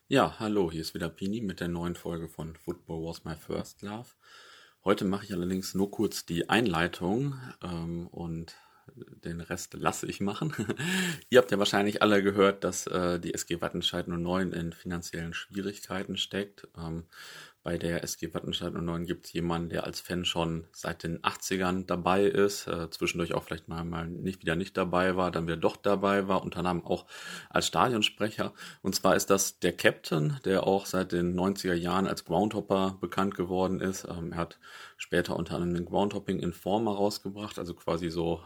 Ja, hallo, hier ist wieder Pini mit der neuen Folge von Football Was My First Love. Heute mache ich allerdings nur kurz die Einleitung und den Rest lasse ich machen. Ihr habt ja wahrscheinlich alle gehört, dass die SG Wattenscheid 09 in finanziellen Schwierigkeiten steckt. Bei der SG Wattenscheid 09 gibt es jemanden, der als Fan schon seit den 80ern dabei ist, zwischendurch auch vielleicht mal nicht dabei war, dann wieder doch dabei war, unter anderem auch als Stadionsprecher. Und zwar ist das der Captain, der auch seit den 90er Jahren als Groundhopper bekannt geworden ist. Er hat später unter anderem den Groundhopping Informer rausgebracht, also quasi so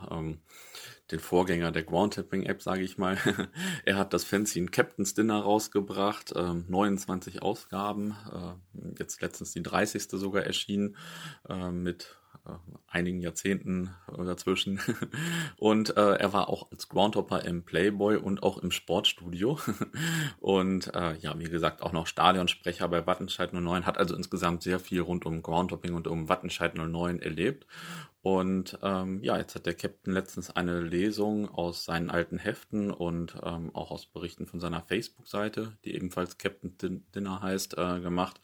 den Vorgänger der Groundhopping-App, sage ich mal. Er hat das Fanzine Captain's Dinner rausgebracht, 29 Ausgaben, jetzt letztens die 30. sogar erschienen, mit einigen Jahrzehnten dazwischen. Und er war auch als Groundhopper im Playboy und auch im Sportstudio. Und ja, wie gesagt, auch noch Stadionsprecher bei Wattenscheid 09, hat also insgesamt sehr viel rund um Groundhopping und um Wattenscheid 09 erlebt. Und ja, jetzt hat der Captain letztens eine Lesung aus seinen alten Heften und auch aus Berichten von seiner Facebook-Seite, die ebenfalls Captain Dinner heißt, gemacht.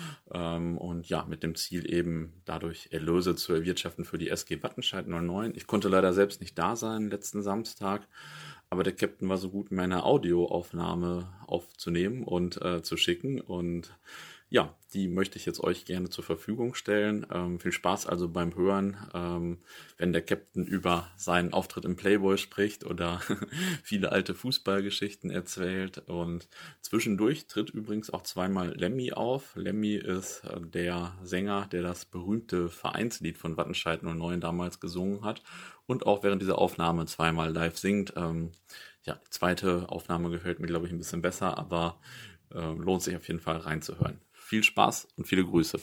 Und ja, mit dem Ziel eben dadurch Erlöse zu erwirtschaften für die SG Wattenscheid 09. Ich konnte leider selbst nicht da sein letzten Samstag, aber der Captain war so gut, mir eine Audioaufnahme aufzunehmen und zu schicken. Und ja, die möchte ich jetzt euch gerne zur Verfügung stellen. Viel Spaß also beim Hören, wenn der Captain über seinen Auftritt im Playboy spricht oder viele alte Fußballgeschichten erzählt. Und zwischendurch tritt übrigens auch zweimal Lemmy auf. Lemmy ist der Sänger, der das berühmte Vereinslied von Wattenscheid 09 damals gesungen hat und auch während dieser Aufnahme zweimal live singt. Ja, die zweite Aufnahme gefällt mir, glaube ich, ein bisschen besser, aber lohnt sich auf jeden Fall reinzuhören. Viel Spaß und viele Grüße.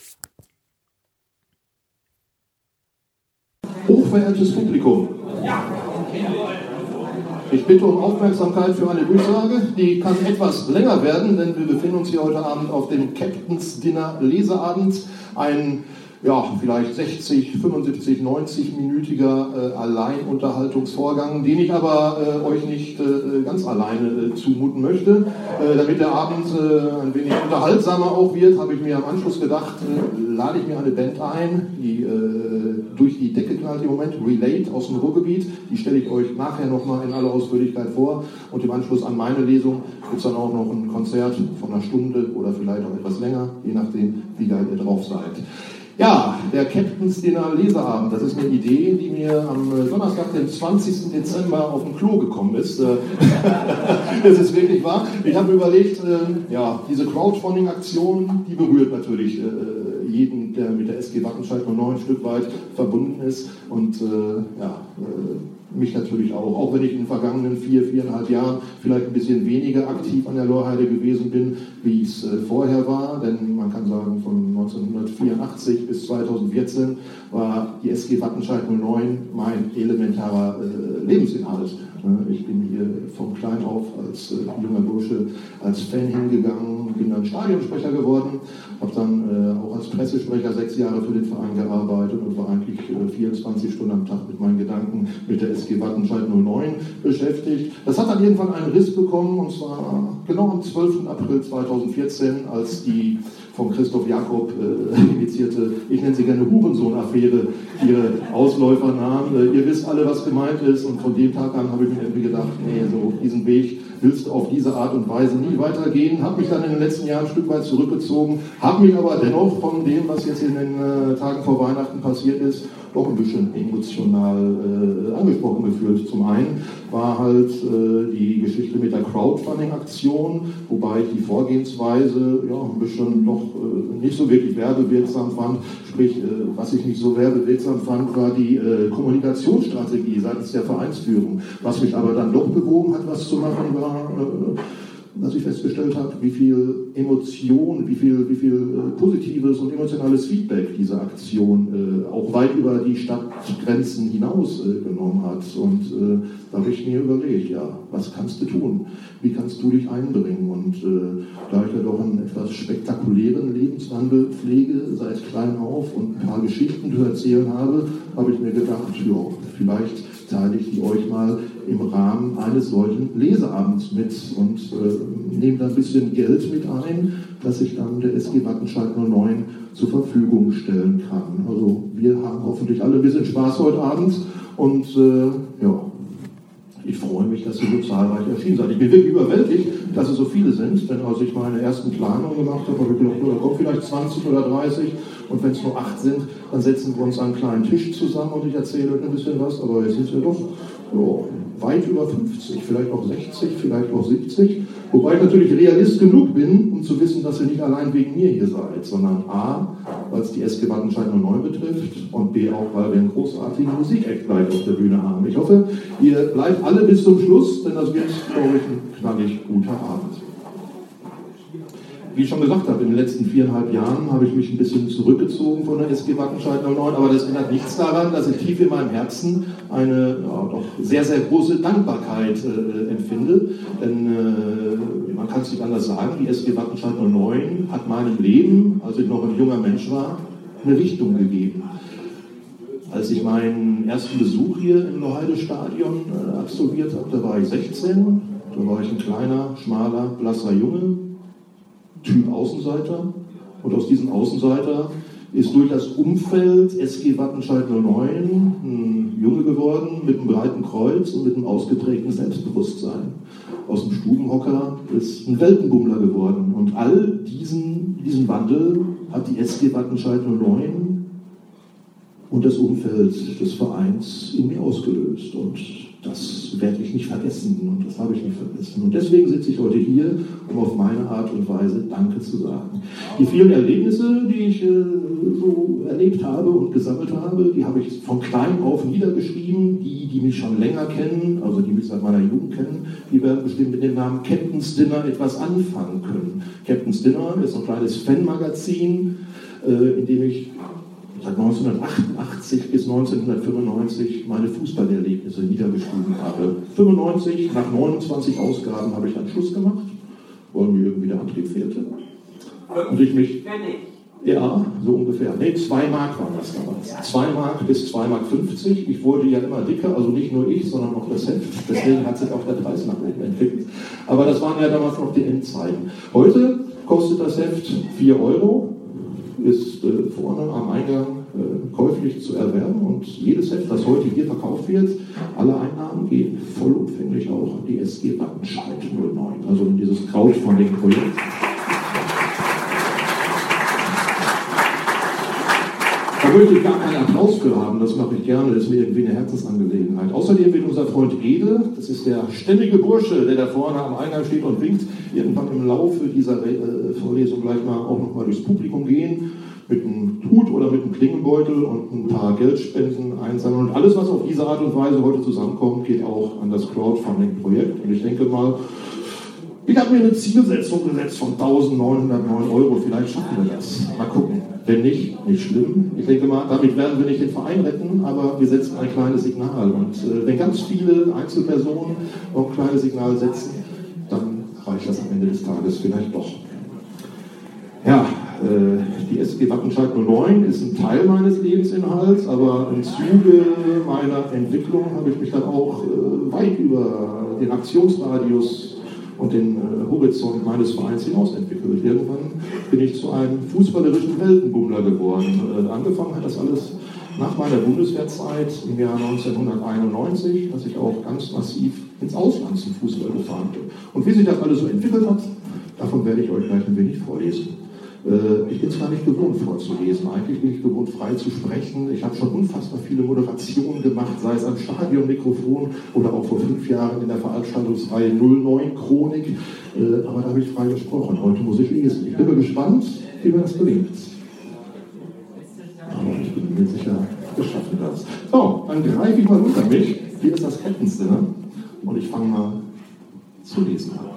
Hochverehrtes Publikum, ich bitte um Aufmerksamkeit für eine Durchsage. Die kann etwas länger werden, denn wir befinden uns hier heute Abend auf dem Captain's Dinner Leseabend. Ein vielleicht 60, 75, 90-minütiger Alleinunterhaltungsvorgang, den ich aber euch nicht ganz alleine zumuten möchte. Damit der Abend ein wenig unterhaltsamer auch wird, habe ich mir am Anschluss gedacht, lade ich mir eine Band ein, die durch die Decke knallt im Moment, Relate aus dem Ruhrgebiet. Die stelle ich euch nachher nochmal in aller Ausführlichkeit vor. Und im Anschluss an meine Lesung gibt es dann auch noch ein Konzert von einer Stunde oder vielleicht auch etwas länger, je nachdem, wie geil ihr drauf seid. Ja, der Captain's Dinner Leseabend, das ist eine Idee, die mir am Donnerstag, den 20. Dezember auf dem Klo gekommen ist. Das ist wirklich wahr. Ich habe mir überlegt, diese Crowdfunding-Aktion, die berührt natürlich jeden, der mit der SG Wattenscheid 09 ein Stück weit verbunden ist und mich natürlich auch wenn ich in den vergangenen 4,5 Jahren vielleicht ein bisschen weniger aktiv an der Lorheide gewesen bin, wie es vorher war, denn man kann sagen, von 1984 bis 2014 war die SG Wattenscheid 09 mein elementarer Lebensinhalt. Ich bin hier von klein auf als junger Bursche als Fan hingegangen, bin dann Stadionsprecher geworden, habe dann auch als Pressesprecher 6 Jahre für den Verein gearbeitet und war eigentlich 24 Stunden am Tag mit meinen Gedanken mit der SG Wattenscheid 09 beschäftigt. Das hat dann irgendwann einen Riss bekommen, und zwar genau am 12. April 2014, als die von Christoph Jakob initiierte, ich nenne sie gerne Hurensohn-Affäre, ihre Ausläufer nahm. Ihr wisst alle, was gemeint ist, und von dem Tag an habe ich mir irgendwie gedacht, nee, so diesen Weg willst du auf diese Art und Weise nie weitergehen. Habe mich dann in den letzten Jahren ein Stück weit zurückgezogen, habe mich aber dennoch von dem, was jetzt in den Tagen vor Weihnachten passiert ist, doch ein bisschen emotional angesprochen gefühlt. Zum einen war halt die Geschichte mit der Crowdfunding-Aktion, wobei ich die Vorgehensweise ein bisschen doch nicht so wirklich werbewirksam fand. Sprich, was ich nicht so werbewirksam fand, war die Kommunikationsstrategie seitens der Vereinsführung. Was mich aber dann doch bewogen hat, was zu machen, war, dass ich festgestellt habe, wie viel Emotion, wie viel positives und emotionales Feedback diese Aktion auch weit über die Stadtgrenzen hinaus genommen hat. Und da habe ich mir überlegt, was kannst du tun? Wie kannst du dich einbringen? Und da ich ja doch einen etwas spektakulären Lebenswandel pflege, seit klein auf, und ein paar Geschichten zu erzählen habe, habe ich mir gedacht, vielleicht teile ich die euch mal im Rahmen eines solchen Leseabends mit und nehme da ein bisschen Geld mit ein, das ich dann der SG Wattenscheid 09 zur Verfügung stellen kann. Also wir haben hoffentlich alle ein bisschen Spaß heute Abend und ja, ich freue mich, dass ihr so zahlreich erschienen seid. Ich bin wirklich überwältigt, dass es so viele sind, denn als ich meine ersten Planungen gemacht habe, habe ich gedacht, da kommen vielleicht 20 oder 30 und wenn es nur 8 sind, dann setzen wir uns an einen kleinen Tisch zusammen und ich erzähle euch ein bisschen was, aber jetzt sind es ja doch weit über 50, vielleicht auch 60, vielleicht auch 70, wobei ich natürlich Realist genug bin, um zu wissen, dass ihr nicht allein wegen mir hier seid, sondern A, weil es die SG Wattenscheid 09 betrifft und B auch, weil wir einen großartigen Musikeck gleich auf der Bühne haben. Ich hoffe, ihr bleibt alle bis zum Schluss, denn das wird, glaube ich, ein knallig guter Abend. Wie ich schon gesagt habe, in den letzten 4,5 Jahren habe ich mich ein bisschen zurückgezogen von der SG Wattenscheid 09, aber das ändert nichts daran, dass ich tief in meinem Herzen eine doch sehr, sehr große Dankbarkeit empfinde. Denn man kann es nicht anders sagen, die SG Wattenscheid 09 hat meinem Leben, als ich noch ein junger Mensch war, eine Richtung gegeben. Als ich meinen ersten Besuch hier im Loheide-Stadion absolviert habe, da war ich 16, da war ich ein kleiner, schmaler, blasser Junge, Typ Außenseiter, und aus diesem Außenseiter ist durch das Umfeld SG Wattenscheid 09 ein Junge geworden mit einem breiten Kreuz und mit einem ausgeprägten Selbstbewusstsein. Aus dem Stubenhocker ist ein Weltenbummler geworden und all diesen Wandel hat die SG Wattenscheid 09 und das Umfeld des Vereins in mir ausgelöst und das werde ich nicht vergessen und das habe ich nicht vergessen. Und deswegen sitze ich heute hier, um auf meine Art und Weise Danke zu sagen. Die vielen Erlebnisse, die ich so erlebt habe und gesammelt habe, die habe ich von klein auf niedergeschrieben. Die mich schon länger kennen, also die mich seit meiner Jugend kennen, die werden bestimmt mit dem Namen Captain's Dinner etwas anfangen können. Captain's Dinner ist ein kleines Fanmagazin, in dem ich seit 1988 bis 1995 meine Fußballerlebnisse niedergeschrieben habe. 95, nach 29 Ausgaben habe ich dann Schluss gemacht, weil mir irgendwie der Antrieb fehlte. Und ich mich... Ja, so ungefähr. Ne, 2 Mark waren das damals. 2 Mark bis 2,50 Mark. Ich wurde ja immer dicker, also nicht nur ich, sondern auch das Heft. Deswegen hat sich auch der Preis nach oben entwickelt. Aber das waren ja damals noch die Endzeiten. Heute kostet das Heft 4 €. Ist vorne am Eingang käuflich zu erwerben und jedes Heft, das heute hier verkauft wird, alle Einnahmen gehen vollumfänglich auch an die SG Wattenscheid 09, also in dieses Crowdfunding-Projekt. Da möchte ich gar keinen Applaus für haben, das mache ich gerne, das ist mir irgendwie eine Herzensangelegenheit. Außerdem wird unser Freund Ede, das ist der ständige Bursche, der da vorne am Eingang steht und winkt, irgendwann im Laufe dieser Vorlesung gleich mal auch nochmal durchs Publikum gehen, mit einem Hut oder mit einem Klingenbeutel und ein paar Geldspenden einsammeln. Und alles, was auf diese Art und Weise heute zusammenkommt, geht auch an das Crowdfunding-Projekt. Und ich denke mal, ich habe mir eine Zielsetzung gesetzt von 1.909 €. Vielleicht schaffen wir das. Mal gucken. Wenn nicht, nicht schlimm. Ich denke mal, damit werden wir nicht den Verein retten, aber wir setzen ein kleines Signal. Und wenn ganz viele Einzelpersonen auch ein kleines Signal setzen, dann reicht das am Ende des Tages vielleicht doch. Ja, die SG Wattenscheid 09 ist ein Teil meines Lebensinhalts, aber im Zuge meiner Entwicklung habe ich mich dann auch weit über den Aktionsradius und den Horizont meines Vereins hinaus entwickelt. Irgendwann bin ich zu einem fußballerischen Weltenbummler geworden. Angefangen hat das alles nach meiner Bundeswehrzeit im Jahr 1991, dass ich auch ganz massiv ins Ausland zum Fußball gefahren bin. Und wie sich das alles so entwickelt hat, davon werde ich euch gleich ein wenig vorlesen. Ich bin zwar nicht gewohnt vorzulesen, eigentlich bin ich gewohnt frei zu sprechen. Ich habe schon unfassbar viele Moderationen gemacht, sei es am Stadionmikrofon oder auch vor 5 Jahren in der Veranstaltungsreihe 09 Chronik, aber da habe ich frei gesprochen. Heute muss ich lesen. Ich bin mal gespannt, wie mir das gelingt. Aber ich bin mir sicher, wir schaffen das. So, dann greife ich mal unter mich. Hier ist das Captain's Dinner und ich fange mal zu lesen an.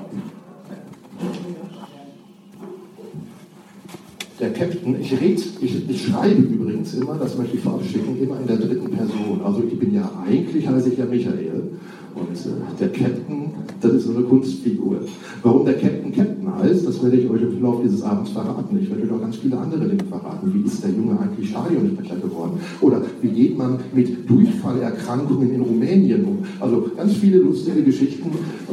Der Captain, ich schreibe übrigens immer, das möchte ich vorab schicken, immer in der 3. Person. Also ich bin ja, eigentlich heiße ich ja Michael. Und der Captain, das ist so eine Kunstfigur. Warum der Captain Captain heißt, Neues, das werde ich euch im Verlauf dieses Abends verraten. Ich werde euch auch ganz viele andere Dinge verraten. Wie ist der Junge eigentlich Stadionsprecher geworden? Oder wie geht man mit Durchfallerkrankungen in Rumänien um? Also ganz viele lustige Geschichten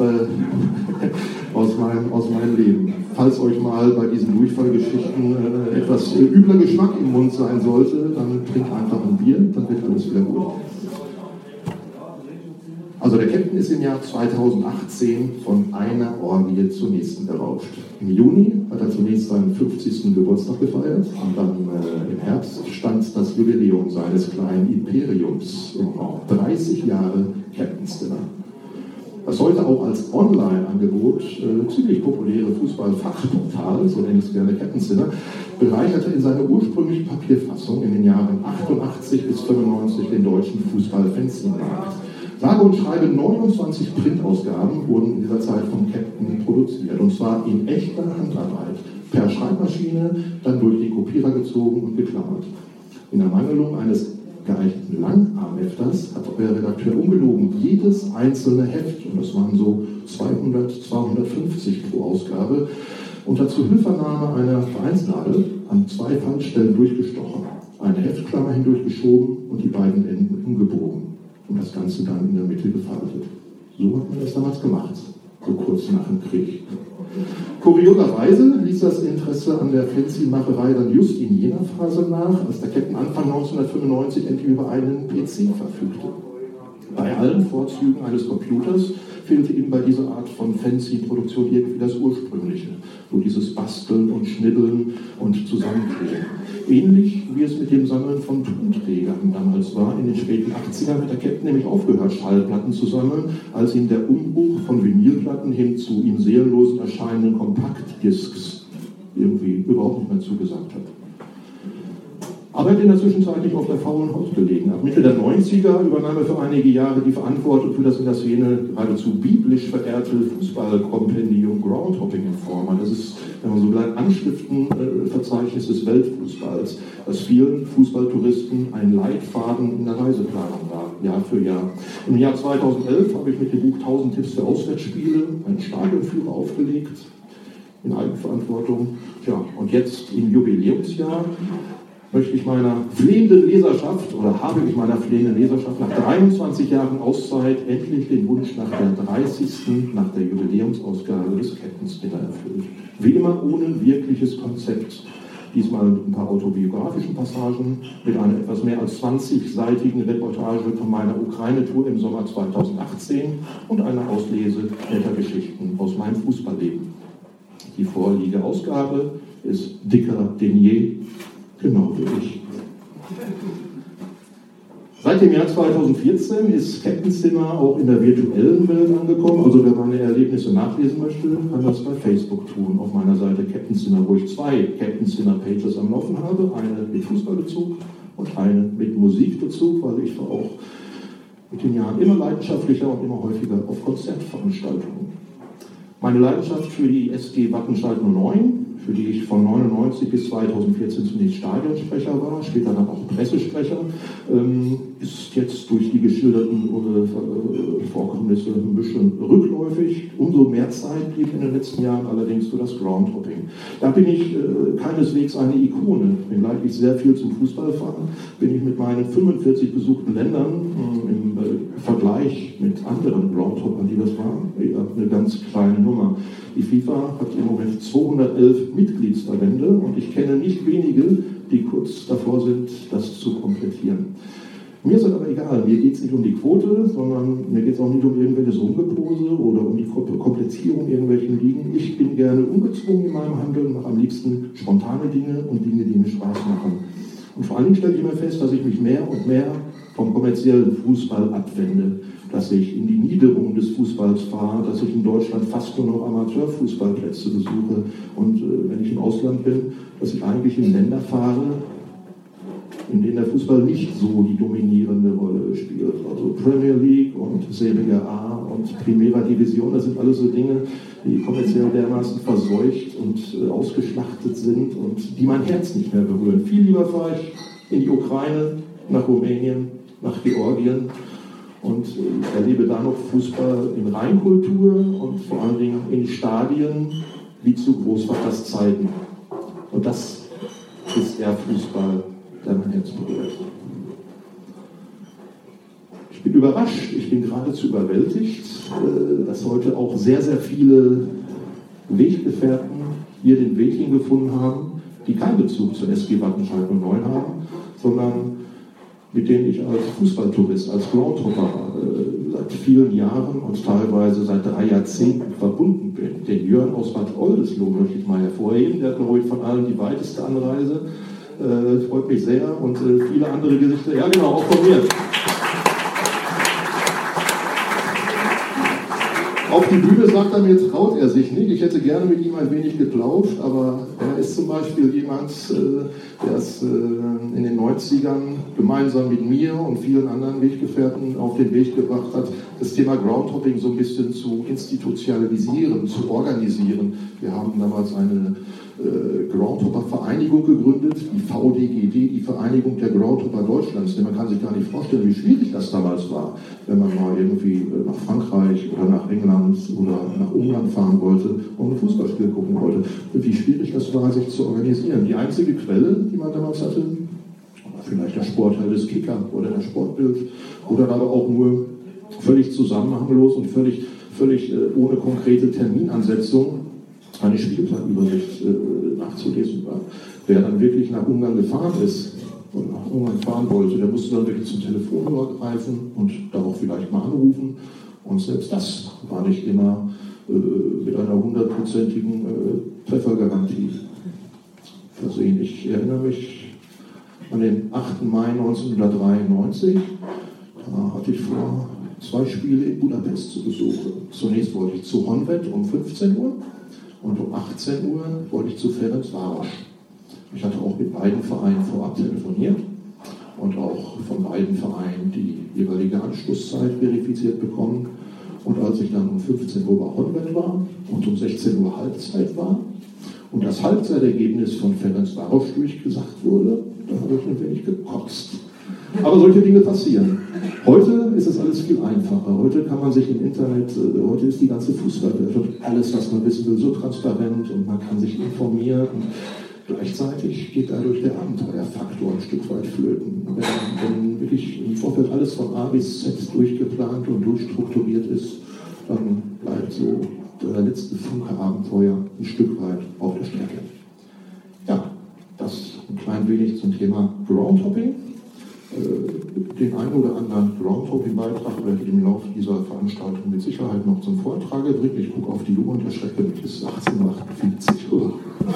aus meinem Leben. Falls euch mal bei diesen Durchfallgeschichten etwas übler Geschmack im Mund sein sollte, dann trinkt einfach ein Bier, dann wird alles wieder gut. Also der Captain ist im Jahr 2018 von einer Orgie zur nächsten gerauscht. Im Juni hat er zunächst seinen 50. Geburtstag gefeiert und dann im Herbst stand das Jubiläum seines kleinen Imperiums im Raum. 30 Jahre Captain's Dinner. Das heute auch als Online-Angebot ziemlich populäre Fußball-Fachportal, so nenne ich es gerne Captain's Dinner, bereicherte in seiner ursprünglichen Papierfassung in den Jahren 88 bis 95 den deutschen Fußball-Fanzine-Markt. Sage und schreibe 29 Printausgaben wurden in dieser Zeit vom Captain produziert. Und zwar in echter Handarbeit. Per Schreibmaschine, dann durch die Kopierer gezogen und geklammert. In Ermangelung eines geeigneten Langarmhefters hat euer Redakteur ungelogen jedes einzelne Heft, und das waren so 200, 250 pro Ausgabe, unter Zuhilfenahme einer Vereinsnadel an 2 Fallstellen durchgestochen, eine Heftklammer hindurchgeschoben und die beiden Enden umgebogen. Und das Ganze dann in der Mitte gefaltet. So hat man das damals gemacht, so kurz nach dem Krieg. Kurioserweise ließ das Interesse an der Fanzine-Macherei dann just in jener Phase nach, als der Captain Anfang 1995 endlich über einen PC verfügte. Bei allen Vorzügen eines Computers fehlte ihm bei dieser Art von Fanzine-Produktion irgendwie das Ursprüngliche, so dieses Basteln und Schnibbeln und Zusammenkleben. Ähnlich wie es mit dem Sammeln von Tonträgern damals war. In den späten 80ern hat der Captain nämlich aufgehört, Schallplatten zu sammeln, als ihm der Umbruch von Vinylplatten hin zu ihm seelenlos erscheinenden Kompaktdiscs irgendwie überhaupt nicht mehr zugesagt hat. Aber er hat in der Zwischenzeit nicht auf der faulen Haut gelegen. Ab Mitte der 90er übernahm er für einige Jahre die Verantwortung für das in der Szene geradezu biblisch verehrte Fußballkompendium Groundhopping Informer. Das ist, wenn man so will, ein Anschriftenverzeichnis des Weltfußballs, das vielen Fußballtouristen ein Leitfaden in der Reiseplanung war, Jahr für Jahr. Im Jahr 2011 habe ich mit dem Buch 1000 Tipps für Auswärtsspiele einen Stadionführer aufgelegt, in Eigenverantwortung. Tja, und jetzt im Jubiläumsjahr möchte ich meiner flehenden Leserschaft, oder habe ich meiner flehenden Leserschaft nach 23 Jahren Auszeit endlich den Wunsch nach der 30., nach der Jubiläumsausgabe des Captain's Dinner erfüllt. Wie immer ohne wirkliches Konzept. Diesmal mit ein paar autobiografischen Passagen, mit einer etwas mehr als 20-seitigen Reportage von meiner Ukraine-Tour im Sommer 2018 und einer Auslese netter Geschichten aus meinem Fußballleben. Die vorliegende Ausgabe ist dicker denn je. Genau wie ich. Seit dem Jahr 2014 ist Captain's Dinner auch in der virtuellen Welt angekommen. Also wer meine Erlebnisse nachlesen möchte, kann das bei Facebook tun. Auf meiner Seite Captain's Dinner, wo ich 2 Captain's Dinner Pages am Laufen habe. Eine mit Fußballbezug und eine mit Musikbezug, weil ich war auch mit den Jahren immer leidenschaftlicher und immer häufiger auf Konzertveranstaltungen. Meine Leidenschaft für die SG Wattenscheid 09, für die ich von 1999 bis 2014 zunächst Stadionsprecher war, später dann auch Pressesprecher, ist jetzt durch die geschilderten Vorkommnisse ein bisschen rückläufig. Umso mehr Zeit blieb in den letzten Jahren allerdings für das Groundhopping. Da bin ich keineswegs eine Ikone. Wenngleich ich sehr viel zum Fußball fahre, bin ich mit meinen 45 besuchten Ländern im Vergleich mit anderen Groundhoppern, die das waren, eine ganz kleine Nummer. Die FIFA hat im Moment 211 Mitgliedsverbände und ich kenne nicht wenige, die kurz davor sind, das zu komplettieren. Mir ist das aber egal, mir geht es nicht um die Quote, sondern mir geht es auch nicht um irgendwelches Rumgepose oder um die Komplettierung irgendwelchen Ligen. Ich bin gerne ungezwungen in meinem Handeln, mache am liebsten spontane Dinge und Dinge, die mir Spaß machen. Und vor allen Dingen stelle ich immer fest, dass ich mich mehr und mehr vom kommerziellen Fußball abwende, dass ich in die Niederung des Fußballs fahre, dass ich in Deutschland fast nur noch Amateurfußballplätze besuche und wenn ich im Ausland bin, dass ich eigentlich in Länder fahre, in denen der Fußball nicht so die dominierende Rolle spielt. Also Premier League und Serie A und Primera Division, das sind alles so Dinge, die kommerziell dermaßen verseucht und ausgeschlachtet sind und die mein Herz nicht mehr berühren. Viel lieber fahre ich in die Ukraine, nach Rumänien, nach Georgien und erlebe da noch Fußball in Reinkultur und vor allen Dingen in Stadien, wie zu Großvaters Zeiten. Und das ist der Fußball, der mein Herz berührt. Ich bin überrascht, ich bin geradezu überwältigt, dass heute auch sehr, sehr viele Weggefährten hier den Weg hingefunden haben, die keinen Bezug zur SG Wattenscheid 09 haben, sondern mit denen ich als Fußballtourist, als Groundhopper seit vielen Jahren und teilweise seit 3 Jahrzehnten verbunden bin. Den Jörn aus Bad Oldesloe möchte ich mal hervorheben, der hat, glaube ich, von allen die weiteste Anreise. Freut mich sehr und viele andere Gesichter, ja genau, auch von mir. Auf die Bühne sagt er mir, traut er sich nicht. Ich hätte gerne mit ihm ein wenig geplauscht, aber er ist zum Beispiel jemand, der es in den 90ern gemeinsam mit mir und vielen anderen Weggefährten auf den Weg gebracht hat, das Thema Groundhopping so ein bisschen zu institutionalisieren, zu organisieren. Wir haben damals eine Groundhopper-Vereinigung gegründet, die VDGD, die Vereinigung der Groundhopper Deutschlands. Denn man kann sich gar nicht vorstellen, wie schwierig das damals war, wenn man mal irgendwie nach Frankreich oder nach England oder nach Ungarn fahren wollte und ein Fußballspiel gucken wollte. Wie schwierig das war, sich zu organisieren. Die einzige Quelle, die man damals hatte, war vielleicht der Sportteil des Kicker oder der Sportbild oder aber auch nur völlig zusammenhanglos und völlig ohne konkrete Terminansetzung eine Spielplanübersicht nachzulesen war. Wer dann wirklich nach Ungarn gefahren ist und nach Ungarn fahren wollte, der musste dann wirklich zum Telefonhörer greifen und darauf vielleicht mal anrufen. Und selbst das war nicht immer mit einer 100%igen Treffergarantie versehen. Ich erinnere mich an den 8. Mai 1993. Da hatte ich vor, 2 Spiele in Budapest zu besuchen. Zunächst wollte ich zu Honvéd um 15 Uhr. Und um 18 Uhr wollte ich zu Ferencváros. Ich hatte auch mit beiden Vereinen vorab telefoniert und auch von beiden Vereinen die jeweilige Anschlusszeit verifiziert bekommen. Und als ich dann um 15 Uhr bei Honvéd war und um 16 Uhr Halbzeit war und das Halbzeitergebnis von Ferencváros durchgesagt wurde, da habe ich ein wenig gekotzt. Aber solche Dinge passieren. Heute ist es alles viel einfacher. Heute kann man sich im Internet, heute ist die ganze Fußballwelt und alles, was man wissen will, so transparent und man kann sich informieren. Und gleichzeitig geht dadurch der Abenteuerfaktor ein Stück weit flöten. Wenn wirklich im Vorfeld alles von A bis Z durchgeplant und durchstrukturiert ist, dann bleibt so der letzte Funke Abenteuer ein Stück weit auf der Strecke. Ja, das ein klein wenig zum Thema Groundhopping. Den einen oder anderen Groundhopping-Beitrag werde ich im Laufe dieser Veranstaltung mit Sicherheit noch zum Vortrage bringen. Ich gucke auf die Uhr und erschrecke mich, es ist 18:48 Uhr.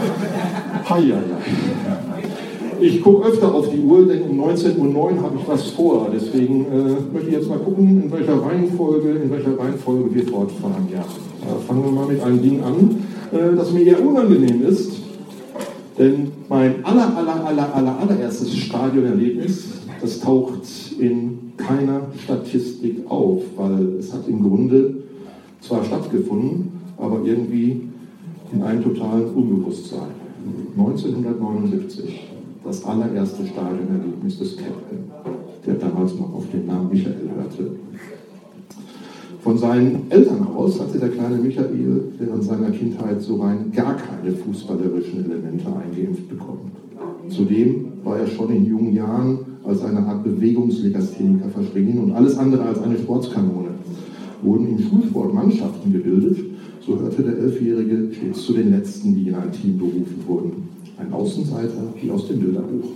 Ich gucke öfter auf die Uhr, denn um 19:09 Uhr habe ich was vor. Deswegen möchte ich jetzt mal gucken, in welcher Reihenfolge wir fortfahren. Ja, fangen wir mal mit einem Ding an, das mir eher unangenehm ist. Denn mein allererstes Stadionerlebnis, das taucht in keiner Statistik auf, weil es hat im Grunde zwar stattgefunden, aber irgendwie in einem totalen Unbewusstsein. 1979, das allererste Stadionerlebnis des Captain, der damals noch auf den Namen Michael hörte. Von seinen Eltern aus hatte der kleine Michael während seiner Kindheit so rein gar keine fußballerischen Elemente eingeimpft bekommen. Zudem war er schon in jungen Jahren als eine Art Bewegungslegastheniker verschrien und alles andere als eine Sportskanone. Wurden im Schulsport Mannschaften gebildet, so hörte der 11-Jährige stets zu den Letzten, die in ein Team berufen wurden. Ein Außenseiter wie aus dem Bilderbuch.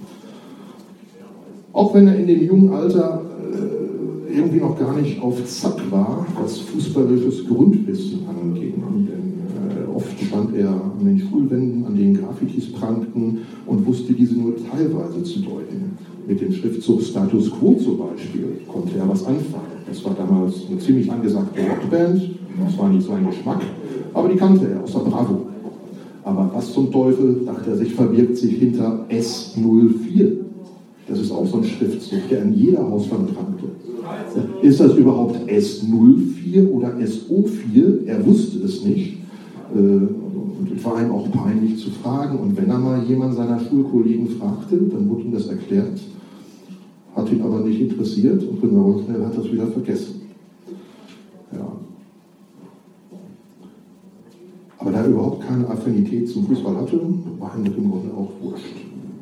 Auch wenn er in dem jungen Alter irgendwie noch gar nicht auf Zack war, was fußballisches Grundwissen anging. Denn oft stand er an den Schulwänden, an denen Graffitis prangten und wusste diese nur teilweise zu deuten. Mit dem Schriftzug Status Quo zum Beispiel konnte er was anfangen. Das war damals eine ziemlich angesagte Rockband, das war nicht sein Geschmack, aber die kannte er aus der Bravo. Aber was zum Teufel, dachte er sich, verbirgt sich hinter S04. Das ist auch so ein Schriftzug, der an jeder Hauswand prangte. Ist das überhaupt S04 oder SO4? Er wusste es nicht. Und es war ihm auch peinlich zu fragen. Und wenn er mal jemand seiner Schulkollegen fragte, dann wurde ihm das erklärt. Hat ihn aber nicht interessiert und genau schnell hat er es wieder vergessen. Ja. Aber da Wer überhaupt keine Affinität zum Fußball hatte, war ihm im Grunde auch wurscht.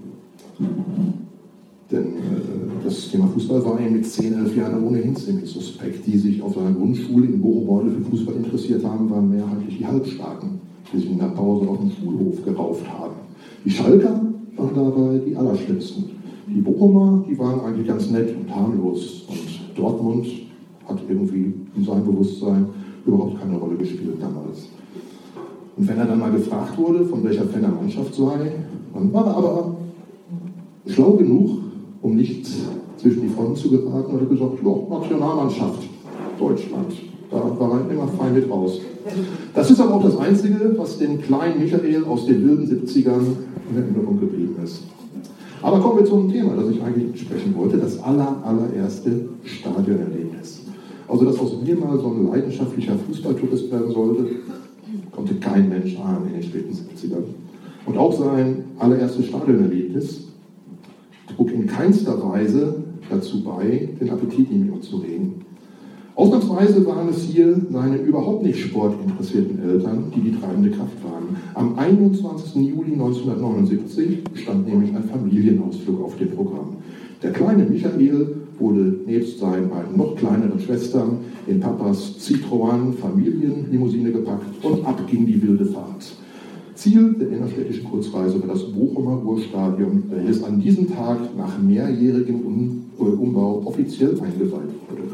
Denn das Thema Fußball war ihm mit 10, 11 Jahren ohnehin ziemlich suspekt. Die sich auf seiner Grundschule in Bocholt für Fußball interessiert haben, waren mehrheitlich die Halbstarken, die sich in der Pause auf dem Schulhof gerauft haben. Die Schalker waren dabei die Allerschlimmsten. Die Bochumer, die waren eigentlich ganz nett und harmlos. Und Dortmund hat irgendwie in seinem Bewusstsein überhaupt keine Rolle gespielt damals. Und wenn er dann mal gefragt wurde, von welcher Fan er Mannschaft sei, dann war er aber schlau genug, um nicht zwischen die Fronten zu geraten, und hat gesagt, ja, Nationalmannschaft, Deutschland. Da war er immer fein mit raus. Das ist aber auch das Einzige, was dem kleinen Michael aus den wilden 70ern in Erinnerung geblieben ist. Aber kommen wir zum Thema, das ich eigentlich sprechen wollte, das allererste Stadionerlebnis. Also, dass aus mir mal so ein leidenschaftlicher Fußballtourist werden sollte, konnte kein Mensch ahnen in den späten 70ern. Und auch sein allererstes Stadionerlebnis trug in keinster Weise dazu bei, den Appetit in mir zu regen. Ausnahmsweise waren es hier seine überhaupt nicht sportinteressierten Eltern, die die treibende Kraft waren. Am 21. Juli 1979 stand nämlich ein Familienausflug auf dem Programm. Der kleine Michael wurde nebst seinen beiden noch kleineren Schwestern in Papas Citroën Familienlimousine gepackt und ab ging die wilde Fahrt. Ziel der innerstädtischen Kurzreise war das Bochumer Ruhrstadion, welches an diesem Tag nach mehrjährigem Umbau offiziell eingeweiht wurde.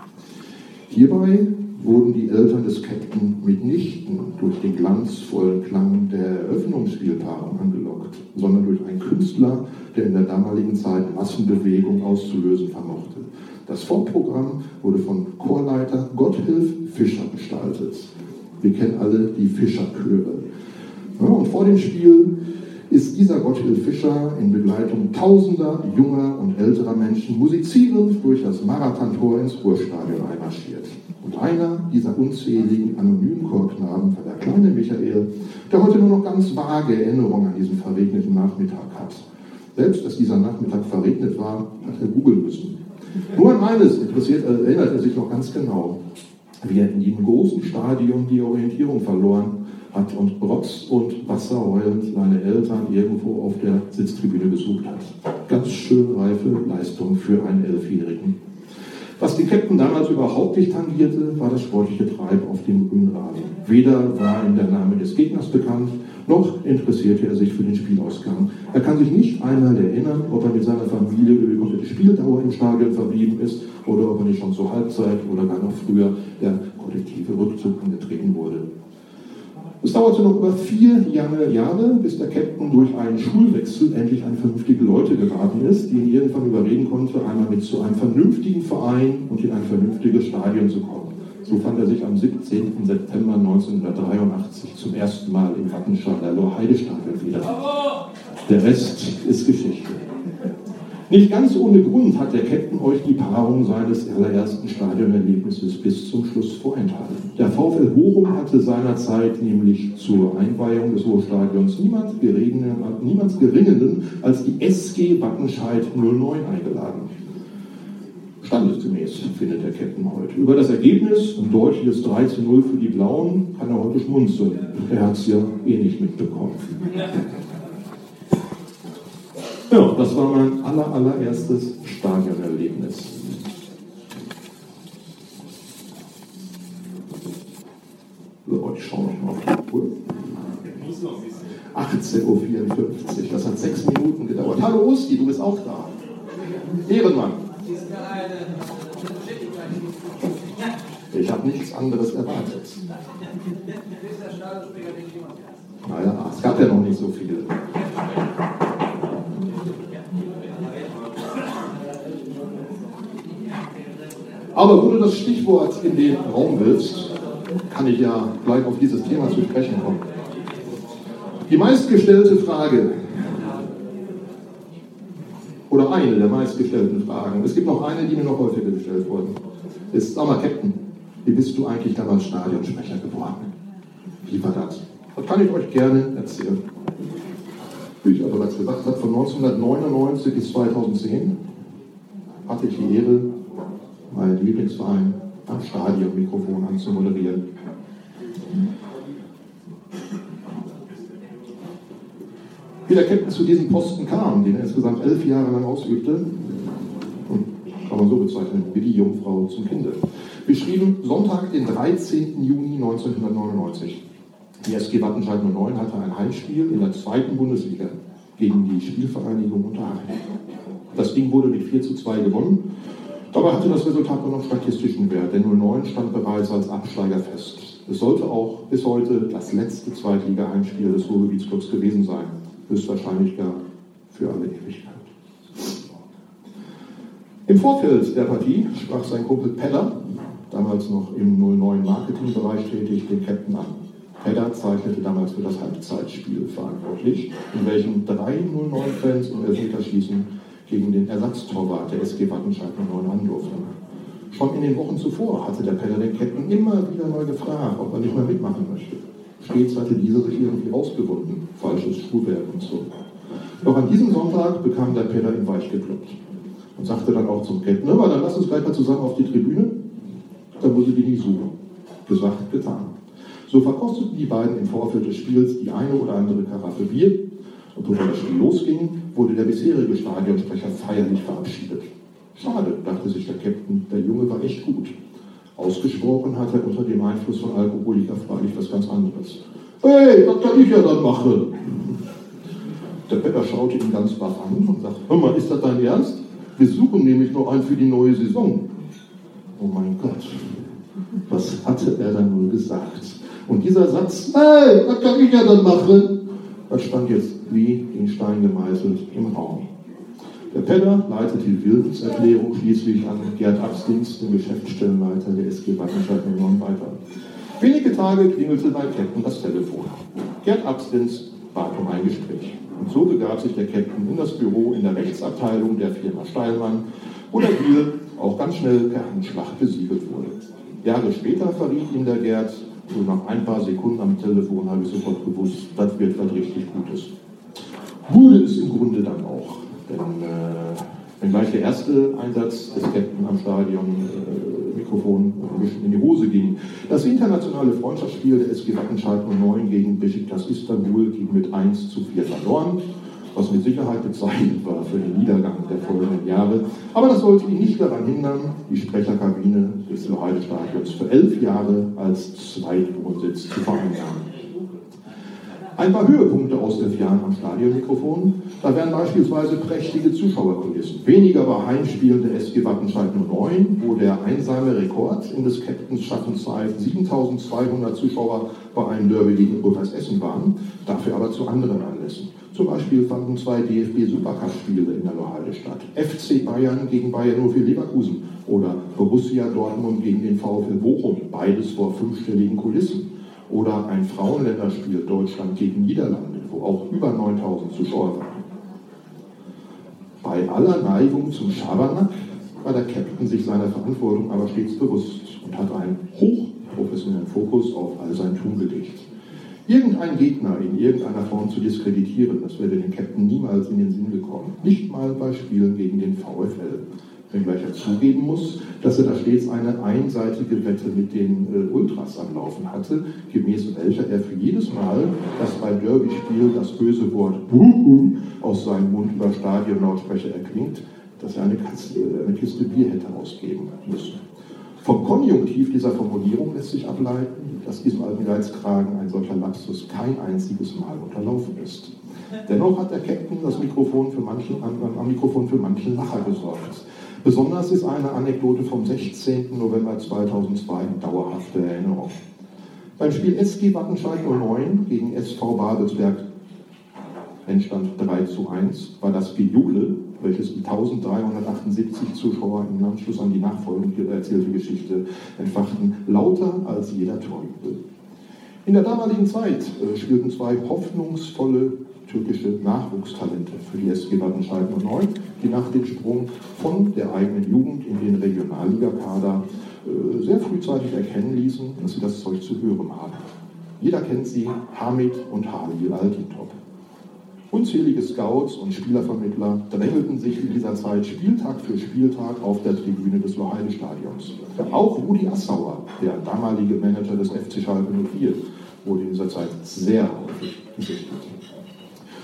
Hierbei wurden die Eltern des Captain mitnichten durch den glanzvollen Klang der Eröffnungsspielpaarung angelockt, sondern durch einen Künstler, der in der damaligen Zeit Massenbewegung auszulösen vermochte. Das Vorprogramm wurde von Chorleiter Gotthilf Fischer gestaltet. Wir kennen alle die Fischerchöre. Ja, und vor dem Spiel ist dieser Gotthilf Fischer in Begleitung tausender junger und älterer Menschen musizierend durch das Marathontor ins Ruhrstadion einmarschiert. Und einer dieser unzähligen anonymen Chorknaben war der kleine Michael, der heute nur noch ganz vage Erinnerungen an diesen verregneten Nachmittag hat. Selbst als dieser Nachmittag verregnet war, hat er googeln müssen. Nur an eines erinnert er sich noch ganz genau, wie er in diesem großen Stadion die Orientierung verloren hat und Rotz und Wasser heulend seine Eltern irgendwo auf der Sitztribüne besucht hat. Ganz schön reife Leistung für einen 11-Jährigen. Was die Captain damals überhaupt nicht tangierte, war das sportliche Treiben auf dem Grünrasen. Weder war ihm der Name des Gegners bekannt, noch interessierte er sich für den Spielausgang. Er kann sich nicht einmal erinnern, ob er mit seiner Familie über die komplette Spieldauer im Stadion verblieben ist oder ob er nicht schon zur Halbzeit oder gar noch früher der kollektive Rückzug angetreten wurde. Es dauerte noch über 4 Jahre, bis der Captain durch einen Schulwechsel endlich an vernünftige Leute geraten ist, die ihn irgendwann überreden konnte, einmal mit zu einem vernünftigen Verein und in ein vernünftiges Stadion zu kommen. So fand er sich am 17. September 1983 zum ersten Mal im Wattenscheider Heidestadion wieder. Der Rest ist Geschichte. Nicht ganz ohne Grund hat der Captain euch die Paarung seines allerersten Stadionerlebnisses bis zum Schluss vorenthalten. Der VfL Bochum hatte seinerzeit nämlich zur Einweihung des Ruhrstadions niemand Geringeren als die SG Wattenscheid 09 eingeladen. Standesgemäß, findet der Captain heute. Über das Ergebnis, ein deutliches 3:0 für die Blauen, kann er heute schmunzeln. Er hat es ja eh nicht mitbekommen. Ja, das war mein allererstes Stadionerlebnis. So, ich schaue noch mal auf die Uhr. 18:54 Uhr, das hat 6 Minuten gedauert. Hallo Osti, du bist auch da. Ehrenmann. Ich habe nichts anderes erwartet. Naja, es gab ja noch nicht so viele. Aber wo du das Stichwort in den Raum willst, kann ich ja gleich auf dieses Thema zu sprechen kommen. Die meistgestellte Frage, oder eine der meistgestellten Fragen, es gibt noch eine, die mir noch häufiger gestellt wurde, ist, sag mal, Captain, wie bist du eigentlich damals Stadionsprecher geworden? Wie war das? Das kann ich euch gerne erzählen. Wie ich ja bereits gesagt habe, von 1999 bis 2010 hatte ich die Ehre, meinen Lieblingsverein am Stadionmikrofon anzumoderieren. Wie der Captain zu diesem Posten kam, den er insgesamt 11 Jahre lang ausübte, kann man so bezeichnen, wie die Jungfrau zum Kinde. Wir schrieben Sonntag, den 13. Juni 1999. Die SG Wattenscheid 09 hatte ein Heimspiel in der 2. Bundesliga gegen die Spielvereinigung Unterhaching. Das Ding wurde mit 4:2 gewonnen. Dabei hatte das Resultat nur noch statistischen Wert, denn 09 stand bereits als Absteiger fest. Es sollte auch bis heute das letzte Zweitliga-Heimspiel des Ruhrgebietsclubs gewesen sein. Höchstwahrscheinlich gar für alle Ewigkeit. Im Vorfeld der Partie sprach sein Kumpel Pedder, damals noch im 09 Marketingbereich tätig, den Captain an. Pedder zeichnete damals für das Halbzeitspiel verantwortlich, in welchem 3 09-Fans im Elfmeterschießen gegen den Ersatztorwart der SG Wattenscheid 09 andurften. Schon in den Wochen zuvor hatte der Pedder den Captain immer wieder mal gefragt, ob er nicht mehr mitmachen möchte. Stets hatte dieser sich irgendwie rausgewunden, falsches Schulwerk und so. Doch an diesem Sonntag bekam der Pedder ihn weich gekloppt und sagte dann auch zum Captain, aber dann lass uns gleich mal zusammen auf die Tribüne, dann muss ich die nicht suchen. Gesagt, getan. So verkosteten die beiden im Vorfeld des Spiels die eine oder andere Karaffe Bier und bevor das Spiel losging, wurde der bisherige Stadionsprecher feierlich verabschiedet. Schade, dachte sich der Captain, der Junge war echt gut. Ausgesprochen hat er unter dem Einfluss von Alkoholiker freilich was ganz anderes. Hey, das kann ich ja dann machen. Der Pedder schaute ihn ganz baff an und sagte, hör mal, ist das dein Ernst? Wir suchen nämlich noch einen für die neue Saison. Oh mein Gott, was hatte er dann wohl gesagt? Und dieser Satz, hey, das kann ich ja dann machen, das stand jetzt wie in Stein gemeißelt im Raum. Der Pedder leitete die Willenserklärung schließlich an Gerd Abstins, den Geschäftsstellenleiter der SG Wattenscheid 09, weiter. Wenige Tage klingelte bei Captain das Telefon. Gerd Abstins bat um ein Gespräch. Und so begab sich der Captain in das Büro in der Rechtsabteilung der Firma Steilmann, wo der Deal auch ganz schnell per Handschlag besiegelt wurde. Jahre später verriet ihm der Gerd, so nach ein paar Sekunden am Telefon habe ich sofort gewusst, das wird was richtig Gutes. Wurde es im Grunde dann auch. Denn wenn gleich der erste Einsatz des Captain am Stadion Mikrofon ein bisschen in die Hose ging. Das internationale Freundschaftsspiel der SG Wattenscheid 09 gegen Beşiktaş Istanbul ging mit 1:4 verloren, was mit Sicherheit bezeichnend war für den Niedergang der folgenden Jahre. Aber das sollte ihn nicht daran hindern, die Sprecherkabine des Loheide-Stadions für 11 Jahre als Zweitwohnsitz zu vereinnahmen. Ein paar Höhepunkte aus den Jahren am Stadionmikrofon, da wären beispielsweise prächtige Zuschauerkulissen. Weniger bei Heimspielen der SG Wattenscheid 09, wo der einsame Rekord in des Captains Schaffenszeit 7.200 Zuschauer bei einem Derby gegen Rot-Weiß Essen waren, dafür aber zu anderen Anlässen. Zum Beispiel fanden 2 DFB-Supercup-Spiele in der Loheide statt. FC Bayern gegen Bayern 04 Leverkusen oder Borussia Dortmund gegen den VfL Bochum, beides vor 5-stelligen Kulissen. Oder ein Frauenländerspiel Deutschland gegen Niederlande, wo auch über 9.000 Zuschauer waren. Bei aller Neigung zum Schabernack war der Captain sich seiner Verantwortung aber stets bewusst und hat einen hochprofessionellen Fokus auf all sein Tun gelegt. Irgendeinen Gegner in irgendeiner Form zu diskreditieren, das wäre dem Captain niemals in den Sinn gekommen. Nicht mal bei Spielen gegen den VfL. Wenngleich er zugeben muss, dass er da stets eine einseitige Wette mit den Ultras am Laufen hatte, gemäß welcher er für jedes Mal, dass bei Derby-Spiel das böse Wort Buhu aus seinem Mund über Stadionlautsprecher erklingt, dass er eine Kiste Bier hätte ausgeben müssen. Vom Konjunktiv dieser Formulierung lässt sich ableiten, dass diesem alten Geizkragen ein solcher Lapsus kein einziges Mal unterlaufen ist. Dennoch hat der Captain am Mikrofon für manchen Lacher gesorgt. Besonders ist eine Anekdote vom 16. November 2002 in dauerhafter Erinnerung. Beim Spiel SG Wattenscheid 09 gegen SV Babelsberg, Endstand 3:1, war das Gejubel, welches die 1378 Zuschauer im Anschluss an die nachfolgende erzählte Geschichte entfachten, lauter als jeder Torjubel. In der damaligen Zeit spielten 2 hoffnungsvolle türkische Nachwuchstalente für die SG Wattenscheid 09, die nach dem Sprung von der eigenen Jugend in den Regionalligakader sehr frühzeitig erkennen ließen, dass sie das Zeug zu hören haben. Jeder kennt sie, Hamid und Halil Altintop. Unzählige Scouts und Spielervermittler drängelten sich in dieser Zeit Spieltag für Spieltag auf der Tribüne des Loheide-Stadions. Auch Rudi Assauer, der damalige Manager des FC Schalke 04, wurde in dieser Zeit sehr häufig gesichtet.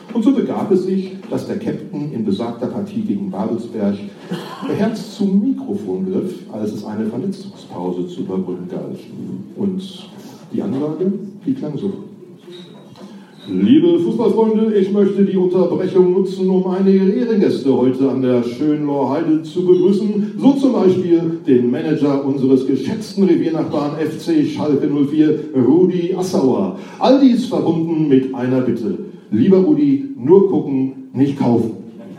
Und so begab es sich, dass der Captain in besagter Partie gegen Babelsberg beherzt zum Mikrofon griff, als es eine Verletzungspause zu überbrücken galt. Und die Ansage, die klang so. Liebe Fußballfreunde, ich möchte die Unterbrechung nutzen, um einige Ehrengäste heute an der Schönlohr Heide zu begrüßen. So zum Beispiel den Manager unseres geschätzten Reviernachbarn FC Schalke 04, Rudi Assauer. All dies verbunden mit einer Bitte. Lieber Rudi, nur gucken, nicht kaufen.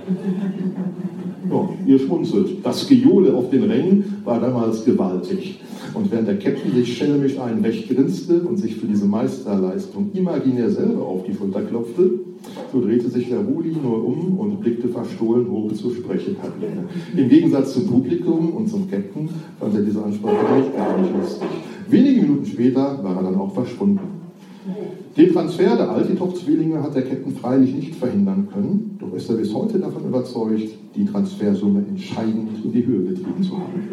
Ja, ihr schmunzelt. Das Gejohle auf den Rängen war damals gewaltig. Und während der Captain sich schelmisch einen weggrinste und sich für diese Meisterleistung imaginär selber auf die Schulter klopfte, so drehte sich der Rudi nur um und blickte verstohlen hoch zur Sprechekabine. Im Gegensatz zum Publikum und zum Captain fand er diese Ansprache gar nicht lustig. Wenige Minuten später war er dann auch verschwunden. Den Transfer der Altitop-Zwillinge hat der Captain freilich nicht verhindern können, doch ist er bis heute davon überzeugt, die Transfersumme entscheidend in die Höhe getrieben zu haben.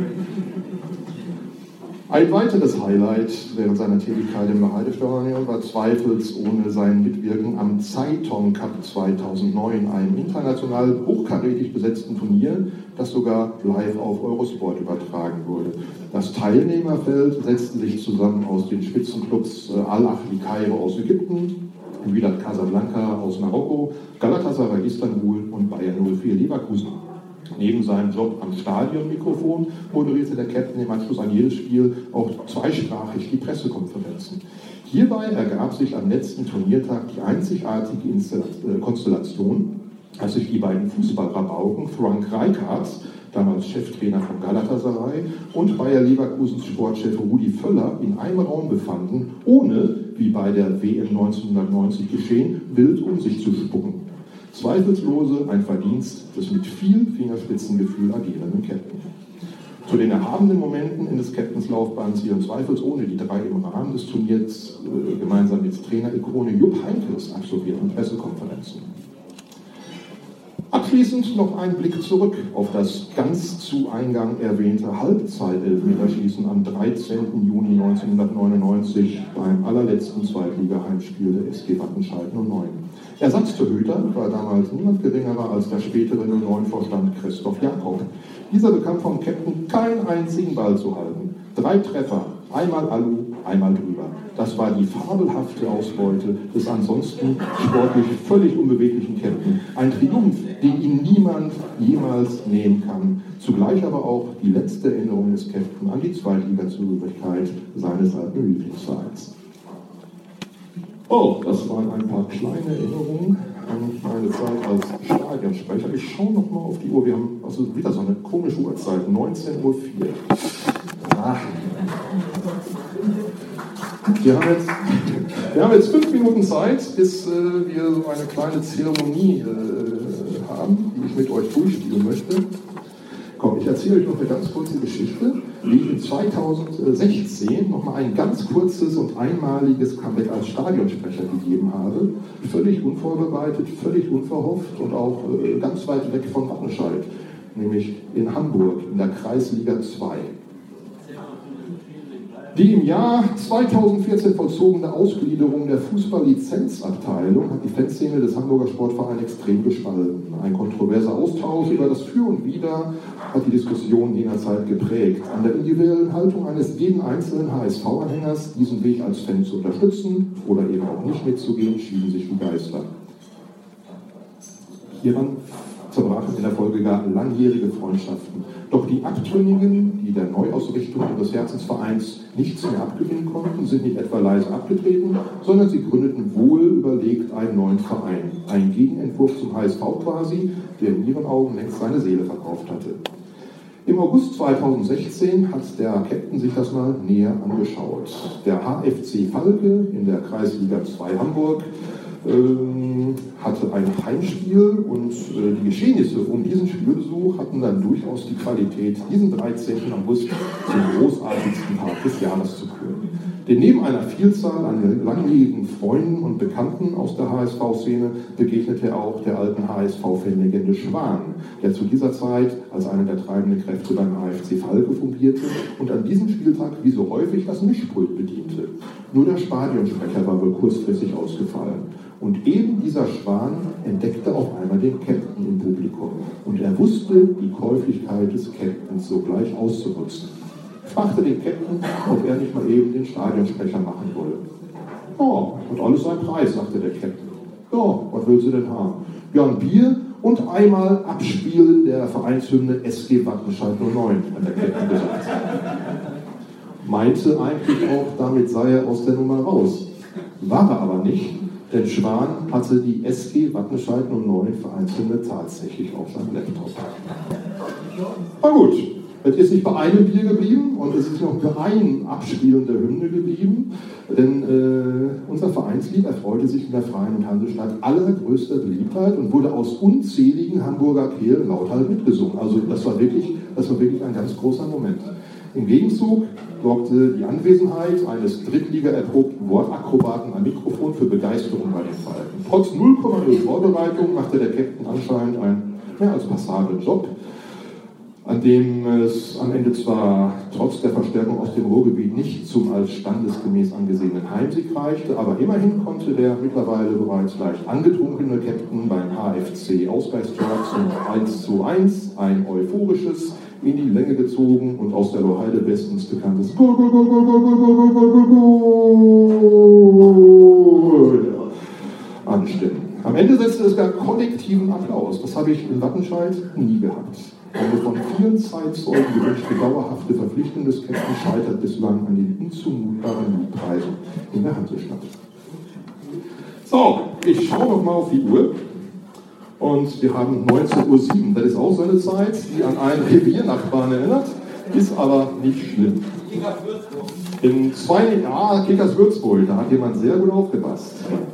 Ein weiteres Highlight während seiner Tätigkeit im Heidestadion war zweifelsohne sein Mitwirken am Zeitung Cup 2009, einem international hochkarätig besetzten Turnier, das sogar live auf Eurosport übertragen wurde. Das Teilnehmerfeld setzte sich zusammen aus den Spitzenclubs Al-Ahli Kairo aus Ägypten, Wydad Casablanca aus Marokko, Galatasaray Istanbul und Bayer 04 Leverkusen. Neben seinem Job am Stadionmikrofon moderierte der Captain im Anschluss an jedes Spiel auch zweisprachig die Pressekonferenzen. Hierbei ergab sich am letzten Turniertag die einzigartige Konstellation, als sich die beiden Fußballrabauken Frank Rijkaard, damals Cheftrainer von Galatasaray, und Bayer Leverkusens Sportchef Rudi Völler in einem Raum befanden, ohne, wie bei der WM 1990 geschehen, wild um sich zu spucken. Zweifelslose ein Verdienst des mit viel Fingerspitzengefühl agierenden Captain. Zu den erhabenen Momenten in des Captains Laufbahn zählen zweifelsohne die drei im Rahmen des Turniers gemeinsam mit Trainerikone Jupp Heynckes absolvierten Pressekonferenzen. Abschließend noch ein Blick zurück auf das ganz zu Eingang erwähnte Halbzeit-Elfmeterschießen am 13. Juni 1999 beim allerletzten Zweitliga-Heimspiel der SG Wattenscheid 09. Ersatztorhüter war damals niemand geringerer als der spätere 09-Vorstand Christoph Jakob. Dieser bekam vom Captain keinen einzigen Ball zu halten. 3 Treffer, einmal Alu, einmal drüber. Das war die fabelhafte Ausbeute des ansonsten sportlich völlig unbeweglichen Captain. Ein Triumph, den ihm niemand jemals nehmen kann. Zugleich aber auch die letzte Erinnerung des Captain an die Zweitligazugehörigkeit seines alten Lieblingsvereins. Oh, das waren ein paar kleine Erinnerungen an meine Zeit als Stadionsprecher. Ich schaue noch mal auf die Uhr. Wir haben also wieder so eine komische Uhrzeit, 19:04 Uhr. Wir haben jetzt 5 Minuten Zeit, bis wir so eine kleine Zeremonie haben, die ich mit euch durchspielen möchte. Komm, ich erzähle euch noch eine ganz kurze Geschichte, wie ich in 2016 nochmal ein ganz kurzes und einmaliges Comeback als Stadionsprecher gegeben habe. Völlig unvorbereitet, völlig unverhofft und auch ganz weit weg von Wattenscheid, nämlich in Hamburg in der Kreisliga 2. Die im Jahr 2014 vollzogene Ausgliederung der Fußballlizenzabteilung hat die Fanszene des Hamburger Sportvereins extrem gespalten. Ein kontroverser Austausch über das Für und Wider hat die Diskussion jener Zeit geprägt. An der individuellen Haltung eines jeden einzelnen HSV-Anhängers, diesen Weg als Fan zu unterstützen oder eben auch nicht mitzugehen, schieden sich die Geister. Hieran zerbrachen in der Folge gar langjährige Freundschaften. Doch die Abtrünnigen, die der Neuausrichtung ihres Herzensvereins nichts mehr abgewinnen konnten, sind nicht etwa leise abgetreten, sondern sie gründeten wohl überlegt einen neuen Verein. Ein Gegenentwurf zum HSV quasi, der in ihren Augen längst seine Seele verkauft hatte. Im August 2016 hat der Captain sich das mal näher angeschaut. Der HFC Falke in der Kreisliga 2 Hamburg hatte ein Heimspiel und die Geschehnisse um diesen Spielbesuch hatten dann durchaus die Qualität, diesen 13. August zum großartigsten Tag des Jahres zu küren. Denn neben einer Vielzahl an langjährigen Freunden und Bekannten aus der HSV-Szene begegnete er auch der alten HSV-Fanlegende Schwan, der zu dieser Zeit als einer der treibenden Kräfte beim HFC Falke fungierte und an diesem Spieltag wie so häufig das Mischpult bediente. Nur der Stadionsprecher war wohl kurzfristig ausgefallen. Und eben dieser Schwan entdeckte auf einmal den Captain im Publikum. Und er wusste die Käuflichkeit des Captains sogleich auszunutzen. Fragte den Captain, ob er nicht mal eben den Stadionsprecher machen wolle. Ja, und alles sein Preis, sagte der Captain. Ja, was willst du denn haben? Ja, ein Bier und einmal Abspielen der Vereinshymne SG Wattenscheid 09, hat der Captain gesagt. Meinte eigentlich auch, damit sei er aus der Nummer raus. War er aber nicht, denn Schwan hatte die SG Wattenscheid 09 Vereinshymne tatsächlich auf seinem Laptop. Na gut, es ist nicht bei einem Bier geblieben und es ist noch bei einem Abspielen der Hymne geblieben, denn unser Vereinslied erfreute sich in der Freien und Hansestadt allergrößter Beliebtheit und wurde aus unzähligen Hamburger Kehlen lauthals mitgesungen. Also das war wirklich ein ganz großer Moment. Im Gegenzug sorgte die Anwesenheit eines Drittliga-erprobten Wortakrobaten am Mikrofon für Begeisterung bei den Falken. Trotz 0,0 Vorbereitung machte der Captain anscheinend einen mehr als passablen Job, an dem es am Ende zwar trotz der Verstärkung aus dem Ruhrgebiet nicht zum als standesgemäß angesehenen Heimsieg reichte, aber immerhin konnte der mittlerweile bereits leicht angetrunkene Captain beim HFC-Ausgleichstrag zum 1:1 ein euphorisches, in die Länge gezogen und aus der Lohalde bestens bekanntes Goal, Goal, Goal, Goal, Goal, Goal, Goal, Goal, Goal, Goal anstimmen. Am Ende setzte es gar kollektiven Applaus. Das habe ich in Wattenscheid nie gehabt. Eine von vielen Zeitzeugen gewünschte dauerhafte Verpflichtung des Captain scheitert bislang an den unzumutbaren Mietpreisen in der Hansestadt. So, ich schaue noch mal auf die Uhr. Und wir haben 19:07 Uhr. Das ist auch so eine Zeit, die an einen Reviernachbarn erinnert, ist aber nicht schlimm. In 2 Jahren Kickers Würzburg, da hat jemand sehr gut aufgepasst.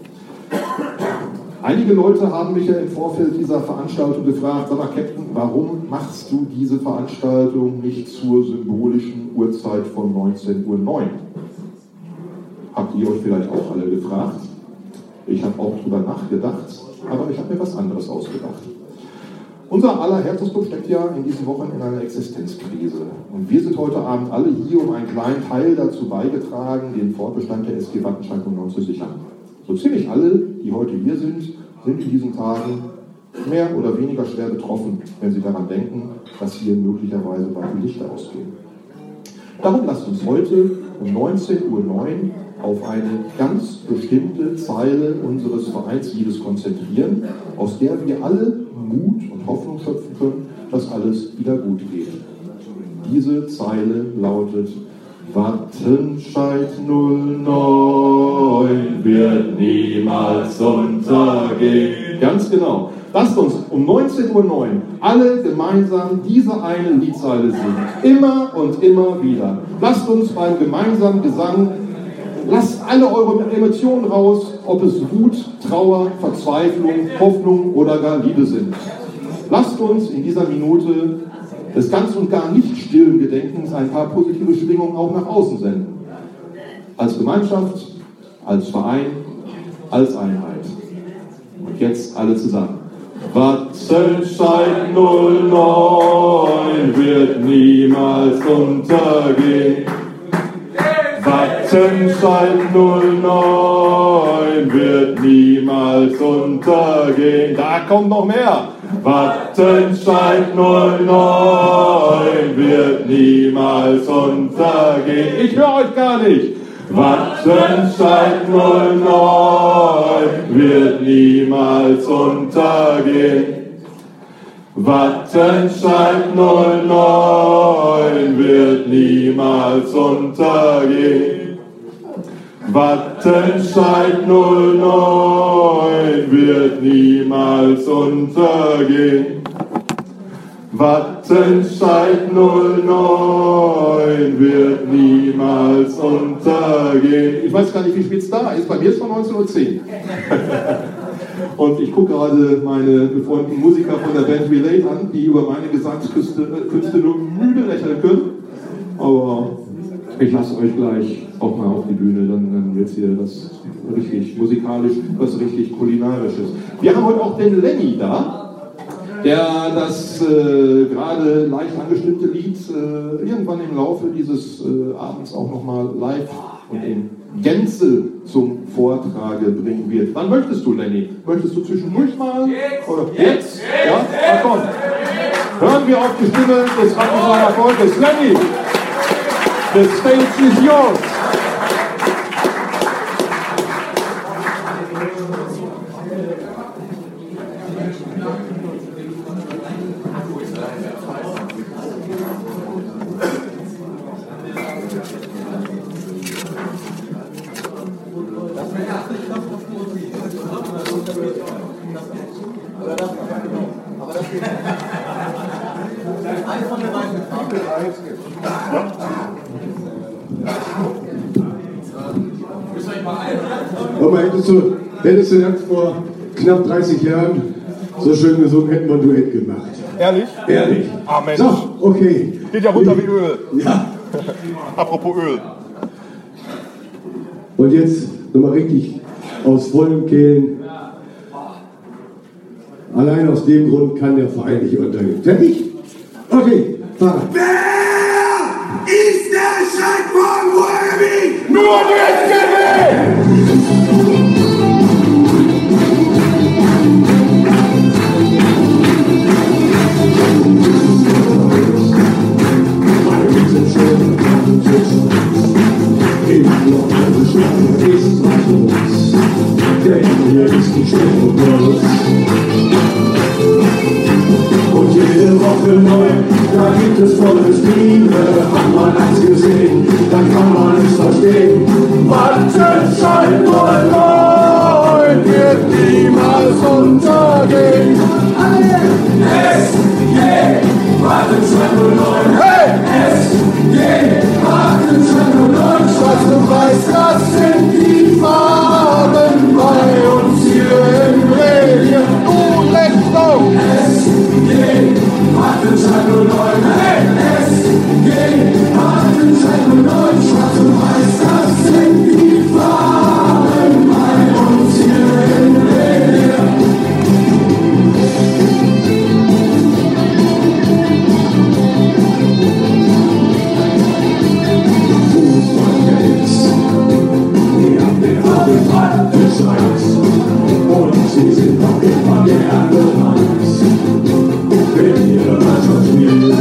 Einige Leute haben mich ja im Vorfeld dieser Veranstaltung gefragt, sag mal Captain, warum machst du diese Veranstaltung nicht zur symbolischen Uhrzeit von 19:09 Uhr? Habt ihr euch vielleicht auch alle gefragt? Ich habe auch drüber nachgedacht, aber ich habe mir was anderes ausgedacht. Unser aller Herzensclub steckt ja in diesen Wochen in einer Existenzkrise. Und wir sind heute Abend alle hier, um einen kleinen Teil dazu beigetragen, den Fortbestand der SG Wattenscheid 09 zu sichern. So ziemlich alle, die heute hier sind in diesen Tagen mehr oder weniger schwer betroffen, wenn sie daran denken, dass hier möglicherweise bald die Lichter ausgehen. Darum lasst uns heute um 19:09 Uhr auf eine ganz bestimmte Zeile unseres Vereinsliedes konzentrieren, aus der wir alle Mut und Hoffnung schöpfen können, dass alles wieder gut geht. Diese Zeile lautet: Wattenscheid 09 wird niemals untergehen. Ganz genau. Lasst uns um 19:09 Uhr alle gemeinsam diese eine Liedzeile singen. Immer und immer wieder. Lasst uns beim gemeinsamen Gesang, lasst alle eure Emotionen raus, ob es Wut, Trauer, Verzweiflung, Hoffnung oder gar Liebe sind. Lasst uns in dieser Minute des ganz und gar nicht stillen Gedenkens ein paar positive Schwingungen auch nach außen senden. Als Gemeinschaft, als Verein, als Einheit. Und jetzt alle zusammen. Wattenscheid 09 wird niemals untergehen. Wattenscheid 09 wird niemals untergehen. Da kommt noch mehr. Wattenscheid 09 wird niemals untergehen. Ich höre euch gar nicht. Wattenscheid 09 wird niemals untergehen. Wattenscheid 09 wird niemals untergehen. Wattenscheid 09 wird niemals untergehen. Wattenscheid 09 wird niemals untergehen. Ich weiß gar nicht, wie spät es da ist. Bei mir ist es schon 19:10 Uhr. Und ich gucke gerade meine befreundeten Musiker von der Band Relate an, die über meine Gesangskünste nur müde lächeln können. Aber ich lasse euch gleich auch mal auf die Bühne, dann wird es hier was richtig musikalisch, was richtig kulinarisches. Wir haben heute auch den Lenny da, der das gerade leicht angestimmte Lied irgendwann im Laufe dieses Abends auch nochmal live und in Gänze zum Vortrage bringen wird. Wann möchtest du, Lenny? Möchtest du zwischendurch mal? Oder jetzt? Ja? Na komm. Hören wir auf die Stimme des Rattenschlager Volkes. Lenny, the stage is yours. Aber hättest du das vor knapp 30 Jahren so schön gesungen, hätten wir ein Duett gemacht. Ehrlich? Ehrlich. Amen. So, okay. Geht ja runter wie Öl. Ja. Apropos Öl. Und jetzt nochmal richtig aus vollen Kehlen. Allein aus dem Grund kann der Verein nicht untergehen. Fertig? Okay, fahren. Wer ist der Schreck von Ruhrgebiet? Nur der Und jede Woche neu, da gibt es volles Liebe. Hat man eins gesehen, dann kann man es verstehen. Wattenscheid 09 wird niemals untergehen. SG Wattenscheid 09. Hey! SG Wattenscheid 09. Schwarz und Weiß, das sind die Farben bei uns hier in Bremen. Du let's go! SG Wattenscheid 09. SG Wattenscheid 09. Schwarz und Weiß, das sind die Farben bei uns hier in Bremen. Und sie sind noch immer gerne eins, wenn ihre Mannschaft spielt.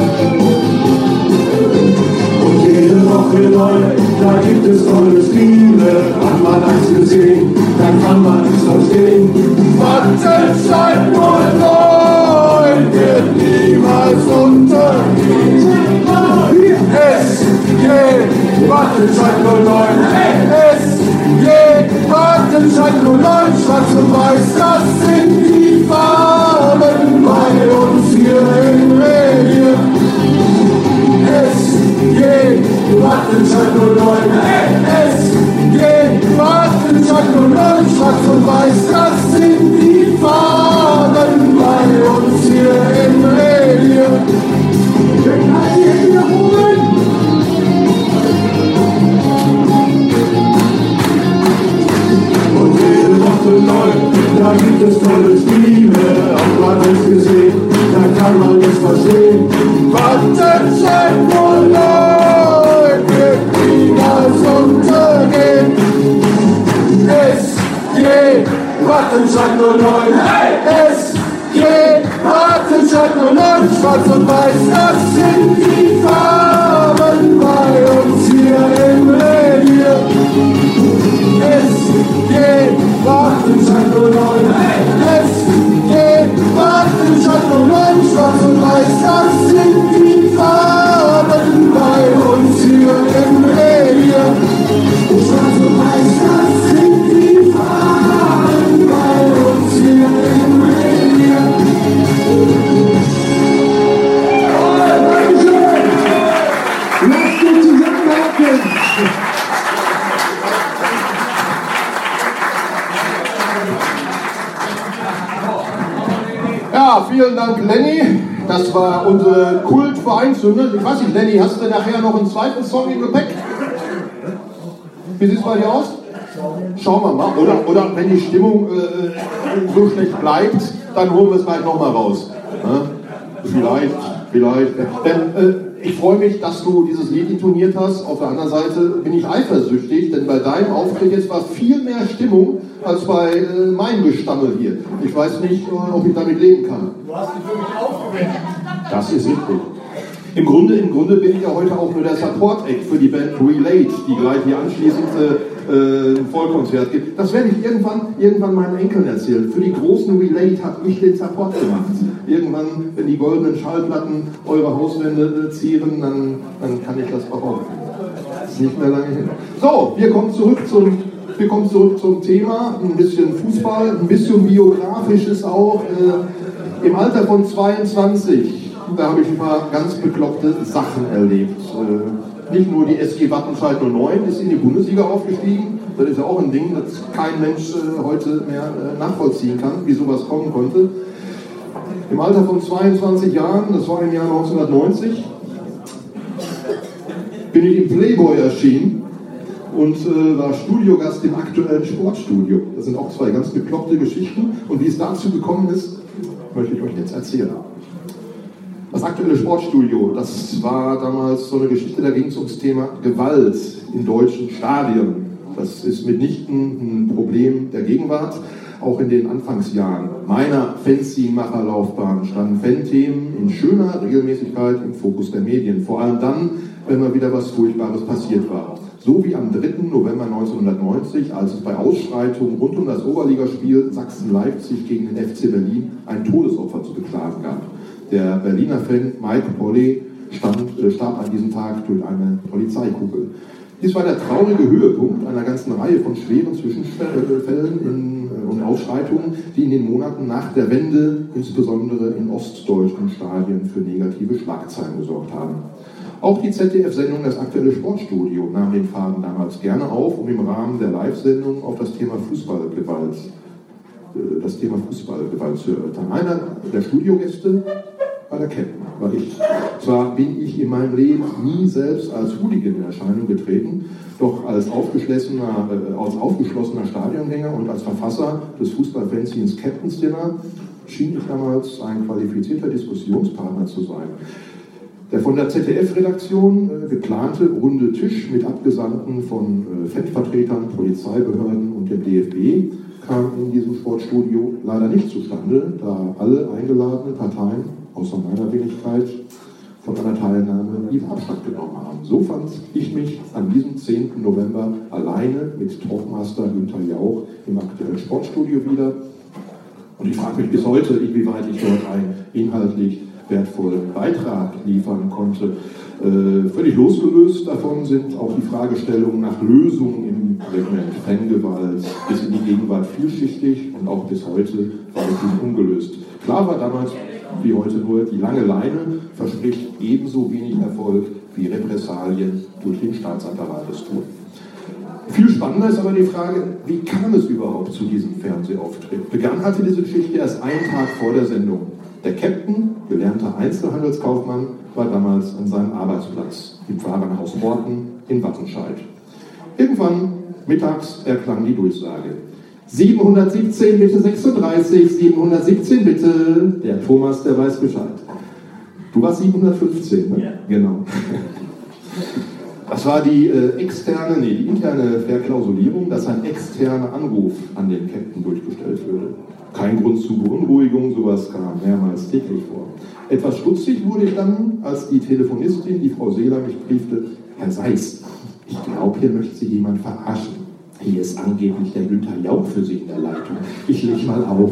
Und jede Woche neu, da gibt es tolle Spiele. Hat man eins gesehen, dann kann man es verstehen. Wattenscheid 09 wird niemals untergehen. SG Wattenscheid 09. SG Wattenscheid 09. Schwarz und Weiß, das sind die Farben bei uns hier in Bremen. SG Wattenscheid 09. SG Wattenscheid 09. Schwarz und Weiß, das sind die Farben bei uns hier in Bremen. Und jede Woche neu, da gibt es tolle Spiele. Hat man es gesehen, dann kann man es verstehen. Wattenscheid 09 wird niemals untergehen. SG Wattenscheid 09. SG Wattenscheid 09. Schwarz und Weiß, das sind die Farben bei uns hier in Bremen. SG Wattenscheid 09. SG Wattenscheid 09. Schwarz und Weiß, das sind die Farben bei uns hier in Bremen. Schwarz und Weiß, das sind die Farben bei uns hier in Bremen. Dankeschön! Lasst uns zusammenhalten! Ja, vielen Dank, Lenny. Das war unsere Kultvereinshymne. Ich weiß nicht, Lenny, hast du denn nachher noch einen zweiten Song im Gepäck? Wie sieht es bei dir aus? Schauen wir mal. Oder wenn die Stimmung so schlecht bleibt, dann holen wir es gleich nochmal raus. Ja? Vielleicht. Denn Ich freue mich, dass du dieses Lied intoniert hast. Auf der anderen Seite bin ich eifersüchtig, denn bei deinem Auftritt jetzt war viel mehr Stimmung als bei meinem Gestammel hier. Ich weiß nicht, ob ich damit leben kann. Du hast dich wirklich aufgewendet. Das ist richtig. Im Grunde bin ich ja heute auch nur der Support-Act für die Band Relate, die gleich hier anschließend ein Vollkonzert gibt. Das werde ich irgendwann meinen Enkeln erzählen. Für die großen Relate habe ich den Support gemacht. Irgendwann, wenn die goldenen Schallplatten eure Hauswände zieren, dann kann ich das auch aufnehmen. Das ist nicht mehr lange hin. So, wir kommen zurück zum Thema. Ein bisschen Fußball, ein bisschen biografisches auch. Im Alter von 22, da habe ich ein paar ganz bekloppte Sachen erlebt. Nicht nur die SG Wattenscheid 09 ist in die Bundesliga aufgestiegen. Das ist ja auch ein Ding, das kein Mensch heute mehr nachvollziehen kann, wie sowas kommen konnte. Im Alter von 22 Jahren, das war im Jahr 1990, bin ich im Playboy erschienen und war Studiogast im aktuellen Sportstudio. Das sind auch zwei ganz bekloppte Geschichten. Und wie es dazu gekommen ist, möchte ich euch jetzt erzählen. Das aktuelle Sportstudio, das war damals so eine Geschichte, da ging es ums Thema Gewalt in deutschen Stadien. Das ist mitnichten ein Problem der Gegenwart. Auch in den Anfangsjahren meiner Fanzine-Macherlaufbahn standen Fan-Themen in schöner Regelmäßigkeit im Fokus der Medien. Vor allem dann, wenn mal wieder was Furchtbares passiert war. So wie am 3. November 1990, als es bei Ausschreitungen rund um das Oberligaspiel Sachsen-Leipzig gegen den FC Berlin ein Todesopfer zu beklagen gab. Der Berliner Fan Mike Polly starb an diesem Tag durch eine Polizeikugel. Dies war der traurige Höhepunkt einer ganzen Reihe von schweren Zwischenfällen und Ausschreitungen, die in den Monaten nach der Wende, insbesondere in ostdeutschen Stadien, für negative Schlagzeilen gesorgt haben. Auch die ZDF-Sendung Das aktuelle Sportstudio nahm den Faden damals gerne auf, um im Rahmen der Live-Sendung auf das Thema Fußballgewalt zu erörtern. Einer der Studiogäste war der Captain, war ich. Zwar bin ich in meinem Leben nie selbst als Hooligan in Erscheinung getreten, doch als aufgeschlossener Stadiongänger und als Verfasser des Fußballfanzines Captain's Dinner schien ich damals ein qualifizierter Diskussionspartner zu sein. Der von der ZDF-Redaktion geplante runde Tisch mit Abgesandten von Fanvertretern, Polizeibehörden und dem DFB kam in diesem Sportstudio leider nicht zustande, da alle eingeladenen Parteien, außer meiner Wenigkeit, von einer Teilnahme lieber Abstand genommen haben. So fand ich mich an diesem 10. November alleine mit Talkmaster Günther Jauch im aktuellen Sportstudio wieder. Und ich frage mich bis heute, inwieweit ich dort einen inhaltlich wertvollen Beitrag liefern konnte. Völlig losgelöst davon sind auch die Fragestellungen nach Lösungen im Segment Fangewalt bis in die Gegenwart vielschichtig und auch bis heute weithin ungelöst. Klar war damals wie heute nur, die lange Leine verspricht ebenso wenig Erfolg wie Repressalien durch den Staatsapparat es tun. Viel spannender ist aber die Frage, wie kam es überhaupt zu diesem Fernsehauftritt? Begann hatte diese Geschichte erst einen Tag vor der Sendung. Der Captain, gelernter Einzelhandelskaufmann, war damals an seinem Arbeitsplatz im Warenhaus Horten in Wattenscheid. Irgendwann mittags erklang die Durchsage. 717 bitte 36, 717 bitte, der Thomas, der weiß Bescheid. Du warst 715, ne? Ja. Genau. Das war die interne Verklausulierung, dass ein externer Anruf an den Captain durchgestellt würde. Kein Grund zur Beunruhigung, sowas kam mehrmals täglich vor. Etwas stutzig wurde ich dann, als die Telefonistin, die Frau Seeler, mich briefte: Herr Seis, ich glaube, hier möchte Sie jemand verarschen. Hier ist angeblich der Günther Jauch für Sie in der Leitung. Ich leg mal auf.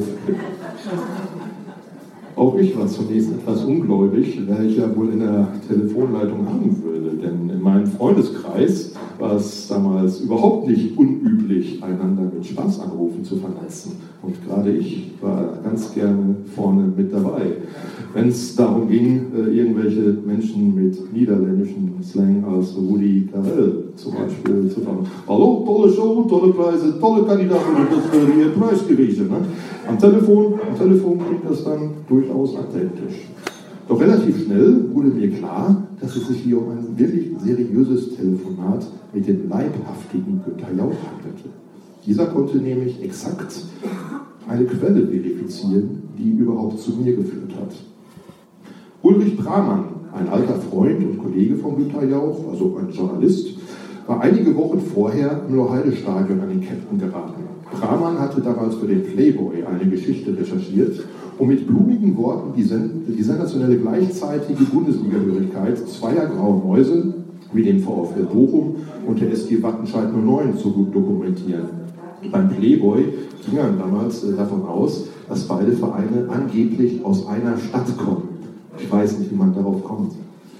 Auch ich war zunächst etwas ungläubig, welcher wohl in der Telefonleitung haben würde. Denn in meinem Freundeskreis war es damals überhaupt nicht unüblich, einander mit Spaßanrufen zu vernetzen. Und gerade ich war ganz gerne vorne mit dabei. Wenn es darum ging, irgendwelche Menschen mit niederländischem Slang als Rudi Carell zum Beispiel zu fragen. Hallo, tolle Show, tolle Preise, tolle Kandidaten, das wäre Ihr Preis gewesen. Ne? Am Telefon klingt das dann durchaus authentisch. Doch relativ schnell wurde mir klar, dass es sich hier um ein wirklich seriöses Telefonat mit dem leibhaftigen Günther Jauch handelte. Dieser konnte nämlich exakt eine Quelle verifizieren, die überhaupt zu mir geführt hat. Ulrich Pramann ein alter Freund und Kollege von Günther Jauch, also ein Journalist, war einige Wochen vorher im Loheide-Stadion an den Captain geraten. Brahmann hatte damals für den Playboy eine Geschichte recherchiert und mit blumigen Worten die sensationelle gleichzeitige Bundesligahörigkeit zweier grauer Mäuse wie dem VfL Bochum und der SG Wattenscheid 09 zu dokumentieren. Beim Playboy ging man damals davon aus, dass beide Vereine angeblich aus einer Stadt kommen. Ich weiß nicht, wie man darauf kommt.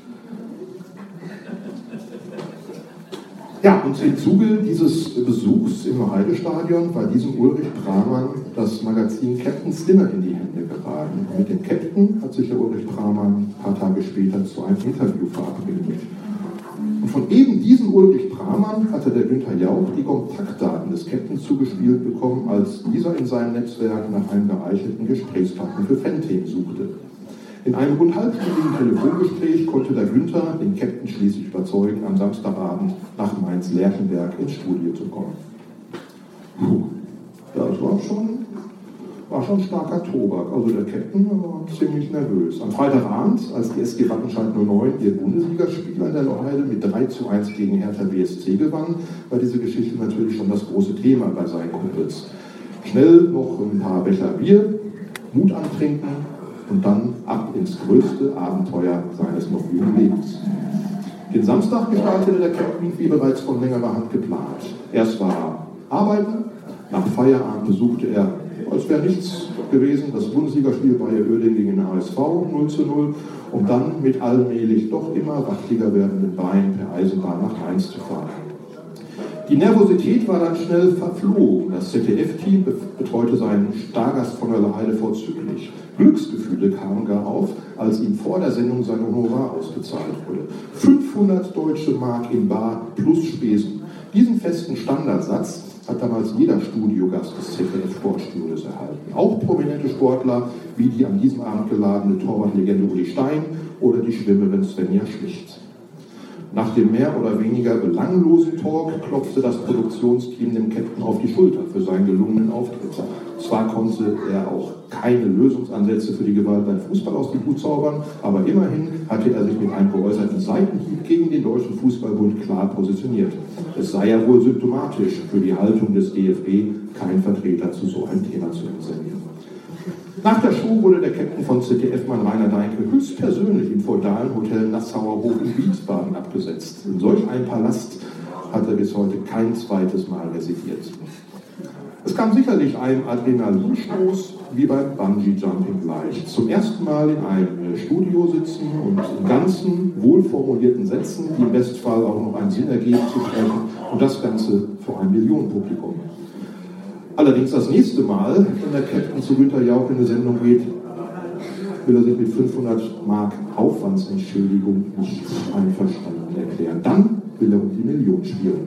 Ja, und im Zuge dieses Besuchs im Heidestadion war diesem Ulrich Brahmann das Magazin Captain's Dinner in die Hände geraten. Und mit dem Captain hat sich der Ulrich Brahmann ein paar Tage später zu einem Interview verabredet. Und von eben diesem Ulrich Brahmann hatte der Günther Jauch die Kontaktdaten des Captains zugespielt bekommen, als dieser in seinem Netzwerk nach einem geeigneten Gesprächspartner für Fanthemen suchte. In einem rund halbstündigen Telefongespräch konnte der Günther den Captain schließlich überzeugen, am Samstagabend nach Mainz-Lerchenberg ins Studio zu kommen. Das war schon starker Tobak. Also der Captain war ziemlich nervös. Am Freitagabend, als die SG Wattenscheid 09 ihr Bundesligaspiel an der Loheide mit 3:1 gegen Hertha BSC gewann, war diese Geschichte natürlich schon das große Thema bei seinen Kumpels. Schnell noch ein paar Becher Bier, Mut antrinken, und dann ab ins größte Abenteuer seines noch jungen Lebens. Den Samstag gestaltete der Captain wie bereits von längerer Hand geplant. Erst war er arbeiten, nach Feierabend besuchte er, als wäre nichts gewesen, das Bundesligaspiel bei Uerdingen gegen den HSV 0:0, um dann mit allmählich doch immer wackeliger werdenden Beinen per Eisenbahn nach Mainz zu fahren. Die Nervosität war dann schnell verflogen. Das ZDF-Team betreute seinen Stargast von der Loheide vorzüglich. Glücksgefühle kamen gar auf, als ihm vor der Sendung sein Honorar ausgezahlt wurde. 500 deutsche Mark in Bar plus Spesen. Diesen festen Standardsatz hat damals jeder Studiogast des ZDF-Sportstudios erhalten. Auch prominente Sportler wie die an diesem Abend geladene Torwartlegende Uli Stein oder die Schwimmerin Svenja Schlicht. Nach dem mehr oder weniger belanglosen Talk klopfte das Produktionsteam dem Captain auf die Schulter für seinen gelungenen Auftritt. Zwar konnte er auch keine Lösungsansätze für die Gewalt beim Fußball aus dem Hut zaubern, aber immerhin hatte er sich mit einem geäußerten Seitenhieb gegen den Deutschen Fußballbund klar positioniert. Es sei ja wohl symptomatisch für die Haltung des DFB, keinen Vertreter zu so einem Thema zu entsenden. Nach der Show wurde der Captain von ZDF-Mann Rainer Deinke höchstpersönlich im feudalen Hotel Nassauer Hof in Wiesbaden abgesetzt. In solch einem Palast hat er bis heute kein zweites Mal residiert. Es kam sicherlich einem Adrenalinstoß wie beim Bungee-Jumping gleich. Zum ersten Mal in einem Studio sitzen und in ganzen, wohlformulierten Sätzen, die im Bestfall auch noch einen Sinn ergeben, zu sprechen und das Ganze vor einem Millionenpublikum. Allerdings das nächste Mal, wenn der Captain zu Günther Jauch in eine Sendung geht, will er sich mit 500 Mark Aufwandsentschädigung nicht einverstanden erklären. Dann will er um die Million spielen.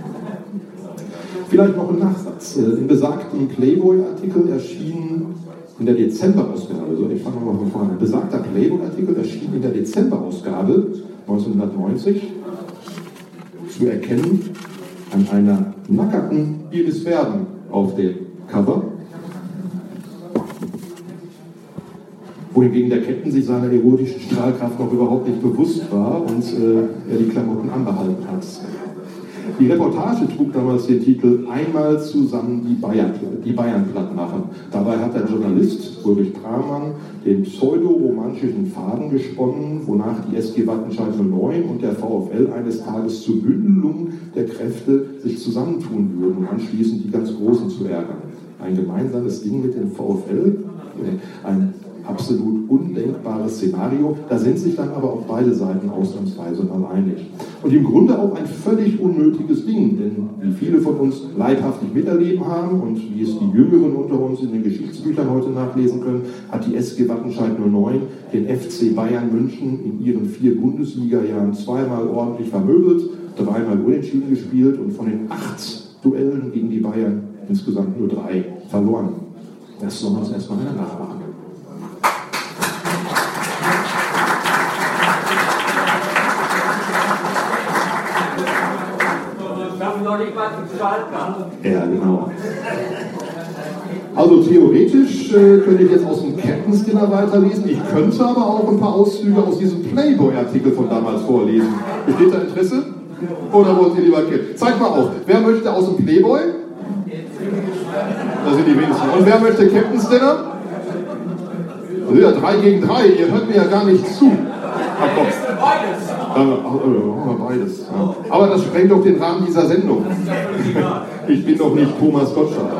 Vielleicht noch ein Nachsatz. Im besagten Playboy-Artikel erschien in der Dezemberausgabe, also ich fange mal von vorne an, besagter Playboy-Artikel erschien in der Dezemberausgabe 1990 zu erkennen an einer nackerten Iris Verden auf dem Cover, wohingegen der Captain sich seiner erotischen Strahlkraft noch überhaupt nicht bewusst war und er die Klamotten anbehalten hat. Die Reportage trug damals den Titel "Einmal zusammen die Bayern platt machen". Dabei hat der Journalist Ulrich Brahmann den pseudo-romantischen Faden gesponnen, wonach die SG Wattenscheid 09 und der VfL eines Tages zur Bündelung der Kräfte sich zusammentun würden, um anschließend die ganz Großen zu ärgern. Ein gemeinsames Ding mit dem VfL, ein absolut undenkbares Szenario. Da sind sich dann aber auch beide Seiten ausnahmsweise mal einig. Und im Grunde auch ein völlig unnötiges Ding, denn wie viele von uns leibhaftig miterleben haben und wie es die Jüngeren unter uns in den Geschichtsbüchern heute nachlesen können, hat die SG Wattenscheid 09 den FC Bayern München in ihren 4 Bundesliga-Jahren zweimal ordentlich vermöbelt, 3-mal unentschieden gespielt und von den 8 Duellen gegen die Bayern insgesamt nur 3 verloren. Das soll uns erstmal einer nachmachen. Ja, genau. Also theoretisch könnte ich jetzt aus dem Captain's Dinner weiterlesen. Ich könnte aber auch ein paar Auszüge aus diesem Playboy-Artikel von damals vorlesen. Besteht da Interesse? Oder wollt ihr lieber Kind? Zeigt mal auf. Wer möchte aus dem Playboy? Da sind die wenigsten. Und wer möchte Captain's Dinner? Also ja, 3 gegen 3. Ihr hört mir ja gar nicht zu. Ach komm. Beides. Ja. Aber das sprengt doch den Rahmen dieser Sendung. Ich bin doch nicht Thomas Gottschalk.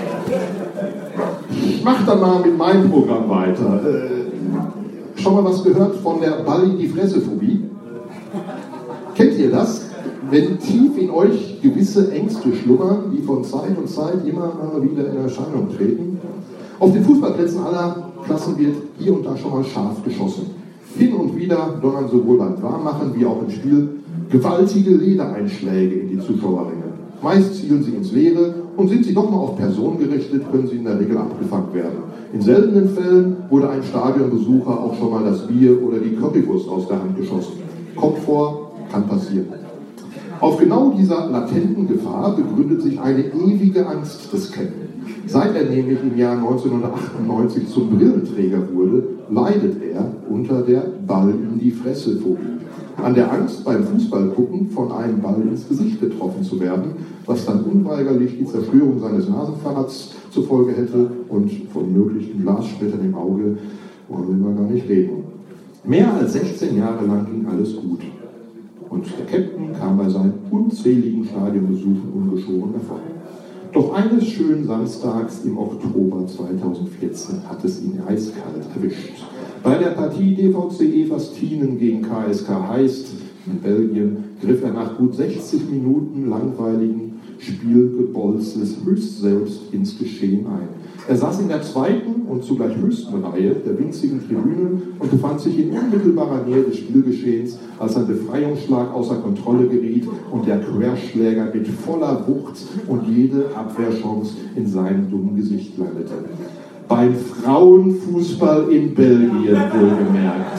Ich mache dann mal mit meinem Programm weiter. Schon mal was gehört von der Ball in die Fresse-Phobie? Kennt ihr das? Wenn tief in euch gewisse Ängste schlummern, die von Zeit und Zeit immer mal wieder in Erscheinung treten? Auf den Fußballplätzen aller Klassen wird hier und da schon mal scharf geschossen. Hin und wieder donnern sowohl beim Warmmachen wie auch im Spiel gewaltige Ledereinschläge in die Zuschauerränge. Meist zielen sie ins Leere und sind sie doch mal auf Personen gerichtet, können sie in der Regel abgefangen werden. In seltenen Fällen wurde ein Stadionbesucher auch schon mal das Bier oder die Currywurst aus der Hand geschossen. Kommt vor, kann passieren. Auf genau dieser latenten Gefahr begründet sich eine ewige Angst des Captain. Seit er nämlich im Jahr 1998 zum Brillenträger wurde, leidet er unter der Ball-in-die-Fresse-Phobie. An der Angst, beim Fußballgucken von einem Ball ins Gesicht getroffen zu werden, was dann unweigerlich die Zerstörung seines Nasenfahrrads zur Folge hätte und von möglichen Glassplittern im Auge wollen wir gar nicht reden. Mehr als 16 Jahre lang ging alles gut. Und der Captain kam bei seinen unzähligen Stadionbesuchen ungeschoren davon. Doch eines schönen Samstags im Oktober 2014 hat es ihn eiskalt erwischt. Bei der Partie DVC Vastinen gegen KSK Heist in Belgien griff er nach gut 60 Minuten langweiligen Spielgebolzes höchst selbst ins Geschehen ein. Er saß in der zweiten und zugleich höchsten Reihe der winzigen Tribüne und befand sich in unmittelbarer Nähe des Spielgeschehens, als ein Befreiungsschlag außer Kontrolle geriet und der Querschläger mit voller Wucht und jede Abwehrchance in seinem dummen Gesicht landete. Beim Frauenfußball in Belgien wohlgemerkt.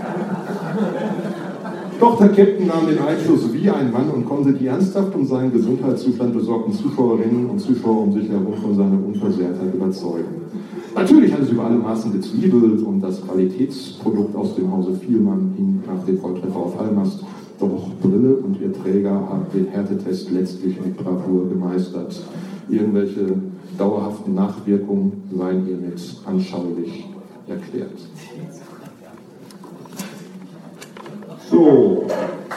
Doch der Captain nahm den Einfluss wie ein Mann und konnte die ernsthaft um seinen Gesundheitszustand besorgten Zuschauerinnen und Zuschauer um sich herum von seiner Unversehrtheit überzeugen. Natürlich hat es über alle Maßen gezwiebelt und das Qualitätsprodukt aus dem Hause Vielmann hing nach dem Volltreffer auf Halmast. Doch Brille und ihr Träger haben den Härtetest letztlich mit Bravour gemeistert. Irgendwelche dauerhaften Nachwirkungen seien hiermit anschaulich erklärt. So.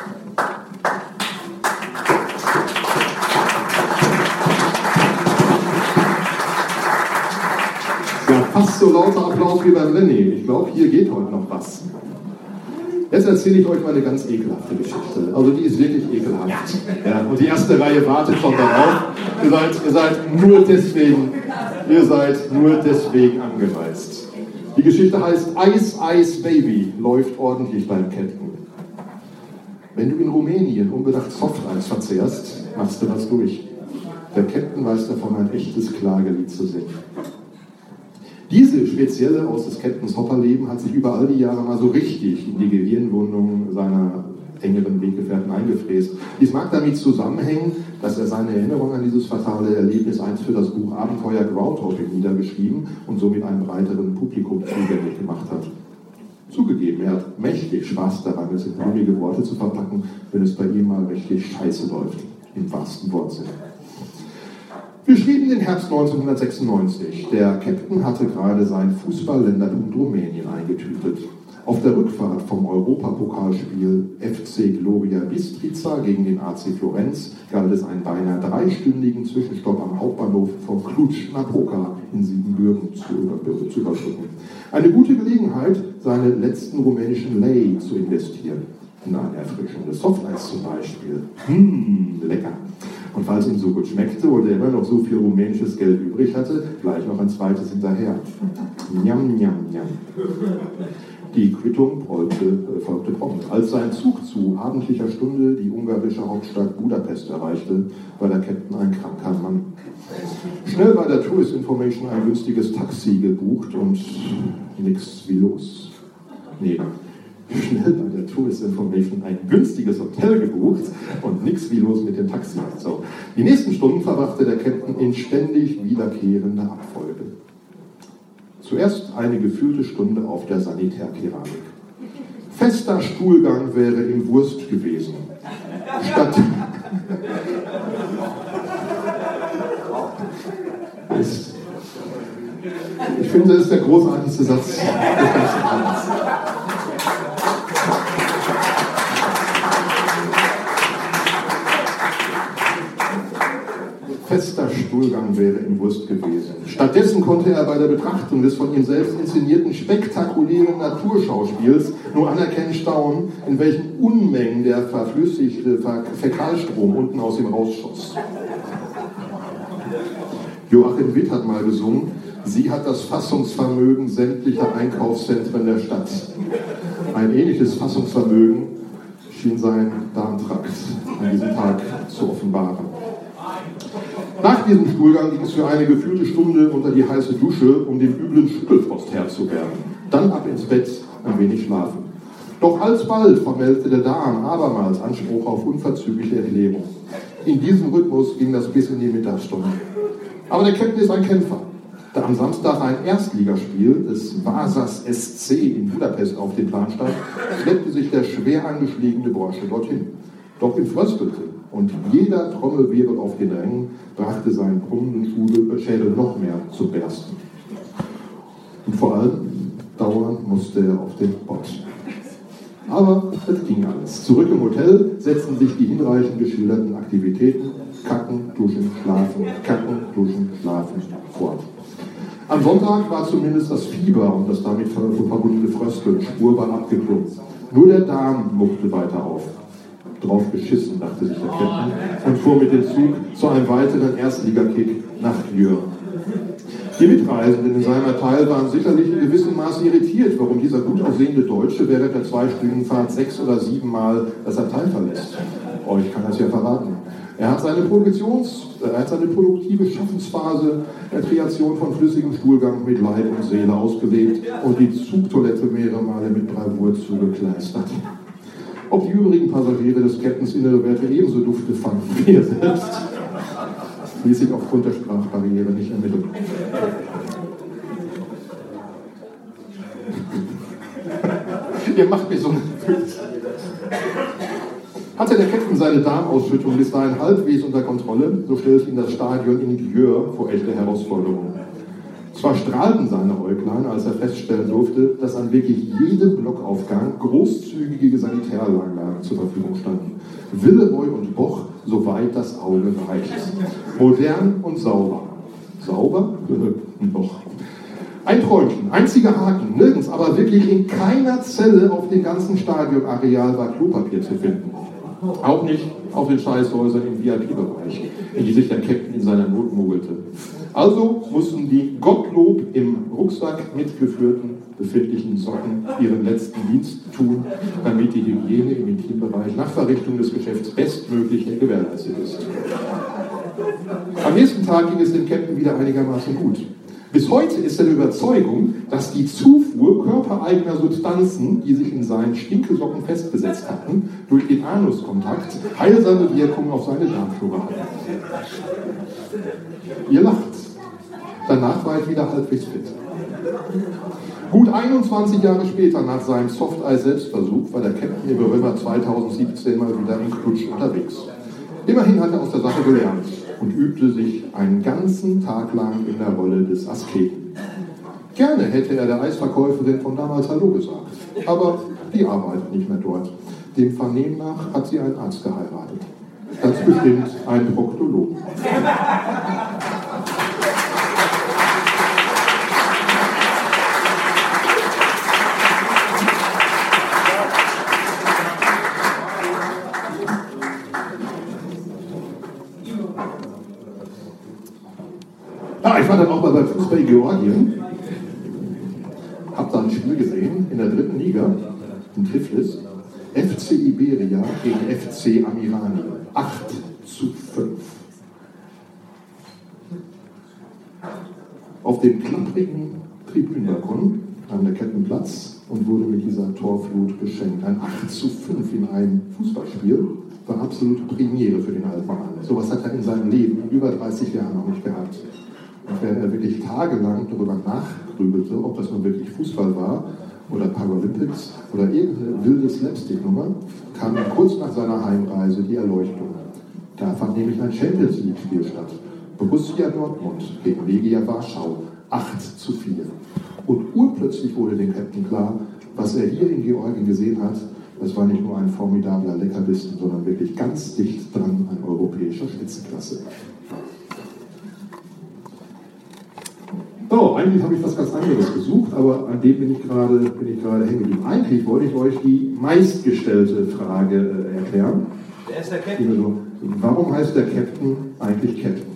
Ja, fast so lauter Applaus wie beim Lenny. Ich glaube, hier geht heute noch was. Jetzt erzähle ich euch mal eine ganz ekelhafte Geschichte. Also die ist wirklich ekelhaft. Ja, und die erste Reihe wartet schon darauf. Ihr seid nur deswegen angereist. Die Geschichte heißt Ice Ice Baby, läuft ordentlich beim Captain. Wenn du in Rumänien unbedacht Softeis verzehrst, machst du was durch. Der Captain weiß davon, ein echtes Klagelied zu singen. Diese spezielle aus des Captains Hopperleben hat sich über all die Jahre mal so richtig in die Gehirnwundungen seiner engeren Weggefährten eingefräst. Dies mag damit zusammenhängen, dass er seine Erinnerung an dieses fatale Erlebnis einst für das Buch Abenteuer Groundhopping niedergeschrieben und somit einem breiteren Publikum zugänglich gemacht hat. Zugegeben, er hat mächtig Spaß daran, es in blumige Worte zu verpacken, wenn es bei ihm mal richtig scheiße läuft, im wahrsten Wortsinne. Wir schrieben den Herbst 1996. Der Captain hatte gerade sein Fußballländertum Rumänien eingetütet. Auf der Rückfahrt vom Europapokalspiel FC Gloria Bistrița gegen den AC Florenz galt es, einen beinahe 3-stündigen Zwischenstopp am Hauptbahnhof von Cluj-Napoca in Siebenbürgen zu überbrücken. Eine gute Gelegenheit, seine letzten rumänischen Lei zu investieren. In ein erfrischendes Softeis zum Beispiel. Lecker. Und falls ihm so gut schmeckte oder er immer noch so viel rumänisches Geld übrig hatte, gleich noch ein zweites hinterher. Njam, njam, njam. Die Quittung folgte prompt. Als sein Zug zu abendlicher Stunde die ungarische Hauptstadt Budapest erreichte, war der Captain ein kranker Mann. Schnell bei der Tourist Information ein günstiges Taxi gebucht und nix wie los. Nee, schnell bei der Tourist Information ein günstiges Hotel gebucht und nix wie los mit dem Taxi. So. Die nächsten Stunden verbrachte der Captain in ständig wiederkehrender Abfolge. Zuerst eine gefühlte Stunde auf der Sanitärkeramik. Fester Stuhlgang wäre ihm Wurst gewesen. Statt ich finde, das ist der großartigste Satz des ganzen Abends. Fester Stuhlgang wäre ihm Wurst gewesen. Stattdessen konnte er bei der Betrachtung des von ihm selbst inszenierten spektakulären Naturschauspiels nur anerkennend staunen, in welchen Unmengen der verflüssigte Fäkalstrom unten aus ihm rausschoss. Joachim Witt hat mal gesungen, sie hat das Fassungsvermögen sämtlicher Einkaufszentren der Stadt. Ein ähnliches Fassungsvermögen schien sein Darmtrakt an diesem Tag zu offenbaren. Nach diesem Stuhlgang ging es für eine gefühlte Stunde unter die heiße Dusche, um dem üblen Schüttelfrost Herr zu werden. Dann ab ins Bett, ein wenig schlafen. Doch alsbald vermeldete der Darm abermals Anspruch auf unverzügliche Erklärung. In diesem Rhythmus ging das bis in die Mittagsstunde. Aber der Captain ist ein Kämpfer. Da am Samstag ein Erstligaspiel des Vasas SC in Budapest auf den Plan stand, schleppte sich der schwer angeschlagene Bursche dorthin. Doch ihm fröstelte und jeder Trommelwirbel auf den Rängen brachte seinen brummenden Schädel noch mehr zu bersten. Und vor allem dauernd musste er auf den Bott. Aber es ging alles. Zurück im Hotel setzten sich die hinreichend geschilderten Aktivitäten Kacken, Duschen, Schlafen, Kacken, Duschen, Schlafen fort. Am Sonntag war zumindest das Fieber und das damit verbundene Frösteln spurbar abgeklungen. Nur der Darm muckte weiter auf. Drauf geschissen, dachte sich der Captain und fuhr mit dem Zug zu einem weiteren Erstligakick nach Győr. Die Mitreisenden in seinem Abteil waren sicherlich in gewissem Maße irritiert, warum dieser gut aussehende Deutsche während der 2-Stünden-Fahrt 6 oder 7 Mal das Abteil verlässt. Euch kann das ja verraten. Er hat seine produktive Schaffensphase der Kreation von flüssigem Stuhlgang mit Leib und Seele ausgelebt und die Zugtoilette mehrere Male mit Bravour zugekleistert. Ob die übrigen Passagiere des Captains innere Werte ebenso dufte fanden wie er selbst, ließ sich aufgrund der Sprachbarriere nicht ermitteln. Ihr macht mich so nervös. Hatte der Captain seine Darmausschüttung bis dahin halbwegs unter Kontrolle, so stellte ihn das Stadion in Győr vor echte Herausforderungen. Zwar strahlten seine Äuglein, als er feststellen durfte, dass an wirklich jedem Blockaufgang großzügige Sanitäranlagen zur Verfügung standen. Willeroy und Boch, soweit das Auge reicht. Modern und sauber. Sauber? Boch. Ein Träumchen, einziger Haken, nirgends, aber wirklich in keiner Zelle auf dem ganzen Stadionareal war Klopapier zu finden. Auch nicht auf den Scheißhäusern im VIP-Bereich, in die sich der Captain in seiner Not mogelte. Also mussten die Gottlob im Rucksack mitgeführten befindlichen Socken ihren letzten Dienst tun, damit die Hygiene im Intimbereich nach Verrichtung des Geschäfts bestmöglich gewährleistet ist. Am nächsten Tag ging es dem Captain wieder einigermaßen gut. Bis heute ist er der Überzeugung, dass die Zufuhr körpereigener Substanzen, die sich in seinen Stinkesocken festgesetzt hatten, durch den Anuskontakt heilsame Wirkung auf seine Darmflora hatten. Ihr lacht. Danach war ich wieder halbwegs fit. Gut 21 Jahre später, nach seinem Soft-Eye-Selbstversuch, war der Captain im November 2017 mal wieder in Cluj unterwegs. Immerhin hat er aus der Sache gelernt und übte sich einen ganzen Tag lang in der Rolle des Asketen. Gerne hätte er der Eisverkäuferin von damals Hallo gesagt, aber die arbeitet nicht mehr dort. Dem Vernehmen nach hat sie einen Arzt geheiratet. Ganz bestimmt einen Proktologen. Ja, ich war dann auch mal beim Fußball in Georgien, habe da ein Spiel gesehen in der 3. Liga in Tiflis, FC Iberia gegen FC Amirani, 8:5. Auf dem klapprigen Tribünenbalkon an der Kettenplatz und wurde mit dieser Torflut beschenkt. Ein 8:5 in einem Fußballspiel war absolute Premiere für den alten Mann. Sowas hat er in seinem Leben in über 30 Jahren noch nicht gehabt. Und während er wirklich tagelang darüber nachgrübelte, ob das nun wirklich Fußball war oder Paralympics oder irgendeine wilde Slapstick-Nummer, kam kurz nach seiner Heimreise die Erleuchtung. Da fand nämlich ein Champions League-Spiel statt. Borussia Dortmund gegen Legia Warschau, 8:4. Und urplötzlich wurde dem Captain klar, was er hier in Georgien gesehen hat, das war nicht nur ein formidabler Leckerbissen, sondern wirklich ganz dicht dran an europäischer Spitzenklasse. So, eigentlich habe ich was ganz anderes gesucht, aber an dem bin ich gerade hängen geblieben. Eigentlich wollte ich euch die meistgestellte Frage erklären. Wer ist der Captain? So, warum heißt der Captain eigentlich Captain?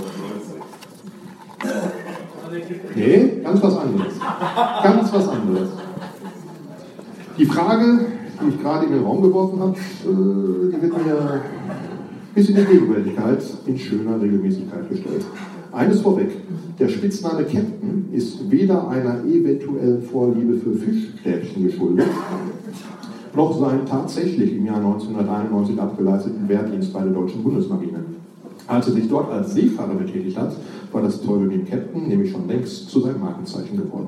Nee, ganz was anderes. Ganz was anderes. Die Frage, die ich gerade in den Raum geworfen habe, die wird mir bis in die Gegenwärtigkeit in schöner Regelmäßigkeit gestellt. Eines vorweg, der Spitzname Captain ist weder einer eventuellen Vorliebe für Fischstäbchen geschuldet, noch seinem tatsächlich im Jahr 1991 abgeleisteten Wehrdienst bei der deutschen Bundesmarine. Als er sich dort als Seefahrer betätigt hat, war das Pseudonym Captain nämlich schon längst zu seinem Markenzeichen geworden.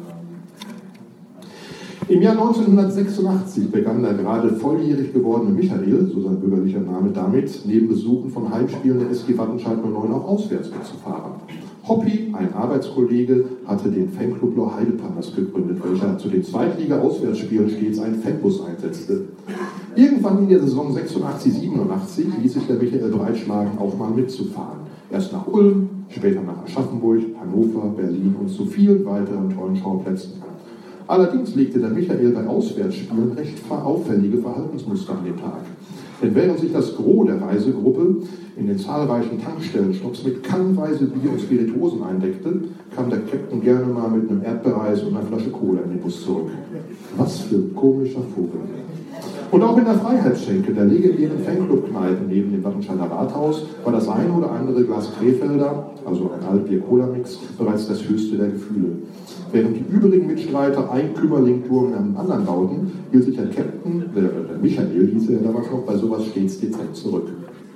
Im Jahr 1986 begann der gerade volljährig gewordene Michael, so sein bürgerlicher Name, damit, neben Besuchen von Heimspielen der SG Wattenscheid 09 auch auswärts mitzufahren. Hoppi, ein Arbeitskollege, hatte den Fanclub Lor Heidepannas gegründet, welcher zu den Zweitliga-Auswärtsspielen stets einen Fanbus einsetzte. Irgendwann in der Saison 86/87 ließ sich der Michael breitschlagen, auch mal mitzufahren. Erst nach Ulm, später nach Aschaffenburg, Hannover, Berlin und zu vielen weiteren tollen Schauplätzen. Allerdings legte der Michael bei Auswärtsspielen recht auffällige Verhaltensmuster an den Tag. Denn während sich das Gros der Reisegruppe in den zahlreichen Tankstellenstopps mit kannenweise Bier und Spirituosen eindeckte, kam der Captain gerne mal mit einem Erdbeereis und einer Flasche Cola in den Bus zurück. Was für ein komischer Vogel. Und auch in der Freiheitsschenke der legendären Fanclub-Kneipe neben dem Wattenscheider Rathaus war das eine oder andere Glas Krefelder, also ein Altbier-Cola-Mix, bereits das höchste der Gefühle. Während die übrigen Mitstreiter ein Kümmerling-Turm nach dem anderen bauten, hielt sich der Captain, der Michael hieß er damals noch, bei sowas stets dezent zurück.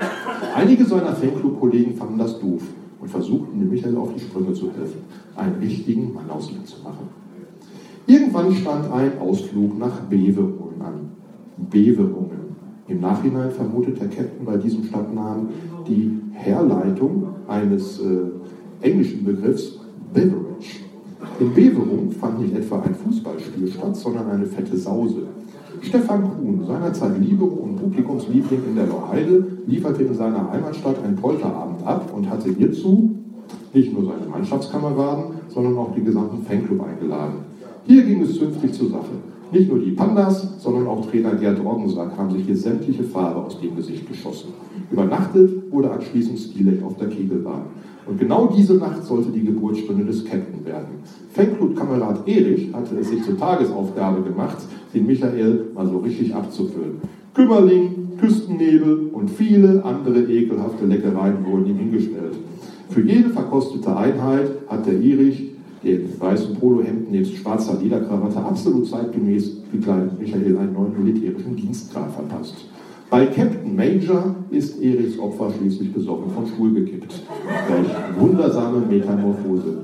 Einige seiner Fanclub-Kollegen fanden das doof und versuchten dem Michael auf die Sprünge zu helfen, einen richtigen Mann aus ihm zu machen. Irgendwann stand ein Ausflug nach Beverungen an. Beverungen. Im Nachhinein vermutet der Captain bei diesem Stadtnamen die Herleitung eines englischen Begriffs Beverage. In Beverung fand nicht etwa ein Fußballspiel statt, sondern eine fette Sause. Stefan Kuhn, seinerzeit Libero und Publikumsliebling in der Lorheide, lieferte in seiner Heimatstadt einen Polterabend ab und hatte hierzu nicht nur seine Mannschaftskameraden, sondern auch den gesamten Fanclub eingeladen. Hier ging es zünftig zur Sache. Nicht nur die Pandas, sondern auch Trainer Gerd Roggensack haben sich hier sämtliche Farbe aus dem Gesicht geschossen. Übernachtet wurde anschließend Stilech auf der Kegelbahn. Und genau diese Nacht sollte die Geburtsstunde des Captain werden. Fanclub-Kamerad Erich hatte es sich zur Tagesaufgabe gemacht, den Michael mal so richtig abzufüllen. Kümmerling, Küstennebel und viele andere ekelhafte Leckereien wurden ihm hingestellt. Für jede verkostete Einheit hat der Erich den weißen Polohemd nebst schwarzer Lederkrawatte absolut zeitgemäß gekleidet Michael einen neuen militärischen Dienstgrad verpasst. Bei Captain Major ist Erichs Opfer schließlich besoffen vom Stuhl gekippt. Welch wundersame Metamorphose.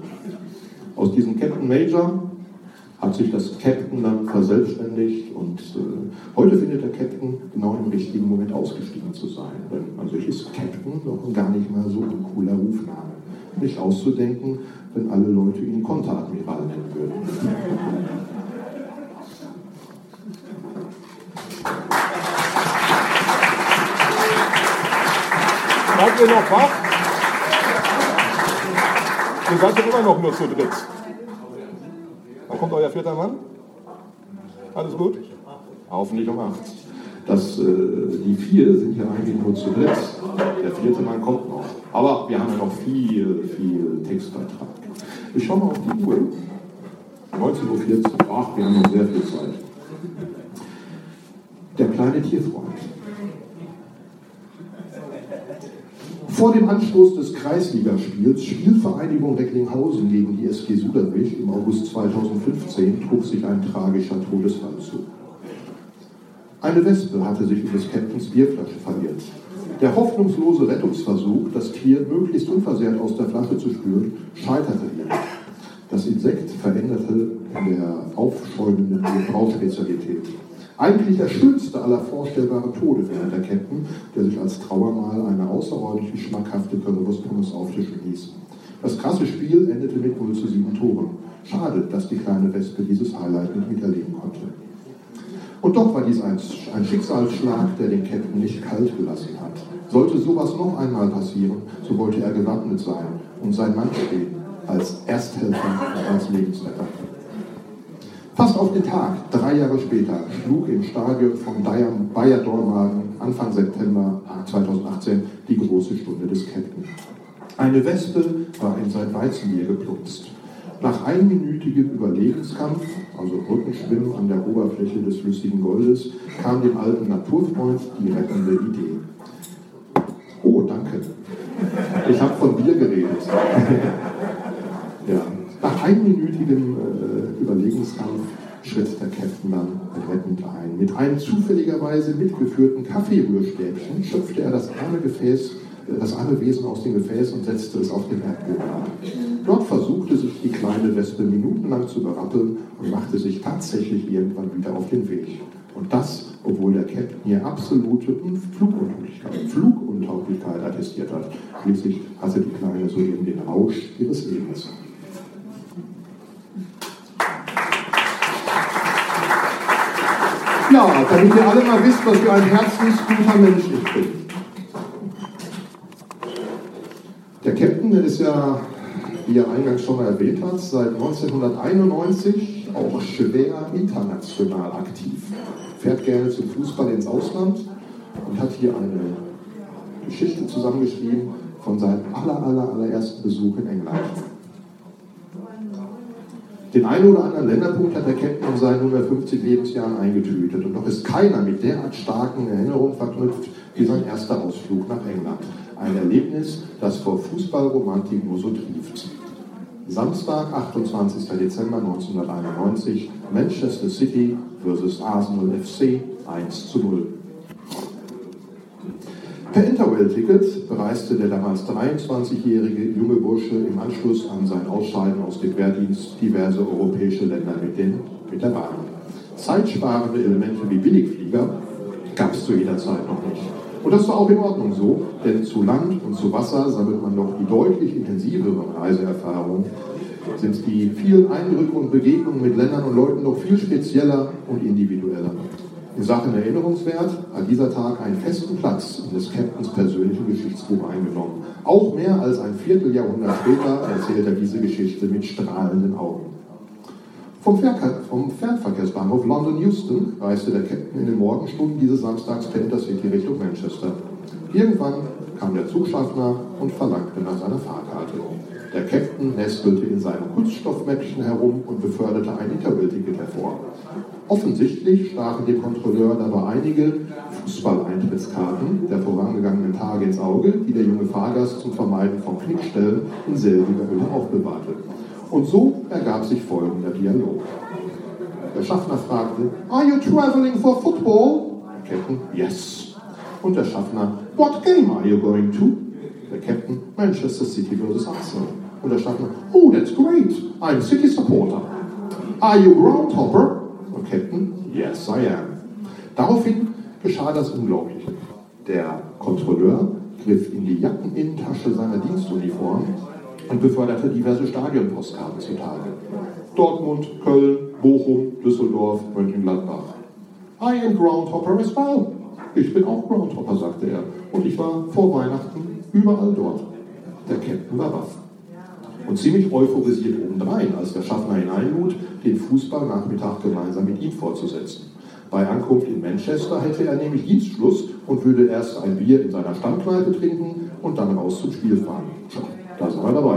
Aus diesem Captain Major hat sich das Captain dann verselbstständigt und heute findet der Captain genau im richtigen Moment ausgestiegen zu sein. Denn an sich ist Captain doch gar nicht mal so ein cooler Rufname. Nicht auszudenken, wenn alle Leute ihn Konteradmiral nennen würden. Seid ihr noch wach? Ihr seid ja immer noch nur zu dritt. Wann kommt euer vierter Mann? Alles gut? Hoffentlich um 8. Die 4 sind ja eigentlich nur zu dritt. Der 4. Mann kommt noch. Aber wir haben ja noch viel Textbeitrag. Ich schaue mal auf die Uhr. 19:14 Uhr. Ach, wir haben noch sehr viel Zeit. Der kleine Tierfreund. Vor dem Anstoß des Kreisligaspiels Spielvereinigung Recklinghausen gegen die SG Suderwich im August 2015 trug sich ein tragischer Todesfall zu. Eine Wespe hatte sich in des Captains Bierflasche verirrt. Der hoffnungslose Rettungsversuch, das Tier möglichst unversehrt aus der Flasche zu spüren, scheiterte hier. Das Insekt veränderte in der aufschäumenden Brauspezialität. Eigentlich der schönste aller vorstellbaren Tode während der Captain, der sich als Trauermahl eine außerordentlich schmackhafte Currywurst-Pommes auftischen ließ. Das krasse Spiel endete mit 0:7 Toren. Schade, dass die kleine Wespe dieses Highlight nicht miterleben konnte. Und doch war dies ein Schicksalsschlag, der den Captain nicht kalt gelassen hat. Sollte sowas noch einmal passieren, so wollte er gewappnet sein und sein Mann stehen, als Ersthelfer und als Lebensretter. Fast auf den Tag, 3 Jahre später, schlug im Stadion von Bayer Dormagen Anfang September 2018 die große Stunde des Captain. Eine Wespe war in sein Weizenbier geplumpst. Nach einminütigem Überlegenskampf, also Rückenschwimmen an der Oberfläche des flüssigen Goldes, kam dem alten Naturfreund die rettende Idee. Oh, danke. Ich habe von Bier geredet. Ja. Nach einminütigem Überlegenskampf schritt der Captain dann rettend ein. Mit einem zufälligerweise mitgeführten Kaffeerührstäbchen schöpfte er das arme Wesen aus dem Gefäß und setzte es auf den Erdboden ab. Dort versuchte sich die kleine Wespe minutenlang zu berappeln und machte sich tatsächlich irgendwann wieder auf den Weg. Und das, obwohl der Captain hier absolute Fluguntauglichkeit attestiert hat. Schließlich hatte die Kleine soeben den Rausch ihres Lebens. Ja, damit ihr alle mal wisst, was für ein herzensguter Mensch ich bin. Der Captain, der ist ja, wie er eingangs schon mal erwähnt hat, seit 1991 auch schwer international aktiv. Fährt gerne zum Fußball ins Ausland und hat hier eine Geschichte zusammengeschrieben von seinem allerersten Besuch in England. Den einen oder anderen Länderpunkt hat der Captain in seinen 150 Lebensjahren eingetütet und doch ist keiner mit derart starken Erinnerungen verknüpft wie sein erster Ausflug nach England. Ein Erlebnis, das vor Fußballromantik nur so trieft. Samstag, 28. Dezember 1991, Manchester City vs. Arsenal FC 1:0. Per Interrail-Ticket bereiste der damals 23-jährige junge Bursche im Anschluss an sein Ausscheiden aus dem Wehrdienst diverse europäische Länder mit der Bahn. Zeitsparende Elemente wie Billigflieger gab es zu jeder Zeit noch nicht. Und das war auch in Ordnung so, denn zu Land und zu Wasser sammelt man noch die deutlich intensiveren Reiseerfahrungen, sind die vielen Eindrücke und Begegnungen mit Ländern und Leuten noch viel spezieller und individueller. In Sachen Erinnerungswert hat dieser Tag einen festen Platz in des Captains persönlichen Geschichtsbuch eingenommen. Auch mehr als ein Vierteljahrhundert später erzählt er diese Geschichte mit strahlenden Augen. Vom Fernverkehrsbahnhof London Euston reiste der Captain in den Morgenstunden dieses Samstags per Intercity Richtung Manchester. Irgendwann kam der Zugschaffner und verlangte nach seiner Fahrkarte. Der Captain nestelte in seinem Kunststoffmäppchen herum und beförderte ein Interrail-Ticket hervor. Offensichtlich stachen dem Kontrolleur dabei einige Fußballeintrittskarten der vorangegangenen Tage ins Auge, die der junge Fahrgast zum Vermeiden von Knickstellen in selbiger Höhe aufbewahrte. Und so ergab sich folgender Dialog. Der Schaffner fragte, "Are you traveling for football?" Der Captain, "Yes." Und der Schaffner, "What game are you going to?" Der Captain, "Manchester City vs. Arsenal." Und der Schaffner, "Oh, that's great. I'm City supporter." "Are you groundhopper?" Und Captain, "Yes, I am." Daraufhin geschah das Unglaubliche. Der Kontrolleur griff in die Jackeninnentasche seiner Dienstuniform und beförderte diverse Stadionpostkarten zutage. Dortmund, Köln, Bochum, Düsseldorf, Mönchengladbach. "I am Groundhopper as well." Ich bin auch Groundhopper, sagte er. Und ich war vor Weihnachten überall dort. Der Captain war baff. Und ziemlich euphorisiert obendrein, als der Schaffner ihn einlud, den Fußballnachmittag gemeinsam mit ihm fortzusetzen. Bei Ankunft in Manchester hätte er nämlich Dienstschluss und würde erst ein Bier in seiner Stammkneipe trinken und dann raus zum Spiel fahren. Da sind wir dabei.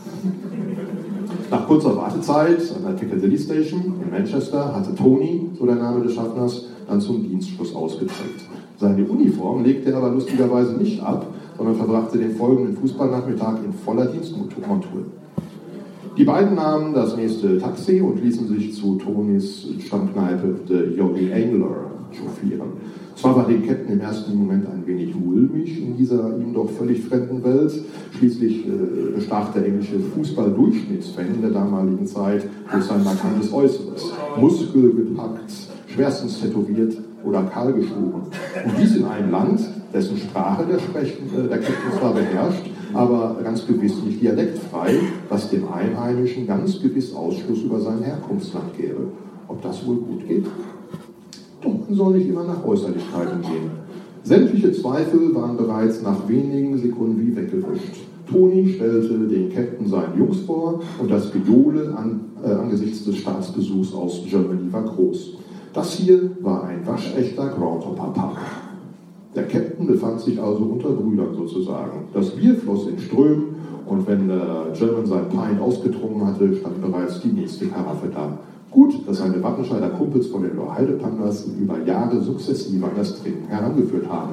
Nach kurzer Wartezeit an der Piccadilly Station in Manchester hatte Tony, so der Name des Schaffners, dann zum Dienstschluss ausgeprägt. Seine Uniform legte er aber lustigerweise nicht ab, sondern verbrachte den folgenden Fußballnachmittag in voller Dienstmontur. Die beiden nahmen das nächste Taxi und ließen sich zu Tonys Stammkneipe The Yogi Angler chauffieren. Zwar war den Captain im ersten Moment ein wenig mulmig in dieser ihm doch völlig fremden Welt. Schließlich bestach der englische Fußball-Durchschnittsfan der damaligen Zeit durch sein markantes Äußeres. Muskelgepackt, schwerstens tätowiert oder kahl geschoren. Und dies in einem Land, dessen Sprache der Captain zwar beherrscht, aber ganz gewiss nicht dialektfrei, was dem Einheimischen ganz gewiss Ausschluss über sein Herkunftsland gäbe. Ob das wohl gut geht? Doch, man soll nicht immer nach Äußerlichkeiten gehen. Sämtliche Zweifel waren bereits nach wenigen Sekunden wie weggewischt. Tony stellte den Captain seinen Jungs vor und das Gejohle angesichts des Staatsbesuchs aus Germany war groß. Das hier war ein waschechter Groundhopper-Pub. Der Captain befand sich also unter Brüdern sozusagen. Das Bier floss in Strömen und wenn der German sein Pint ausgetrunken hatte, stand bereits die nächste Karaffe da. Gut, dass seine Wattenscheider Kumpels von den Heidepandas ihn über Jahre sukzessive an das Trinken herangeführt haben.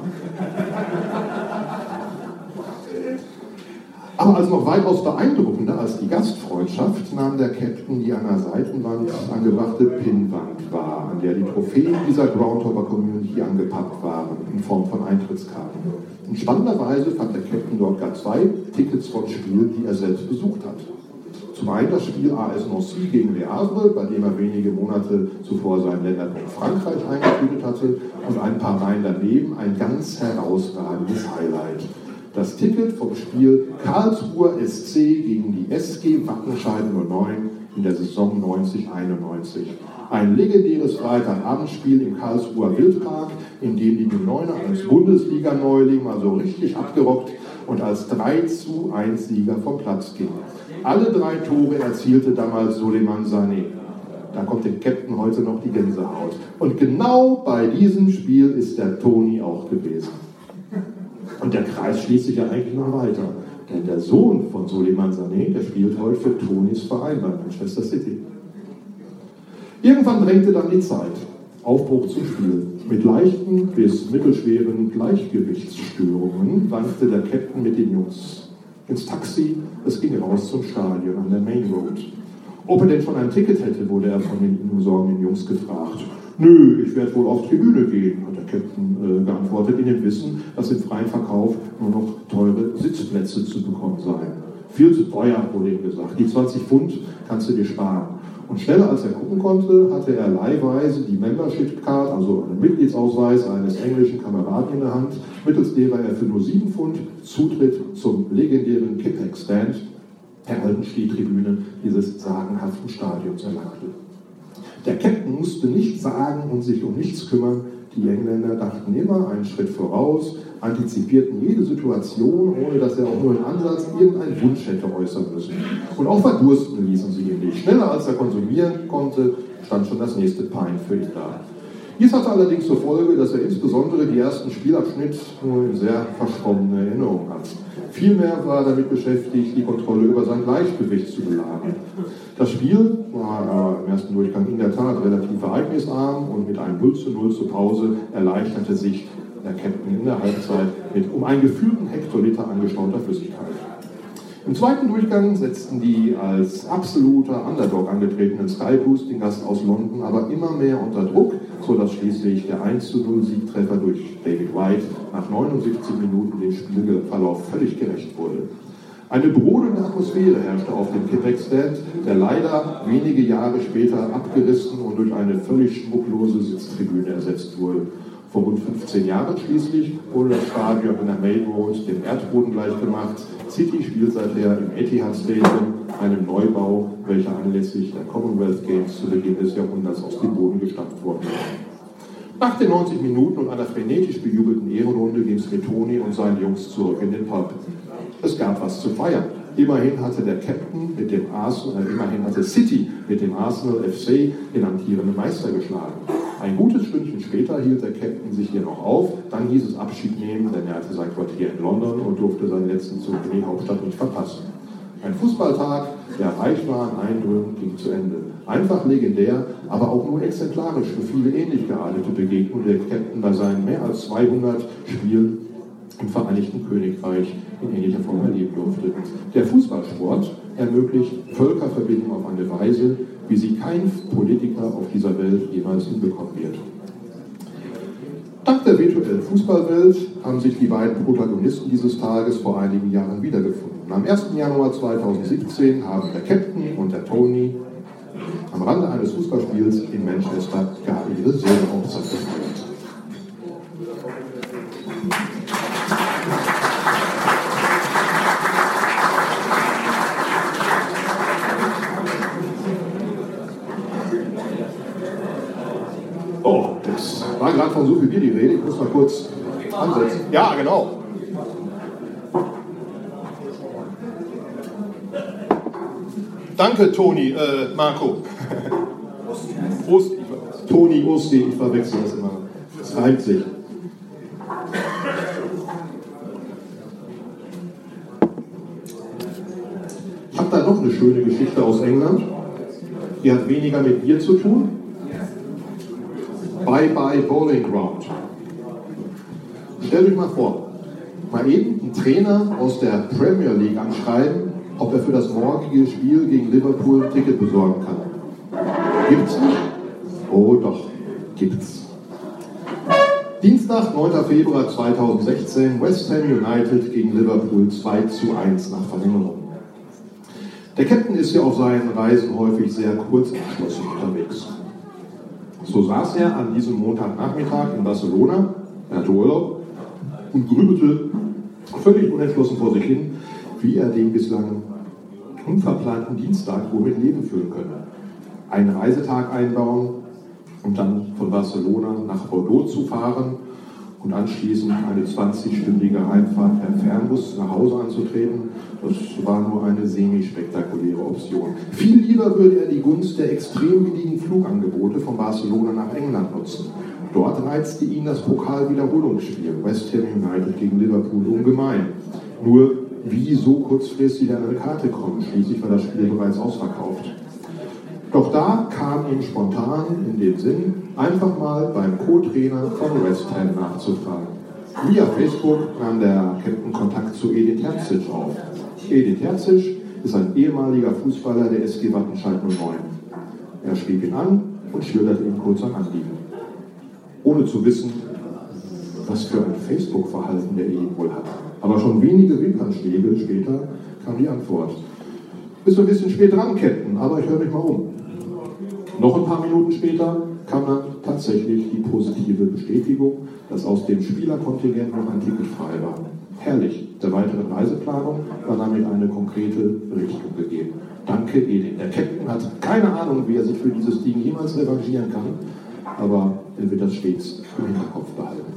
Aber als noch weitaus beeindruckender als die Gastfreundschaft nahm der Captain die an der Seitenwand angebrachte Pinnwand wahr, an der die Trophäen dieser Groundhopper-Community angepappt waren, in Form von Eintrittskarten. Und spannenderweise fand der Captain dort gar 2 Tickets von Spielen, die er selbst besucht hat. Zum einen das Spiel AS Nancy gegen Le Havre, bei dem er wenige Monate zuvor seinen Länderpunkt Frankreich eingetütet hatte, und ein paar Reihen daneben ein ganz herausragendes Highlight. Das Ticket vom Spiel Karlsruher SC gegen die SG Wattenscheid 09 in der Saison 90-91. Ein legendäres Freitagabendspiel im Karlsruher Wildpark, in dem die 09er als Bundesliga-Neuling mal so richtig abgerockt und als 3:1 Sieger vom Platz ging. Alle 3 Tore erzielte damals Souleymane Sané. Da kommt dem Captain heute noch die Gänsehaut. Und genau bei diesem Spiel ist der Tony auch gewesen. Und der Kreis schließt sich ja eigentlich noch weiter. Denn der Sohn von Souleymane Sané, der spielt heute für Tonys Verein bei Manchester City. Irgendwann drängte dann die Zeit. Aufbruch zum Spiel. Mit leichten bis mittelschweren Gleichgewichtsstörungen wankte der Captain mit den Jungs ins Taxi. Es ging raus zum Stadion an der Main Road. Ob er denn schon ein Ticket hätte, wurde er von den umsorgenden Jungs gefragt. Nö, ich werde wohl auf Tribüne gehen, hat der Captain geantwortet, in dem Wissen, dass im freien Verkauf nur noch teure Sitzplätze zu bekommen seien. Viel zu teuer, wurde ihm gesagt. Die 20 Pfund kannst du dir sparen. Und schneller als er gucken konnte, hatte er leihweise die Membership Card, also einen Mitgliedsausweis eines englischen Kameraden in der Hand, mittels derer er für nur 7 Pfund Zutritt zum legendären Kippax-Stand, der alten Stehtribüne dieses sagenhaften Stadions erlangte. Der Captain musste nichts sagen und sich um nichts kümmern. Die Engländer dachten immer einen Schritt voraus, antizipierten jede Situation, ohne dass er auch nur im Ansatz irgendeinen Wunsch hätte äußern müssen. Und auch verdursten ließen sie ihn nicht. Schneller als er konsumieren konnte, stand schon das nächste Pint für ihn da. Dies hatte allerdings zur Folge, dass er insbesondere die ersten Spielabschnitte nur in sehr verschwommene Erinnerung hat. Vielmehr war er damit beschäftigt, die Kontrolle über sein Gleichgewicht zu bewahren. Das Spiel war im ersten Durchgang in der Tat relativ ereignisarm und mit einem 0:0 zur Pause erleichterte sich der Captain in der Halbzeit mit um einen gefühlten Hektoliter angestauter Flüssigkeit. Im zweiten Durchgang setzten die als absoluter Underdog angetretenen Sky Blues den Gast aus London aber immer mehr unter Druck, sodass schließlich der 1:0 Siegtreffer durch David White nach 79 Minuten dem Spielverlauf völlig gerecht wurde. Eine brodelnde Atmosphäre herrschte auf dem Kippax-Stand, der leider wenige Jahre später abgerissen und durch eine völlig schmucklose Sitztribüne ersetzt wurde. Vor rund 15 Jahren schließlich wurde das Stadion in der Main Road dem Erdboden gleichgemacht. City spielt seither im Etihad Stadium, einem Neubau, welcher anlässlich der Commonwealth Games zu Beginn des Jahrhunderts aus dem Boden gestampft worden ist. Nach den 90 Minuten und einer frenetisch bejubelten Ehrenrunde ging es mit Tony und seinen Jungs zurück in den Pub. Es gab was zu feiern. Immerhin hatte der Captain mit dem immerhin hatte City mit dem Arsenal FC den amtierenden Meister geschlagen. Ein gutes Stündchen später hielt der Captain sich hier noch auf, dann hieß es Abschied nehmen, denn er hatte sein Quartier in London und durfte seinen letzten Zug in die Hauptstadt nicht verpassen. Ein Fußballtag, der reich war an Eindrücken, ging zu Ende. Einfach legendär, aber auch nur exemplarisch für viele ähnlich geartete Begegnungen der Captain bei seinen mehr als 200 Spielen im Vereinigten Königreich in ähnlicher Form erleben durfte. Der Fußballsport ermöglicht Völkerverbindung auf eine Weise, wie sie kein Politiker auf dieser Welt jemals hinbekommen wird. Dank der virtuellen Fußballwelt haben sich die beiden Protagonisten dieses Tages vor einigen Jahren wiedergefunden. Am 1. Januar 2017 haben der Captain und der Tony am Rande eines Fußballspiels in Manchester gerade ihre Silberhochzeit gefeiert. Oh, jetzt war gerade von so viel Bier die Rede, ich muss mal kurz ansetzen. Ja, genau. Danke, Toni, Marco. Osti. Toni, Osti, ich verwechsel das immer. Es reimt sich. Ich habe da noch eine schöne Geschichte aus England. Die hat weniger mit Bier zu tun. Bye Bye Bowling Ground. Stellt euch mal vor, mal eben ein Trainer aus der Premier League anschreiben, ob er für das morgige Spiel gegen Liverpool ein Ticket besorgen kann. Gibt's nicht? Oh doch, gibt's. Dienstag, 9. Februar 2016, West Ham United gegen Liverpool 2:1 nach Verlängerung. Der Captain ist ja auf seinen Reisen häufig sehr kurzentschlossen unterwegs. So saß er an diesem Montagnachmittag in Barcelona, er hatte Urlaub, und grübelte völlig unentschlossen vor sich hin, wie er den bislang unverplanten Dienstag wohl mit Leben füllen könne. Einen Reisetag einbauen und dann von Barcelona nach Bordeaux zu fahren und anschließend eine 20-stündige Heimfahrt per Fernbus nach Hause anzutreten, das war nur eine semi-spektakuläre Option. Viel lieber würde er die Gunst der extrem billigen Flugangebote von Barcelona nach England nutzen. Dort reizte ihn das Pokalwiederholungsspiel West Ham United gegen Liverpool ungemein. Nur wie so kurzfristig an eine Karte kommen, schließlich war das Spiel bereits ausverkauft. Doch da kam ihm spontan in den Sinn, einfach mal beim Co-Trainer von West Ham nachzufragen. Via Facebook nahm der Captain Kontakt zu Edin Terzic auf. Edin Terzic ist ein ehemaliger Fußballer der SG Wattenscheid 09. Er schrieb ihn an und schilderte ihm kurz ein Anliegen. Ohne zu wissen, was für ein Facebook-Verhalten der Edin wohl hat. Aber schon wenige Wimpernschläge später kam die Antwort. Bist du ein bisschen spät dran, Captain, aber ich höre mich mal um. Noch ein paar Minuten später kam dann tatsächlich die positive Bestätigung, dass aus dem Spielerkontingent noch ein Ticket frei war. Herrlich, der weiteren Reiseplanung war damit eine konkrete Richtung gegeben. Danke, Edin. Der Captain hat keine Ahnung, wie er sich für dieses Ding jemals revanchieren kann, aber er wird das stets im Hinterkopf behalten.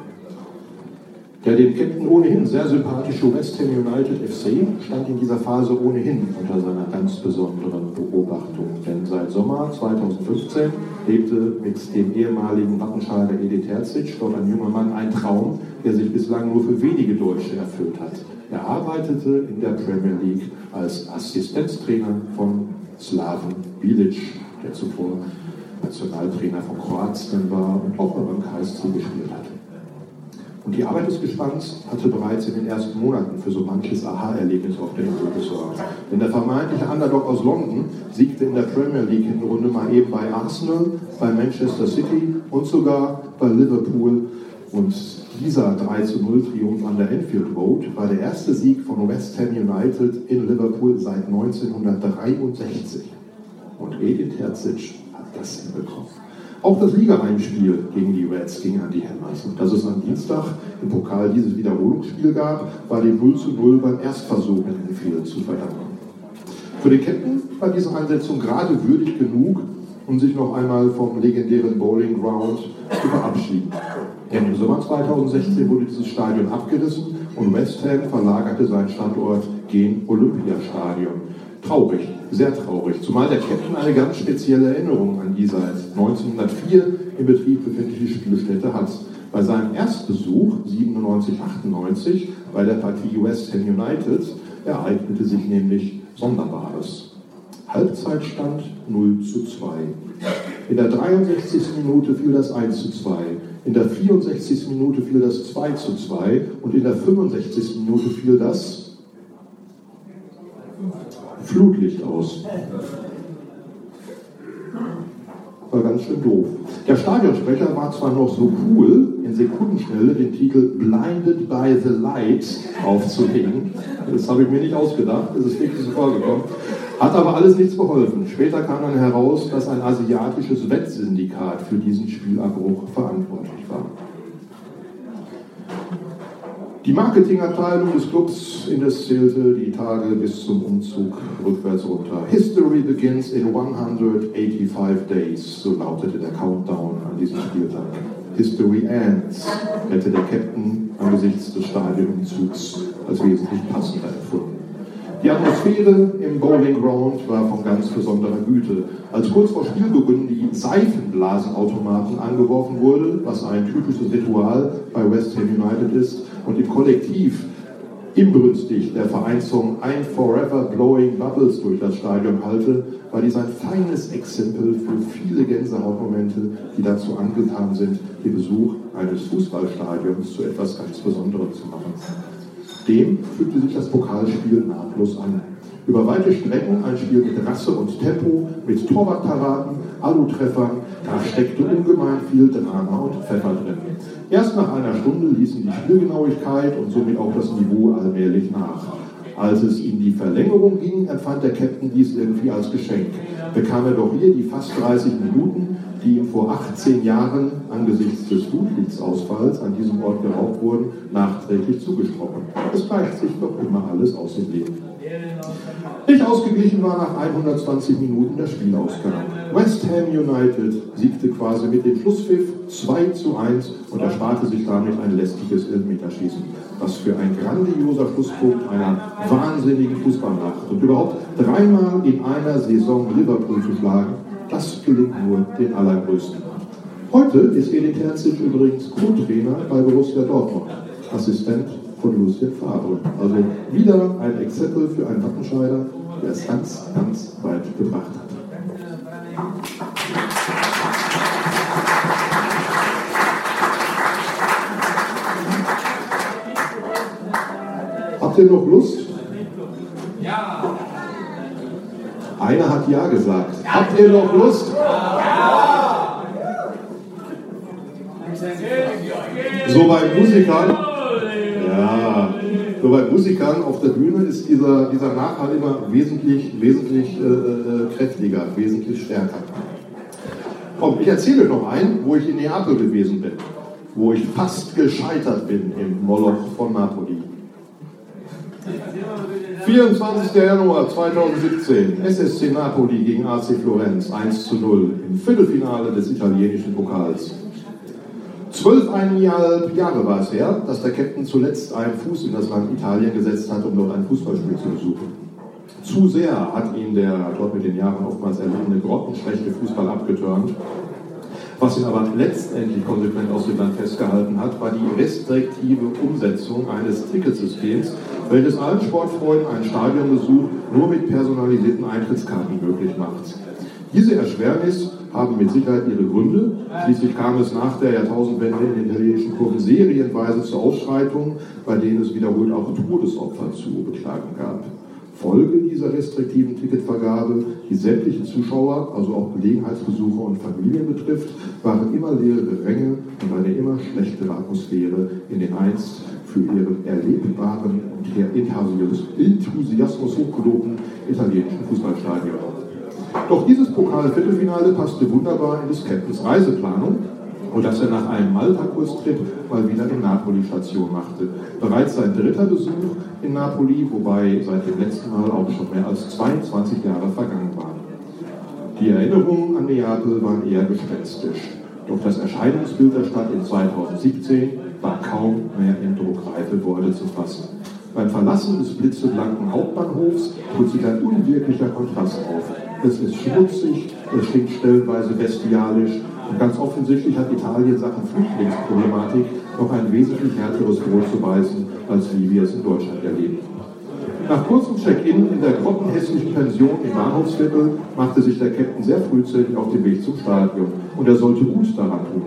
Der dem Captain ohnehin sehr sympathische West Ham United FC stand in dieser Phase ohnehin unter seiner ganz besonderen Beobachtung. Denn seit Sommer 2015 lebte mit dem ehemaligen Wattenscheider Edin Terzic dort ein junger Mann einen Traum, der sich bislang nur für wenige Deutsche erfüllt hat. Er arbeitete in der Premier League als Assistenztrainer von Slaven Bilic, der zuvor Nationaltrainer von Kroatien war und auch beim KSC gespielt hat. Und die Arbeit des Gespanns hatte bereits in den ersten Monaten für so manches Aha-Erlebnis auf der Insel gesorgt. Denn der vermeintliche Underdog aus London siegte in der Premier League-Hinrunde mal eben bei Arsenal, bei Manchester City und sogar bei Liverpool. Und dieser 3:0-Triumph an der Anfield Road war der erste Sieg von West Ham United in Liverpool seit 1963. Und Edin Terzic hat das hinbekommen. Auch das Liga-Heimspiel gegen die Reds ging an die Hammers. Und dass es am Dienstag im Pokal dieses Wiederholungsspiel gab, war dem 0:0 beim Erstversuch in Anfield zu verdanken. Für den Captain war diese Einsetzung gerade würdig genug, um sich noch einmal vom legendären Bowling Ground zu verabschieden. Denn im Sommer 2016 wurde dieses Stadion abgerissen und West Ham verlagerte seinen Standort gen Olympiastadion. Traurig, sehr traurig, zumal der Captain eine ganz spezielle Erinnerung an die seit 1904 im Betrieb befindliche Spielstätte hat. Bei seinem Erstbesuch 97/98 bei der Partie West Ham United ereignete sich nämlich Sonderbares. Halbzeitstand 0:2. In der 63. Minute fiel das 1:2. In der 64. Minute fiel das 2:2 und in der 65. Minute fiel das Flutlicht aus. War ganz schön doof. Der Stadionsprecher war zwar noch so cool, in Sekundenschnelle den Titel Blinded by the Light aufzuhängen. Das habe ich mir nicht ausgedacht, das ist wirklich so vorgekommen. Hat aber alles nichts geholfen. Später kam dann heraus, dass ein asiatisches Wettsyndikat für diesen Spielabbruch verantwortlich war. Die Marketingabteilung des Clubs zählte die Tage bis zum Umzug rückwärts runter. History begins in 185 days, so lautete der Countdown an diesem Spieltag. History ends, hätte der Captain angesichts des Stadionumzugs als wesentlich passender empfunden. Die Atmosphäre im Bowling Ground war von ganz besonderer Güte. Als kurz vor Spielbeginn die Seifenblasenautomaten angeworfen wurde, was ein typisches Ritual bei West Ham United ist, und im Kollektiv inbrünstig der Vereinssong I'm Forever Blowing Bubbles durch das Stadion hallte, war dies ein feines Exempel für viele Gänsehautmomente, die dazu angetan sind, den Besuch eines Fußballstadions zu etwas ganz Besonderem zu machen. Dem fügte sich das Pokalspiel nahtlos an. Über weite Strecken ein Spiel mit Rasse und Tempo, mit Torwartparaden, Alu-Treffern, da steckte ungemein viel Drama und Pfeffer drin. Erst nach einer Stunde ließen die Spielgenauigkeit und somit auch das Niveau allmählich nach. Als es in die Verlängerung ging, empfand der Captain dies irgendwie als Geschenk. Bekam er doch hier die fast 30 Minuten, die ihm vor 18 Jahren angesichts des Flutlichtsausfalls an diesem Ort geraubt wurden, nachträglich zugesprochen. Es gleicht sich doch immer alles aus dem Leben. Nicht ausgeglichen war nach 120 Minuten der Spielausgang. West Ham United siegte quasi mit dem Schlusspfiff 2:1 und ersparte sich damit ein lästiges Elfmeterschießen. Was für ein grandioser Schlusspunkt einer wahnsinnigen Fußballnacht. Und überhaupt dreimal in einer Saison Liverpool zu schlagen, das gelingt nur den Allergrößten. Heute ist Edin Terzic übrigens Co-Trainer bei Borussia Dortmund, Assistent von Lucien Favre. Also wieder ein Exempel für einen Wattenscheider, der es ganz, ganz weit gebracht hat. Habt ihr noch Lust? Ja. Einer hat Ja gesagt. Habt ihr noch Lust? Ja. So bei Musikern. Ja. So bei Musikern auf der Bühne ist dieser Nachhall immer wesentlich kräftiger, wesentlich stärker. Komm, ich erzähle noch einen, wo ich in Neapel gewesen bin, wo ich fast gescheitert bin im Moloch von Napoli. 24. Januar 2017, SSC Napoli gegen AC Florenz 1:0 im Viertelfinale des italienischen Pokals. 12,5 Jahre war es her, dass der Captain zuletzt einen Fuß in das Land Italien gesetzt hat, um dort ein Fußballspiel zu besuchen. Zu sehr hat ihn der dort mit den Jahren oftmals erlebende grottenschlechte Fußball abgetürmt. Was ihn aber letztendlich konsequent aus dem Land festgehalten hat, war die restriktive Umsetzung eines Ticketsystems, welches allen Sportfreunden einen Stadionbesuch nur mit personalisierten Eintrittskarten möglich macht. Diese Erschwernis haben mit Sicherheit ihre Gründe. Schließlich kam es nach der Jahrtausendwende in den italienischen Kurven serienweise zu Ausschreitungen, bei denen es wiederholt auch Todesopfer zu beklagen gab. Folge dieser restriktiven Ticketvergabe, die sämtliche Zuschauer, also auch Gelegenheitsbesucher und Familien betrifft, waren immer leere Ränge und eine immer schlechtere Atmosphäre in den einst für ihren erlebbaren und Enthusiasmus hochgelobten italienischen Fußballstadion. Doch dieses Pokal-Viertelfinale passte wunderbar in des Captains Reiseplanung und dass er nach einem Malta-Kurztrip mal wieder in Napoli Station machte. Bereits sein dritter Besuch in Napoli, wobei seit dem letzten Mal auch schon mehr als 22 Jahre vergangen waren. Die Erinnerungen an Neapel waren eher gespenstisch. Doch das Erscheinungsbild der Stadt in 2017 war kaum mehr in druckreife Worte zu fassen. Beim Verlassen des blitzeblanken Hauptbahnhofs tut sich ein unwirklicher Kontrast auf. Es ist schmutzig, es stinkt stellenweise bestialisch und ganz offensichtlich hat Italien Sachen Flüchtlingsproblematik noch ein wesentlich härteres Brot zu beißen, als wie wir es in Deutschland erleben. Nach kurzem Check-in in der grottenhässlichen Pension im Bahnhofsviertel machte sich der Captain sehr frühzeitig auf den Weg zum Stadion und er sollte gut daran tun.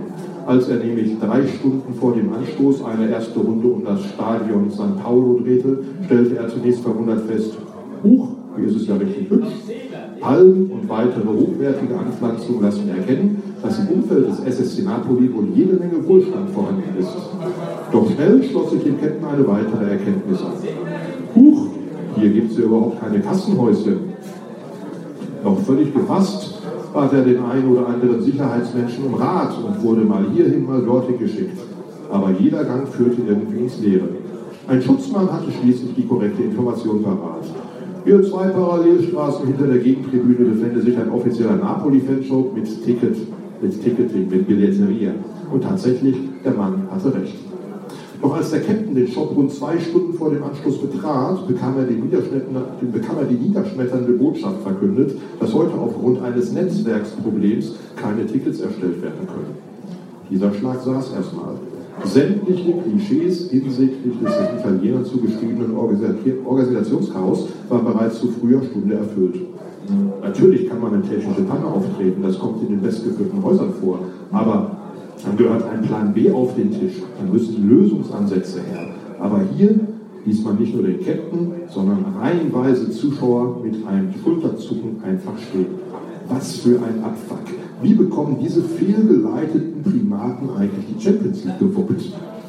Als er nämlich 3 Stunden vor dem Anstoß eine erste Runde um das Stadion St. Paulo drehte, stellte er zunächst verwundert fest, huch, hier ist es ja richtig hübsch. Palmen und weitere hochwertige Anpflanzungen lassen erkennen, dass im Umfeld des SSC Napoli wohl jede Menge Wohlstand vorhanden ist. Doch schnell schloss sich dem Captain eine weitere Erkenntnis an. Huch, hier gibt es ja überhaupt keine Kassenhäuschen. Noch völlig gefasst bat er den einen oder anderen Sicherheitsmenschen um Rat und wurde mal hierhin, mal dorthin geschickt. Aber jeder Gang führte irgendwie ins Leere. Ein Schutzmann hatte schließlich die korrekte Information parat. Hier 2 Parallelstraßen hinter der Gegentribüne befände sich ein offizieller Napoli-Fanshop mit Ticketing, mit Billetteria. Und tatsächlich, der Mann hatte recht. Doch als der Captain den Shop rund 2 Stunden vor dem Anschluss betrat, bekam er die niederschmetternde Botschaft verkündet, dass heute aufgrund eines Netzwerksproblems keine Tickets erstellt werden können. Dieser Schlag saß erstmal. Sämtliche Klischees hinsichtlich des den Italienern zugeschriebenen Organisationschaos waren bereits zu früher Stunde erfüllt. Natürlich kann man eine technische Panne auftreten, das kommt in den bestgeführten Häusern vor, aber dann gehört ein Plan B auf den Tisch, dann müssen Lösungsansätze her. Aber hier ließ man nicht nur den Captain, sondern reihenweise Zuschauer mit einem Schulterzucken einfach stehen. Was für ein Abfuck! Wie bekommen diese fehlgeleiteten Primaten eigentlich die Champions League gewuppt?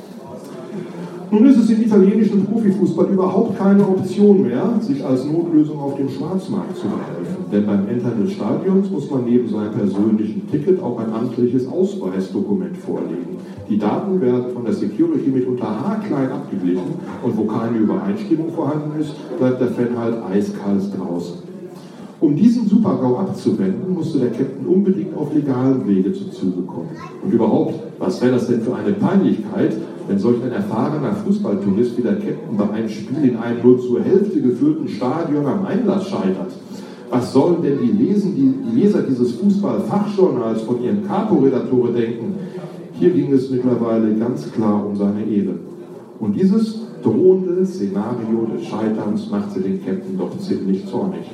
Nun ist es im italienischen Profifußball überhaupt keine Option mehr, sich als Notlösung auf dem Schwarzmarkt zu behelfen. Denn beim Entern des Stadions muss man neben seinem persönlichen Ticket auch ein amtliches Ausweisdokument vorlegen. Die Daten werden von der Security mitunter haarklein abgeglichen und wo keine Übereinstimmung vorhanden ist, bleibt der Fan halt eiskalt draußen. Um diesen Super-GAU abzuwenden, musste der Captain unbedingt auf legalem Wege zu Zuge kommen. Und überhaupt, was wäre das denn für eine Peinlichkeit, wenn solch ein erfahrener Fußballtourist wie der Captain bei einem Spiel in einem nur zur Hälfte gefüllten Stadion am Einlass scheitert? Was sollen denn die Leser dieses Fußball-Fachjournals von ihren Capo-Redattore denken? Hier ging es mittlerweile ganz klar um seine Ehre. Und dieses drohende Szenario des Scheiterns machte den Captain doch ziemlich zornig.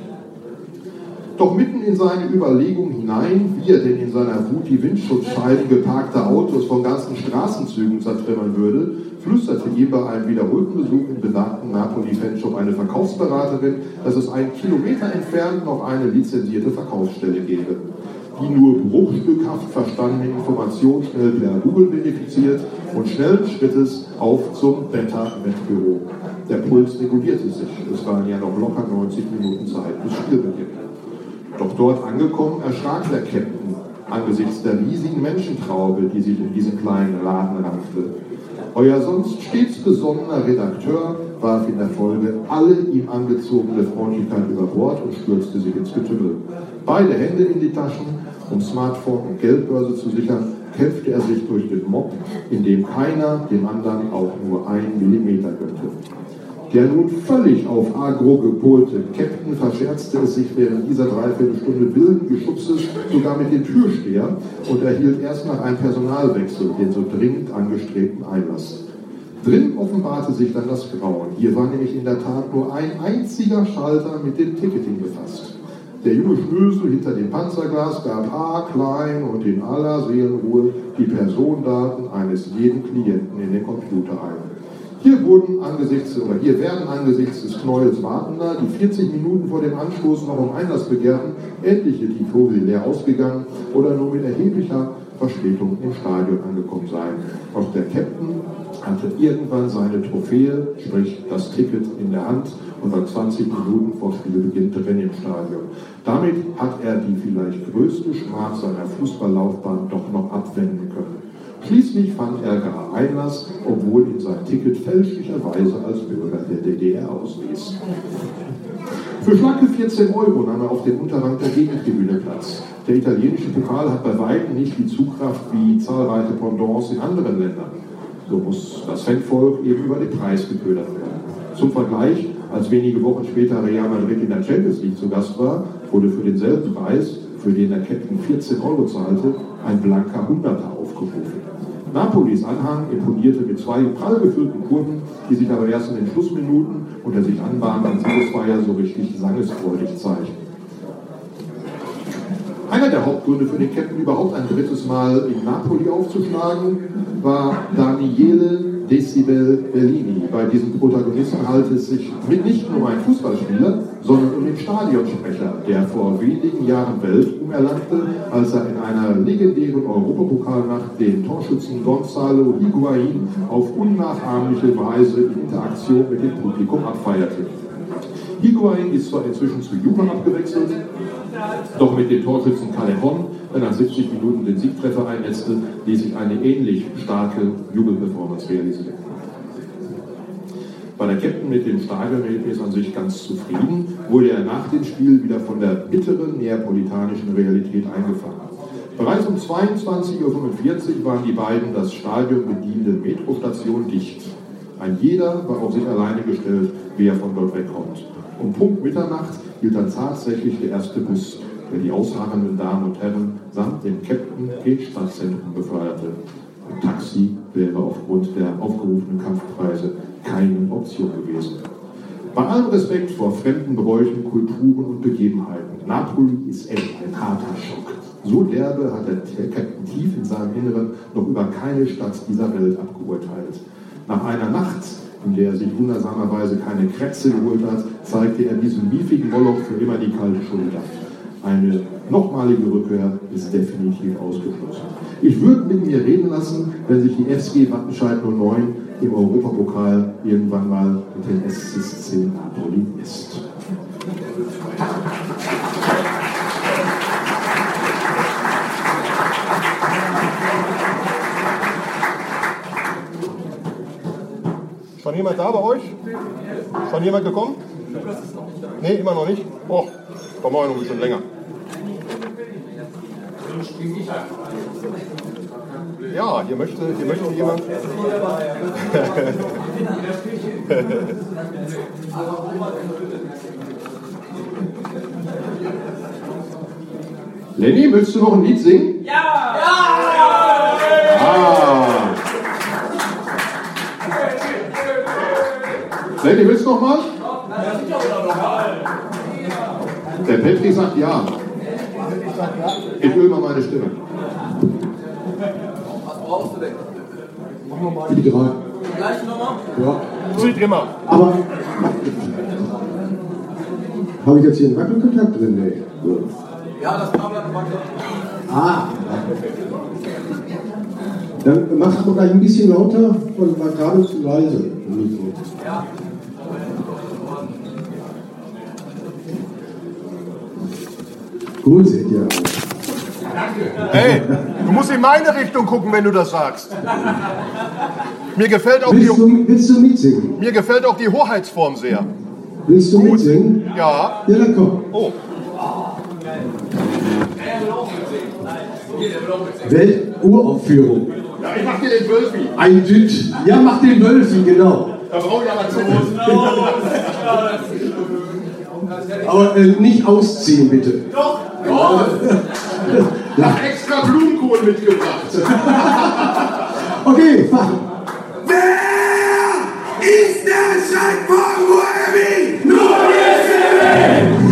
Doch mitten in seine Überlegungen hinein, wie er denn in seiner Wut die Windschutzscheiben geparkter Autos von ganzen Straßenzügen zertrümmern würde, flüsterte ihm bei einem wiederholten Besuch im besagten Napoli-Fanshop eine Verkaufsberaterin, dass es 1 Kilometer entfernt noch eine lizenzierte Verkaufsstelle gäbe, die nur bruchstückhaft verstandene Informationen schnell per Google verifiziert und schnellen Schrittes auf zum Beta-Wettbüro. Der Puls regulierte sich. Es waren ja noch locker 90 Minuten Zeit bis Spielbeginn. Doch dort angekommen erschrak der Captain angesichts der riesigen Menschentraube, die sich in diesem kleinen Laden rankte. Euer sonst stets besonnener Redakteur warf in der Folge alle ihm angezogene Freundlichkeit über Bord und stürzte sich ins Getümmel. Beide Hände in die Taschen, um Smartphone und Geldbörse zu sichern, kämpfte er sich durch den Mob, in dem keiner dem anderen auch nur 1 Millimeter gönnte. Der nun völlig auf Agro gepolte Captain verscherzte es sich während dieser Dreiviertelstunde wilden Geschubses sogar mit dem Türsteher und erhielt erst nach einem Personalwechsel den so dringend angestrebten Einlass. Drin offenbarte sich dann das Grauen. Hier war nämlich in der Tat nur ein einziger Schalter mit dem Ticketing befasst. Der junge Schnösel hinter dem Panzerglas gab haarklein und in aller Seelenruhe die Personendaten eines jeden Klienten in den Computer ein. Hier werden angesichts des Knäuels Wartender, die 40 Minuten vor dem Anstoß noch um Einlass begehrten, etliche Tifosi leer ausgegangen oder nur mit erheblicher Verspätung im Stadion angekommen sein. Auch der Captain hatte irgendwann seine Trophäe, sprich das Ticket, in der Hand und war 20 Minuten vor Spielbeginn drin im Stadion. Damit hat er die vielleicht größte Schmach seiner Fußballlaufbahn doch noch abwenden können. Schließlich fand er gar Einlass, obwohl ihm sein Ticket fälschlicherweise als Bürger der DDR auswies. Für schlanke 14 € nahm er auf dem Unterrang der Gegentribüne Platz. Der italienische Pokal hat bei weitem nicht die Zugkraft wie zahlreiche Pendants in anderen Ländern. So muss das Fanvolk eben über den Preis geködert werden. Zum Vergleich, als wenige Wochen später Real Madrid in der Champions League zu Gast war, wurde für denselben Preis, für den der Captain 14 € zahlte, ein blanker 100er aufgerufen. Napolis Anhang imponierte mit 2 prall gefüllten Kurven, die sich aber erst in den Schlussminuten unter sich anbahnenden Siegesfeier so richtig sangesfreudig zeigten. Einer der Hauptgründe für den Captain, überhaupt ein drittes Mal in Napoli aufzuschlagen, war Daniele Decibel Bellini. Bei diesem Protagonisten handelt es sich nicht nur um einen Fußballspieler, sondern um den Stadionsprecher, der vor wenigen Jahren Weltruhm erlangte, als er in einer legendären Europapokalnacht den Torschützen Gonzalo Higuaín auf unnachahmliche Weise in Interaktion mit dem Publikum abfeierte. Higuaín ist zwar inzwischen zu Juve abgewechselt, doch mit dem Torschützen Callejon, der nach 70 Minuten den Siegtreffer einnetzte, ließ sich eine ähnlich starke Jubelperformance realisieren. War der Captain mit dem Stadionerlebnis an sich ganz zufrieden, wurde er nach dem Spiel wieder von der bitteren neapolitanischen Realität eingefangen. Bereits um 22:45 Uhr waren die beiden das Stadion bedienende Metrostation dicht. Ein jeder war auf sich alleine gestellt, wie er von dort wegkommt. Um Punkt Mitternacht hielt dann tatsächlich der erste Bus, der die ausharrenden Damen und Herren samt dem Captain ins Stadtzentrum beförderte. Ein Taxi wäre aufgrund der aufgerufenen Kampfpreise keine Option gewesen. Bei allem Respekt vor fremden Bräuchen, Kulturen und Begebenheiten, Napoli ist echt ein harter Schock. So derbe hat der Captain tief in seinem Inneren noch über keine Stadt dieser Welt abgeurteilt. Nach einer Nacht, in der er sich wundersamerweise keine Krätze geholt hat, zeigte er diesem miefigen Moloch für immer die kalte Schulter. Eine nochmalige Rückkehr ist definitiv ausgeschlossen. Ich würde mit mir reden lassen, wenn sich die FSG Wattenscheid 09 im Europapokal irgendwann mal mit dem SSC Napoli misst. Schon jemand da bei euch? Schon jemand gekommen? Nee, immer noch nicht? Oh, da machen wir noch ein bisschen länger. Ja, hier möchte jemand. Lenny, willst du noch ein Lied singen? Ja! Lenny, willst du noch mal? Der Petri sagt ja. Ich will mal meine Stimme. Was brauchst du denn? Machen wir mal die 3. Gleich nochmal? Ja. Zieht immer. Aber habe ich jetzt hier einen Wackelkontakt drin? Nee. So. Ja, das Kabel hat gewackelt. Ah. Dann mach es doch gleich ein bisschen lauter, weil war gerade zu leise. Ja. Gut seht ihr. Hey, du musst in meine Richtung gucken, wenn du das sagst. Mir gefällt auch Willst du mitsingen? Mir gefällt auch die Hoheitsform sehr. Willst du mitsingen? Ja. Ja, dann komm. Oh. Welturaufführung. Ja, ich mach dir den Wölfi. Ein Düt. Ja, mach den Wölfi, genau. Da brauche ich aber zu Hause. Aber nicht ausziehen, bitte. Doch. Ich hab extra Blumenkohl mitgebracht. Okay, mach. Wer ist der Schreck von Webby? Nur wir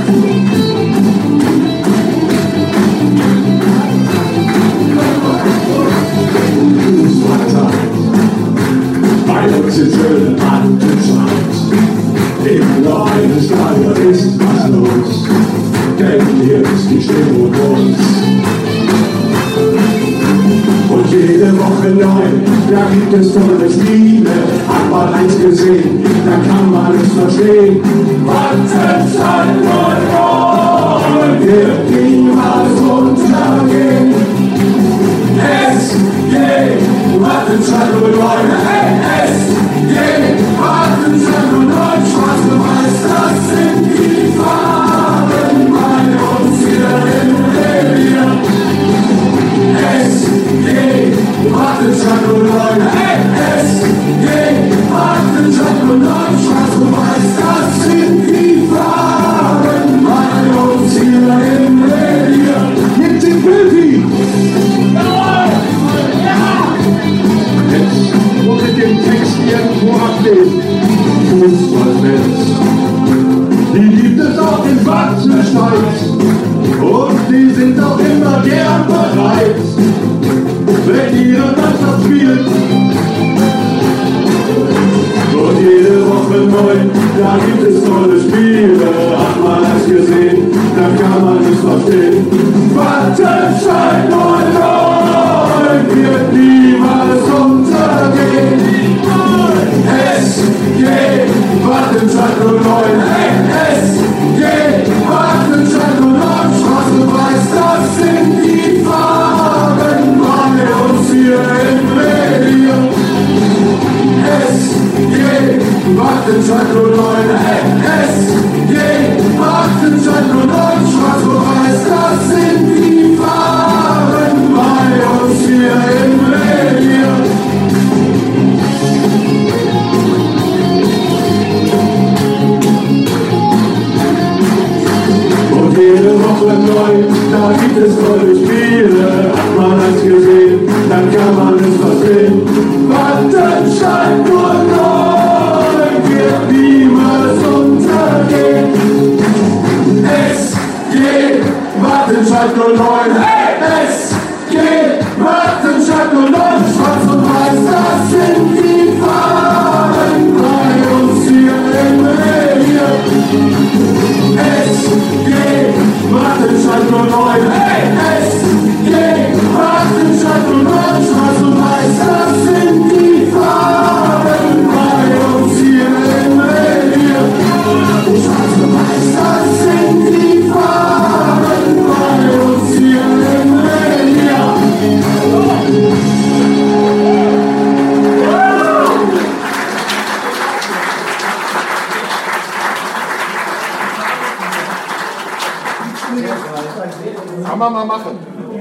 Bei uns ist schöne Wattenscheid. Im neuen Stadion ist was los. Denn hier ist die Stimmung groß. Und jede Woche neu, da gibt es tolle Spiele. Hat man eins gesehen, da kann man es verstehen. Wattenscheid und wird niemals untergehen. SG Wattenscheid 09, hey, SG Wattenscheid 09, schwarz und weiß, das sind die Farben bei uns hier im Revier. SG Wattenscheid 09, hey, SG Wattenscheid 09, schwarz und weiß, das sind die Farben bei uns hier im Revier. Jetzt sind Wölfi! Okay. wenn ihre Mannschaft spielt. Und jede Woche neu, da gibt es tolle Spiele. Hat man es gesehen, dann kann man es verstehen. Wattenscheid 09 wird niemals untergehen. SG Wattenscheid 09, SG Wattenscheid 09, schwarz und weiß, das sind die Farben bei uns hier im Revier. SG Wattenscheid 09, SG Wattenscheid 09, schwarz und weiß, das sind die Farben bei uns hier im Revier. Und jede Woche neu, da gibt es tolle Spiele. Hat man es gesehen, dann kann man es verstehen. Wattenscheid 09 wird niemals untergehen. SG Wattenscheid 09, SG Wattenscheid 09, schwarz und weiß, das sind die Farben bei uns hier im Revier. SG Wattenscheid 09, SG Wattenscheid 09, schwarz und weiß, das sind die Farben bei uns hier im Revier. Schwarz und weiß, das sind die Farben bei uns hier im Revier. Kann man mal machen.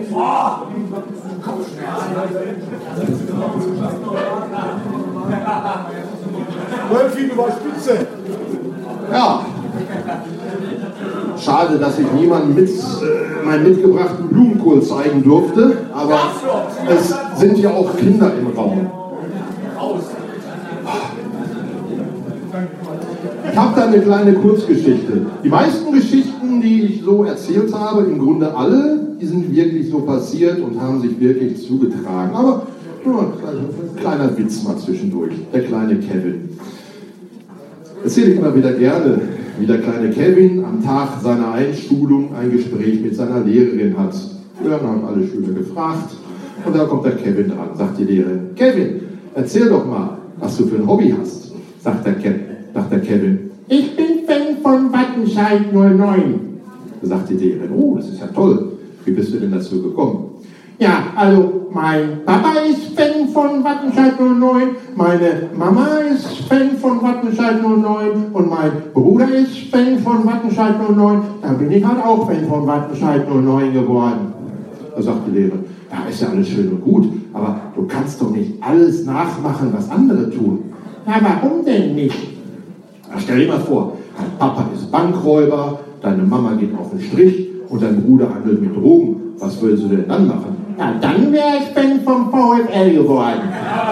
Wölfi über Spitze. Ja. Schade, dass ich niemandem meinen mitgebrachten Blumenkohl zeigen durfte, aber es sind ja auch Kinder im Raum. Ich habe da eine kleine Kurzgeschichte. Die meisten Geschichten, die ich so erzählt habe, im Grunde alle, die sind wirklich so passiert und haben sich wirklich zugetragen. Aber nur ein kleiner Witz mal zwischendurch. Der kleine Kevin. Erzähle ich immer wieder gerne, wie der kleine Kevin am Tag seiner Einschulung ein Gespräch mit seiner Lehrerin hat. Früher haben alle Schüler gefragt und da kommt der Kevin dran, sagt die Lehrerin: Kevin, erzähl doch mal, was du für ein Hobby hast, sagt der Kevin. Ich bin Fan von Wattenscheid 09, sagt die Lehrerin. Oh, das ist ja toll. Wie bist du denn dazu gekommen? Ja, also mein Papa ist Fan von Wattenscheid 09, meine Mama ist Fan von Wattenscheid 09 und mein Bruder ist Fan von Wattenscheid 09. Dann bin ich halt auch Fan von Wattenscheid 09 geworden. Da sagt die Lehrerin: Ja, ist ja alles schön und gut, aber du kannst doch nicht alles nachmachen, was andere tun. Ja, warum denn nicht? Na, stell dir mal vor, dein Papa ist Bankräuber, deine Mama geht auf den Strich und dein Bruder handelt mit Drogen. Was würdest du denn dann machen? Ja, dann wäre ich Fan vom VfL geworden.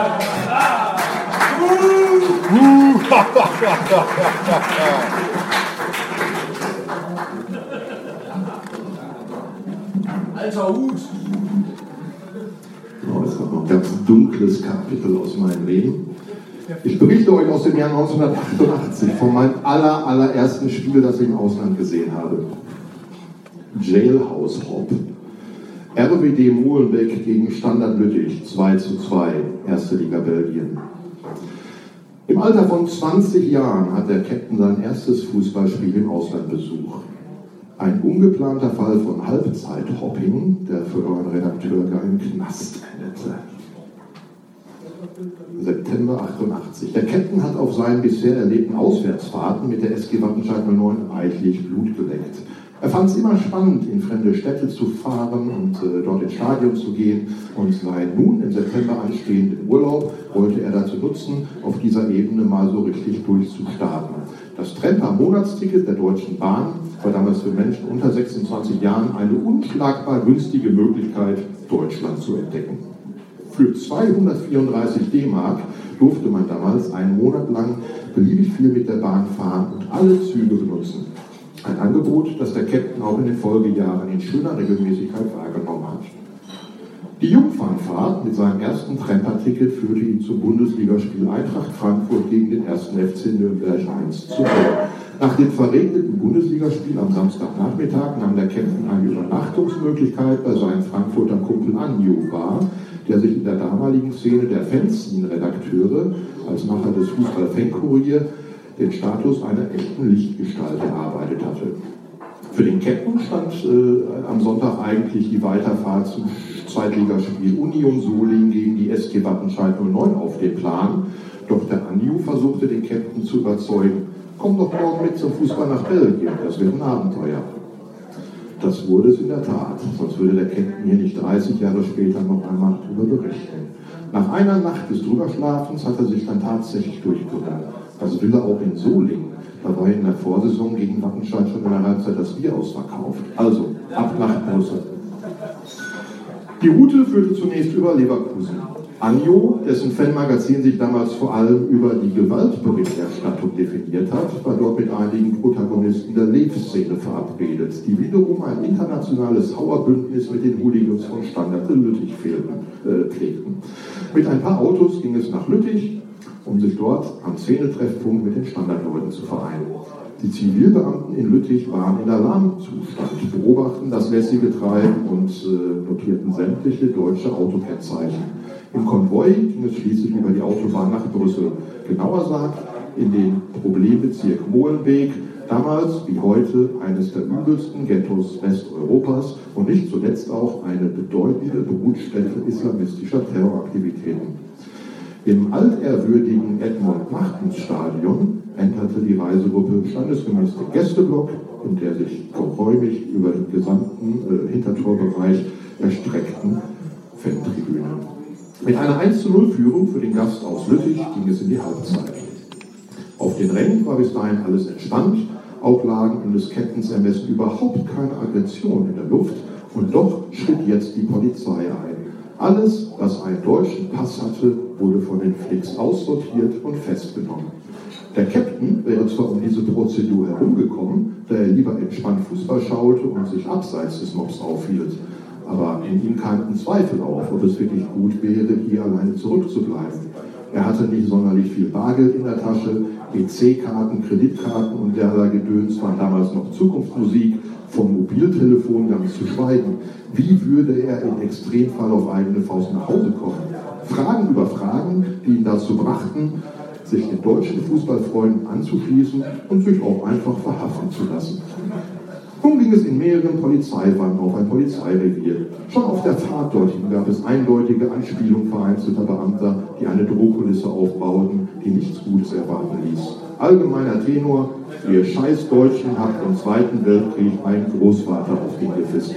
Alter Hut! Oh, das ist noch ein ganz dunkles Kapitel aus meinem Leben. Ich berichte euch aus dem Jahr 1988 von meinem allerersten Spiel, das ich im Ausland gesehen habe. Jailhouse Hop. RWD Molenbeek gegen Standard Lüttich, 2:2, erste Liga Belgien. Im Alter von 20 Jahren hat der Captain sein erstes Fußballspiel im Ausland besucht. Ein ungeplanter Fall von Halbzeithopping, der für euren Redakteur gar im Knast endete. September 88. Der Captain hat auf seinen bisher erlebten Auswärtsfahrten mit der SG Wattenscheid 09 reichlich Blut geleckt. Er fand es immer spannend, in fremde Städte zu fahren und dort ins Stadion zu gehen. Und seinen nun im September anstehenden Urlaub wollte er dazu nutzen, auf dieser Ebene mal so richtig durchzustarten. Das Tremper-Monatsticket der Deutschen Bahn war damals für Menschen unter 26 Jahren eine unschlagbar günstige Möglichkeit, Deutschland zu entdecken. Für 234 D-Mark durfte man damals einen Monat lang beliebig viel mit der Bahn fahren und alle Züge benutzen. Ein Angebot, das der Captain auch in den Folgejahren in schöner Regelmäßigkeit wahrgenommen hat. Die Jungfernfahrt mit seinem ersten Tremper-Ticket führte ihn zum Bundesligaspiel Eintracht Frankfurt gegen den 1. FC Nürnberg 1:0. Nach dem verregneten Bundesligaspiel am Samstagnachmittag nahm der Captain eine Übernachtungsmöglichkeit bei seinem Frankfurter Kumpel Anjo wahr, der sich in der damaligen Szene der Fanzine-Redakteure als Macher des Fußball-Fan-Kurier den Status einer echten Lichtgestalt erarbeitet hatte. Für den Captain stand am Sonntag eigentlich die Weiterfahrt zum Zweitligaspiel Union Solingen gegen die SG Wattenscheid 09 auf dem Plan. Doch der Anju versuchte den Captain zu überzeugen, komm doch morgen mit zum Fußball nach Belgien, das wird ein Abenteuer. Das wurde es in der Tat, sonst würde der Captain hier nicht 30 Jahre später noch einmal darüber berichten. Nach einer Nacht des Drüberschlafens hat er sich dann tatsächlich durchgerungen. Das will er auch in Solingen. Da war in der Vorsaison gegen Wattenscheid schon in der Halbzeit das Bier ausverkauft. Also, ab nach Brüssel. Die Route führte zunächst über Leverkusen. Anjo, dessen Fanmagazin sich damals vor allem über die Gewaltberichterstattung definiert hat, war dort mit einigen Protagonisten der Lev-Szene verabredet, die wiederum ein internationales Hauerbündnis mit den Hooligans von Standard in Lüttich pflegten. Mit ein paar Autos ging es nach Lüttich, um sich dort am Szenetreffpunkt mit den Standardleuten zu vereinen. Die Zivilbeamten in Lüttich waren in Alarmzustand, beobachten das lässige Treiben und notierten sämtliche deutsche Autokennzeichen. Im Konvoi ging es schließlich über die Autobahn nach Brüssel, genauer gesagt in den Problembezirk Molenbeek, damals wie heute eines der übelsten Ghettos Westeuropas und nicht zuletzt auch eine bedeutende Brutstätte islamistischer Terroraktivitäten. Im altehrwürdigen Edmund-Martens-Stadion enterte die Reisegruppe standesgemäß den Gästeblock, in der sich geräumig über den gesamten Hintertorbereich erstreckten Fantribüne. Mit einer 1:0-Führung für den Gast aus Lüttich ging es in die Halbzeit. Auf den Rängen war bis dahin alles entspannt, auch lagen in des Captains Ermessen überhaupt keine Aggression in der Luft und doch schritt jetzt die Polizei ein. Alles, was einen deutschen Pass hatte, wurde von den Flicks aussortiert und festgenommen. Der Captain wäre zwar um diese Prozedur herumgekommen, da er lieber entspannt Fußball schaute und sich abseits des Mobs aufhielt. Aber in ihm keimten Zweifel auf, ob es wirklich gut wäre, hier alleine zurückzubleiben. Er hatte nicht sonderlich viel Bargeld in der Tasche, EC-Karten, Kreditkarten und derlei Gedöns waren damals noch Zukunftsmusik, vom Mobiltelefon ganz zu schweigen. Wie würde er im Extremfall auf eigene Faust nach Hause kommen? Fragen über Fragen, die ihn dazu brachten, sich den deutschen Fußballfreunden anzuschließen und sich auch einfach verhaften zu lassen. Nun ging es in mehreren Polizeiwagen auf ein Polizeirevier. Schon auf der Fahrt dorthin gab es eindeutige Anspielungen vereinzelter Beamter, die eine Drohkulisse aufbauten, die nichts Gutes erwarten ließ. Allgemeiner Tenor: ihr scheiß Deutschen habt im Zweiten Weltkrieg einen Großvater auf den Gewissen.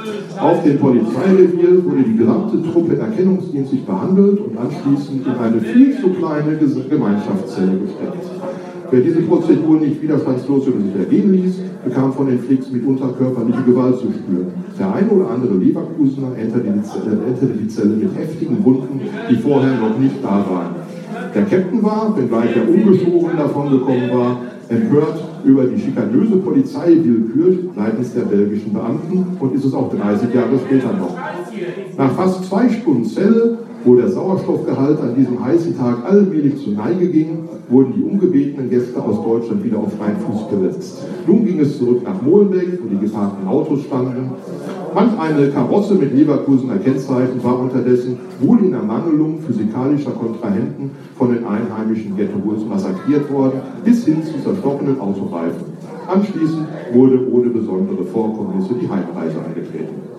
Auf dem Polizeirevier wurde die gesamte Truppe erkennungsdienstlich behandelt und anschließend in eine viel zu kleine Gemeinschaftszelle gesteckt. Wer diese Prozedur nicht widerstandslos über sich ergehen ließ, bekam von den Flicks mitunter körperliche Gewalt zu spüren. Der eine oder andere Leverkusener enterte die Zelle mit heftigen Wunden, die vorher noch nicht da waren. Der Captain war, wenngleich er ungeschoren davon gekommen war, empört über die schikanöse Polizeiwillkür seitens der belgischen Beamten und ist es auch 30 Jahre später noch. Nach fast 2 Stunden Zelle, wo der Sauerstoffgehalt an diesem heißen Tag allmählich zur Neige ging, wurden die ungebetenen Gäste aus Deutschland wieder auf freien Fuß gesetzt. Nun ging es zurück nach Molenbeek, wo die geparkten Autos standen. Manch eine Karosse mit Leverkusener Kennzeichen war unterdessen wohl in Ermangelung physikalischer Kontrahenten von den einheimischen Ghetto-Bulls massakriert worden, bis hin zu zerstochenen Autoreifen. Anschließend wurde ohne besondere Vorkommnisse die Heimreise angetreten.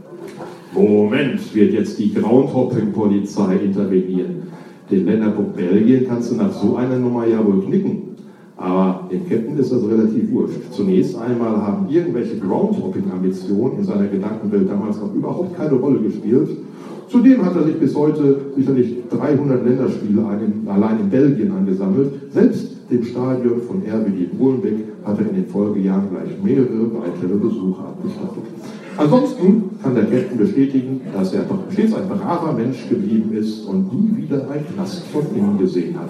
Moment, wird jetzt die Groundhopping-Polizei intervenieren. Den Länderpunkt Belgien kannst du nach so einer Nummer ja wohl knicken. Aber dem Captain ist das relativ wurscht. Zunächst einmal haben irgendwelche Groundhopping-Ambitionen in seiner Gedankenwelt damals noch überhaupt keine Rolle gespielt. Zudem hat er sich bis heute sicherlich 300 Länderspiele allein in Belgien angesammelt. Selbst dem Stadion von RWD Molenbeek hat er in den Folgejahren gleich mehrere weitere Besuche abgestattet. Ansonsten kann der Captain bestätigen, dass er doch stets ein braver Mensch geblieben ist und nie wieder ein Knast von innen gesehen hat.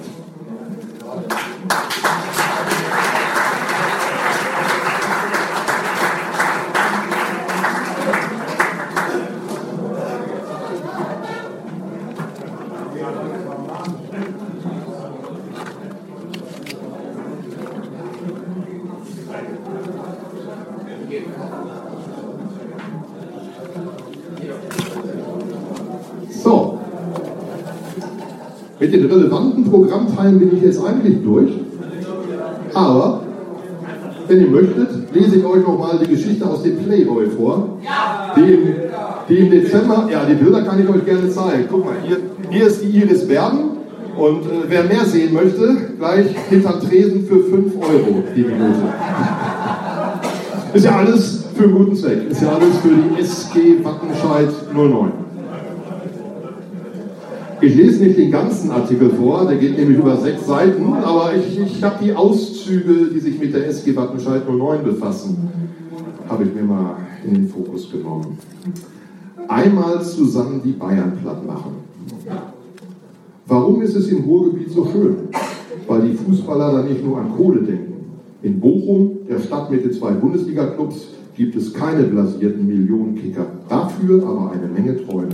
Mit den relevanten Programmteilen bin ich jetzt eigentlich durch. Aber, wenn ihr möchtet, lese ich euch noch mal die Geschichte aus dem Playboy vor. Die im Dezember, ja, die Bilder kann ich euch gerne zeigen. Guck mal, hier ist die Iris Berben. Und wer mehr sehen möchte, gleich hinterm Tresen für 5 € die Minute. Ist ja alles für einen guten Zweck. Ist ja alles für die SG Wattenscheid 09. Ich lese nicht den ganzen Artikel vor, der geht nämlich über 6 Seiten, aber ich habe die Auszüge, die sich mit der SG Wattenscheid 09 befassen, habe ich mir mal in den Fokus genommen. Einmal zusammen die Bayern platt machen. Warum ist es im Ruhrgebiet so schön? Weil die Fußballer da nicht nur an Kohle denken. In Bochum, der Stadt mit den 2 Bundesliga-Clubs, gibt es keine blasierten Millionenkicker. Dafür aber eine Menge Träume.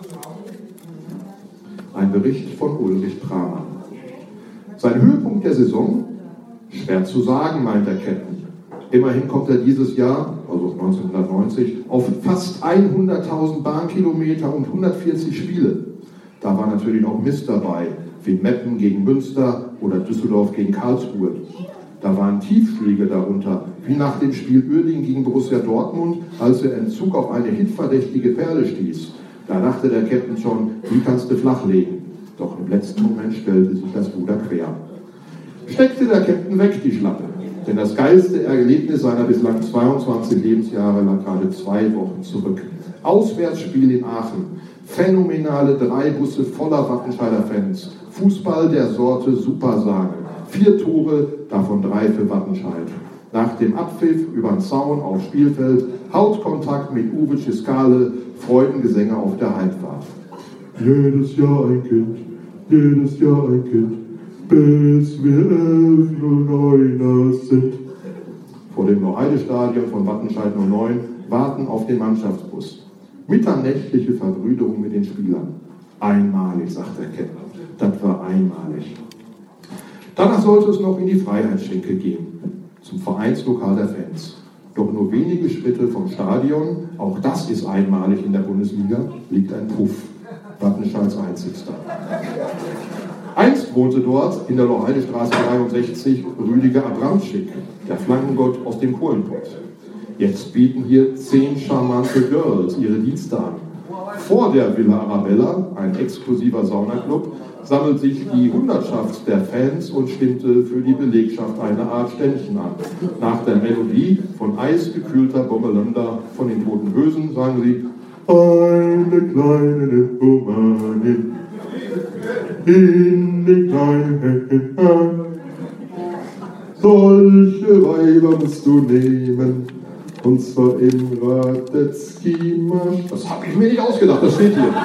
Ein Bericht von Ulrich Pramann. Sein Höhepunkt der Saison? Schwer zu sagen, meint der Captain. Immerhin kommt er dieses Jahr, also 1990, auf fast 100.000 Bahnkilometer und 140 Spiele. Da war natürlich auch Mist dabei, wie Meppen gegen Münster oder Düsseldorf gegen Karlsruhe. Da waren Tiefschläge darunter, wie nach dem Spiel Uerdingen gegen Borussia Dortmund, als er im Zug auf eine hitverdächtige Perle stieß. Da dachte der Captain schon, die kannst du flachlegen. Doch im letzten Moment stellte sich das Ruder quer. Steckte der Captain weg, die Schlappe. Denn das geilste Erlebnis seiner bislang 22 Lebensjahre lag gerade 2 Wochen zurück. Auswärtsspiel in Aachen. Phänomenale 3 Busse voller Wattenscheider Fans. Fußball der Sorte Supersahne. 4 Tore, davon 3 für Wattenscheid. Nach dem Abpfiff über den Zaun aufs Spielfeld, Hautkontakt mit Uwe Ciskale, Freudengesänge auf der Heimfahrt. Jedes Jahr ein Kind, jedes Jahr ein Kind, bis wir 1109er sind. Vor dem Norheide-Stadion von Wattenscheid 09 warten auf den Mannschaftsbus. Mitternächtliche Verbrüderung mit den Spielern. Einmalig, sagt der Captain. Das war einmalig. Danach sollte es noch in die Freiheitsschenke gehen, zum Vereinslokal der Fans. Doch nur wenige Schritte vom Stadion, auch das ist einmalig in der Bundesliga, liegt ein Puff. Wattenscheids einzigster. Einst wohnte dort in der Norheidestraße 63 Rüdiger Abramschick, der Flankengott aus dem Kohlenpott. Jetzt bieten hier 10 charmante Girls ihre Dienste an. Vor der Villa Arabella, ein exklusiver Saunaclub, sammelt sich die Hundertschaft der Fans und stimmte für die Belegschaft eine Art Ständchen an. Nach der Melodie von eisgekühlter Bommelanda von den Toten Hosen sagen sie: Eine kleine Nymphomanie in den kleinen Händen. Solche Weiber musst du nehmen, und zwar im Radetzky-Marsch. Das habe ich mir nicht ausgedacht, das steht hier.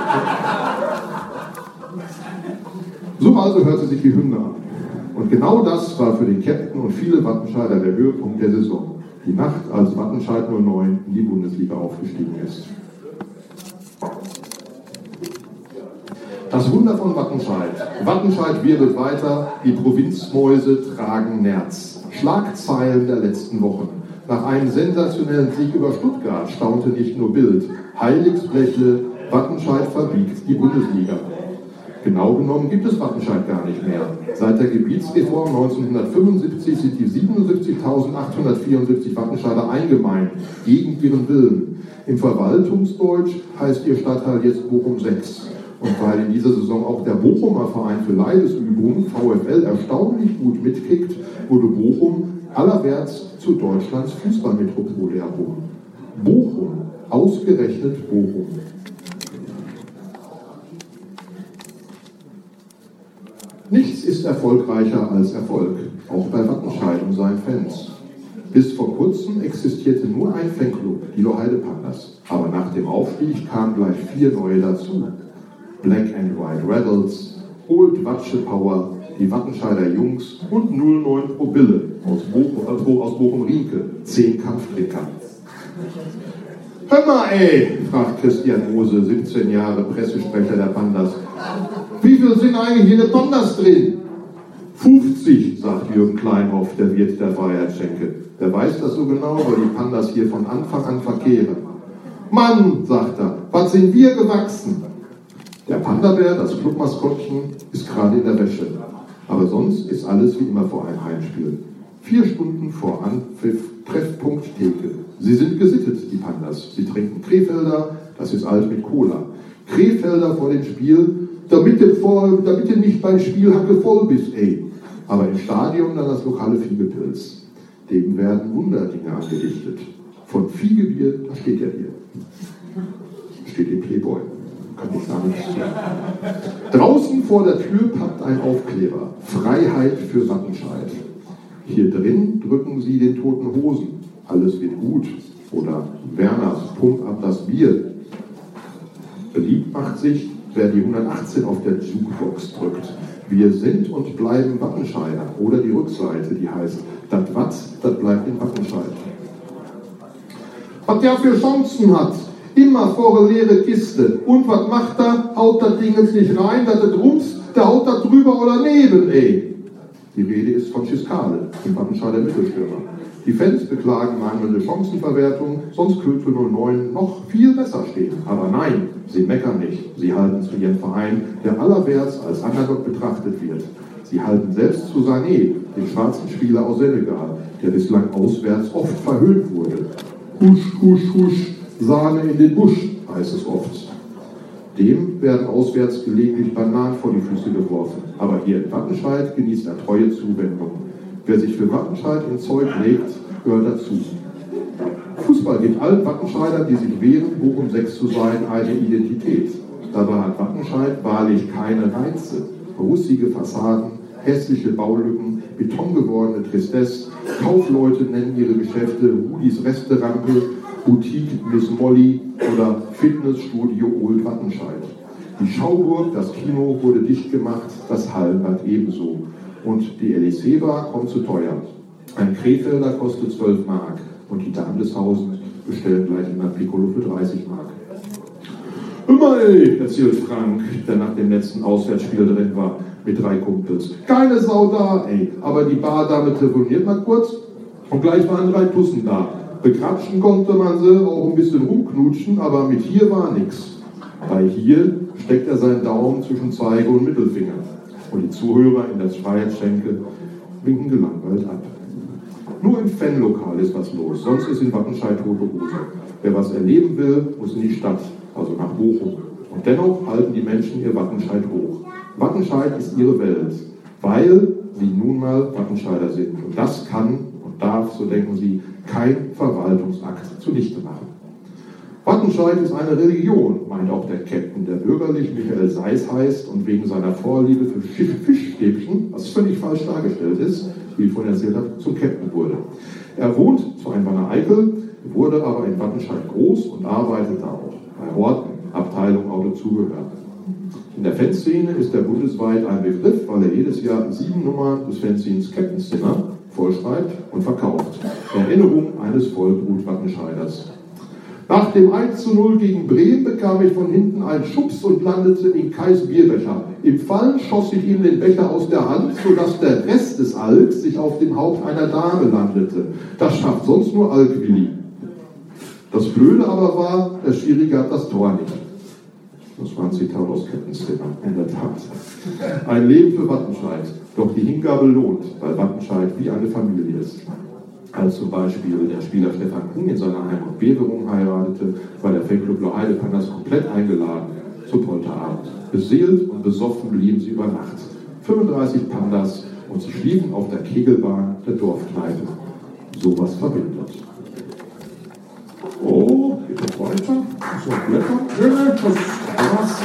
So also hörte sich die Hymne an. Und genau das war für den Captain und viele Wattenscheider der Höhepunkt der Saison. Die Nacht, als Wattenscheid 09 in die Bundesliga aufgestiegen ist. Das Wunder von Wattenscheid. Wattenscheid wirbelt weiter, die Provinzmäuse tragen Nerz. Schlagzeilen der letzten Wochen. Nach einem sensationellen Sieg über Stuttgart staunte nicht nur Bild. Heiligsblechle, Wattenscheid verbiegt die Bundesliga. Genau genommen gibt es Wattenscheid gar nicht mehr. Seit der Gebietsreform 1975 sind die 77.874 Wattenscheider eingemeindet, gegen ihren Willen. Im Verwaltungsdeutsch heißt ihr Stadtteil jetzt Bochum 6. Und weil in dieser Saison auch der Bochumer Verein für Leidesübungen, VfL, erstaunlich gut mitkickt, wurde Bochum allerwärts zu Deutschlands Fußballmetropole erhoben. Bochum, ausgerechnet Bochum. Nichts ist erfolgreicher als Erfolg, auch bei Wattenscheid und seinen Fans. Bis vor kurzem existierte nur ein Fanclub, die Norheide Pandas. Aber nach dem Aufstieg kamen gleich 4 neue dazu. Black and White Rebels, Old Watsche Power, die Wattenscheider Jungs und 09 Probille aus Bochum-Rienke, 10 Kampftrinker. Hör mal, ey, fragt Christian Mose, 17 Jahre Pressesprecher der Pandas. Wie viel sind eigentlich in den Pandas drin? 50, sagt Jürgen Kleinhoff, der Wirt der Freiheitsschenke. Der weiß das so genau, weil die Pandas hier von Anfang an verkehren. Mann, sagt er, was sind wir gewachsen? Der Panda-Bär, das Clubmaskottchen, ist gerade in der Wäsche. Aber sonst ist alles wie immer vor einem Heimspiel. 4 Stunden vor Anpfiff, Treffpunkt Theke. Sie sind gesittet, die Pandas. Sie trinken Krefelder, das ist alt mit Cola. Krefelder vor dem Spiel, damit du nicht beim Spiel hacke voll bist, ey. Aber im Stadion dann das lokale Fiegepilz. Dem werden Wunderdinge angedichtet. Von Fiegebier, das steht ja hier. Steht im Playboy. Kann ich gar nichts tun. Draußen vor der Tür pappt ein Aufkleber. Freiheit für Wattenscheid. Hier drin drücken sie den toten Hosen. Alles wird gut. Oder Werners, pump ab das Bier. Beliebt macht sich, wer die 118 auf der Jukebox drückt. Wir sind und bleiben Wattenscheider. Oder die Rückseite, die heißt, das Watz, das bleibt in Wattenscheid. Was der für Chancen hat, immer vor eine leere Kiste. Und was macht er? Haut das Ding jetzt nicht rein, dass es rumst, der haut da drüber oder neben, ey. Die Rede ist von Schiskale, dem Wattenscheider Mittelstürmer. Die Fans beklagen mangelnde Chancenverwertung, sonst könnte 09 noch viel besser stehen. Aber nein, sie meckern nicht. Sie halten zu ihrem Verein, der allerwärts als Underdog betrachtet wird. Sie halten selbst zu Sané, dem schwarzen Spieler aus Senegal, der bislang auswärts oft verhöhnt wurde. Husch, husch, husch, Sahne in den Busch, heißt es oft. Dem werden auswärts gelegentlich Bananen vor die Füße geworfen. Aber hier in Wattenscheid genießt er treue Zuwendung. Wer sich für Wattenscheid ins Zeug legt, gehört dazu. Fußball gibt allen Wattenscheidern, die sich wehren, Bochum 6 zu sein, eine Identität. Dabei hat Wattenscheid wahrlich keine Reize. Russige Fassaden, hässliche Baulücken, betongewordene Tristesse, Kaufleute nennen ihre Geschäfte Rudis Resterampe, Boutique Miss Molly oder Fitnessstudio Old Wattenscheid. Die Schauburg, das Kino wurde dicht gemacht, das Hallenbad ebenso. Und die Elysée-Bar kommt zu teuer. Ein Krefelder kostet 12 Mark und die Damen des Hauses bestellen gleich immer Piccolo für 30 Mark. Immer ey, erzählt Frank, der nach dem letzten Auswärtsspiel drin war, mit 3 Kumpels. Keine Sau da, ey, aber die Bardame telefoniert mal kurz und gleich waren 3 Tussen da. Begrapschen konnte man sie, auch ein bisschen rumknutschen, aber mit hier war nix. Bei hier steckt er seinen Daumen zwischen Zeige und Mittelfinger. Und die Zuhörer in das Freiheitsschenke winken gelangweilt ab. Nur im Fanlokal ist was los, sonst ist in Wattenscheid tote Hose. Wer was erleben will, muss in die Stadt, also nach Bochum. Und dennoch halten die Menschen ihr Wattenscheid hoch. Wattenscheid ist ihre Welt, weil sie nun mal Wattenscheider sind. Und das kann und darf, so denken sie, kein Verwaltungsakt zunichte machen. Wattenscheid ist eine Religion, meint auch der Captain, der bürgerlich Michael Seiss heißt und wegen seiner Vorliebe für Fischstäbchen, was völlig falsch dargestellt ist, wie ich vorhin erzählt habe, zum Captain wurde. Er wohnt zwar in Wanne-Eickel, wurde aber in Wattenscheid groß und arbeitet da auch, bei Horten, Abteilung Autozubehör. In der Fanszene ist er bundesweit ein Begriff, weil er jedes Jahr 7 Nummern des Fanzines Captain's Dinner vollschreibt und verkauft. Erinnerung eines Vollblut-Wattenscheiders. Nach dem 1:0 gegen Bremen bekam ich von hinten einen Schubs und landete in Kais Bierbecher. Im Fallen schoss ich ihm den Becher aus der Hand, sodass der Rest des Alks sich auf dem Haupt einer Dame landete. Das schafft sonst nur Alkwilli. Das Blöde aber war, der Schiri gab das Tor nicht. Das war ein Zitat aus Captain's Dinner, in der Tat. Ein Leben für Wattenscheid. Doch die Hingabe lohnt, weil Wattenscheid wie eine Familie ist. Als zum Beispiel der Spieler Stefan Kuhn in seiner Heimat Beverung heiratete, war der Fanclub Loheide Pandas komplett eingeladen zum Polterabend. Beseelt und besoffen blieben sie über Nacht. 35 Pandas und sie schliefen auf der Kegelbahn der Dorfkneipe. Sowas verbindet. Oh, geht das weiter? So, Blätter? Was?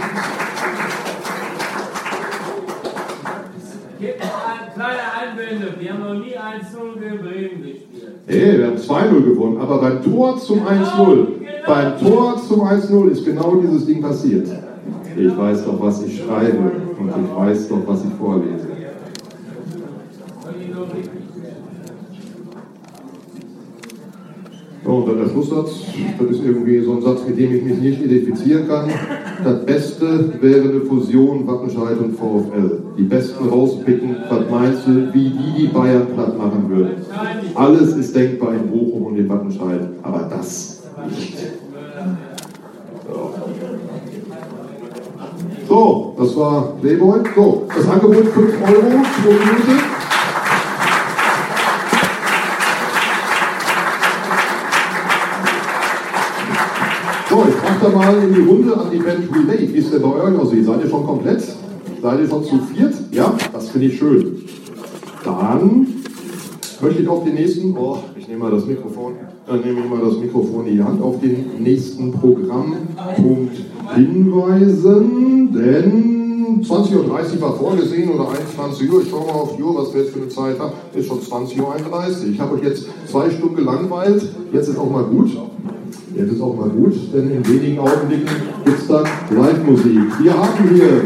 Kleine Einwände, wir haben noch nie 1:0 gegen Bremen gespielt. Hey, wir haben 2:0 gewonnen, aber beim Tor zum 1:0, beim Tor zum 1:0 ist genau dieses Ding passiert. Ich weiß doch, was ich schreibe und ich weiß doch, was ich vorlese. So, und dann der Schlusssatz, das ist irgendwie so ein Satz, mit dem ich mich nicht identifizieren kann. Das Beste wäre eine Fusion Wattenscheid und VfL. Die Besten rauspicken, was meinst du, wie die Bayern platt machen würden. Alles ist denkbar in Bochum und in Wattenscheid, aber das nicht. So. So, das war Playboy. So, das Angebot 5 € pro Minute. So, ich frage da mal in die Runde an die Band Relay, wie es denn bei euch aussieht. Seid ihr schon komplett? Seid ihr schon zu viert? Ja, das finde ich schön. Dann möchte ich auf den nächsten, ich nehme mal das Mikrofon, in die Hand, auf den nächsten Programmpunkt hinweisen, denn 20:30 Uhr war vorgesehen oder 21 Uhr. Ich schaue mal auf die Uhr, was wir jetzt für eine Zeit haben. Ist schon 20:31 Uhr. Ich habe euch jetzt 2 Stunden gelangweilt. Jetzt ist auch mal gut. Denn in wenigen Augenblicken gibt es dann Live-Musik. Wir haben hier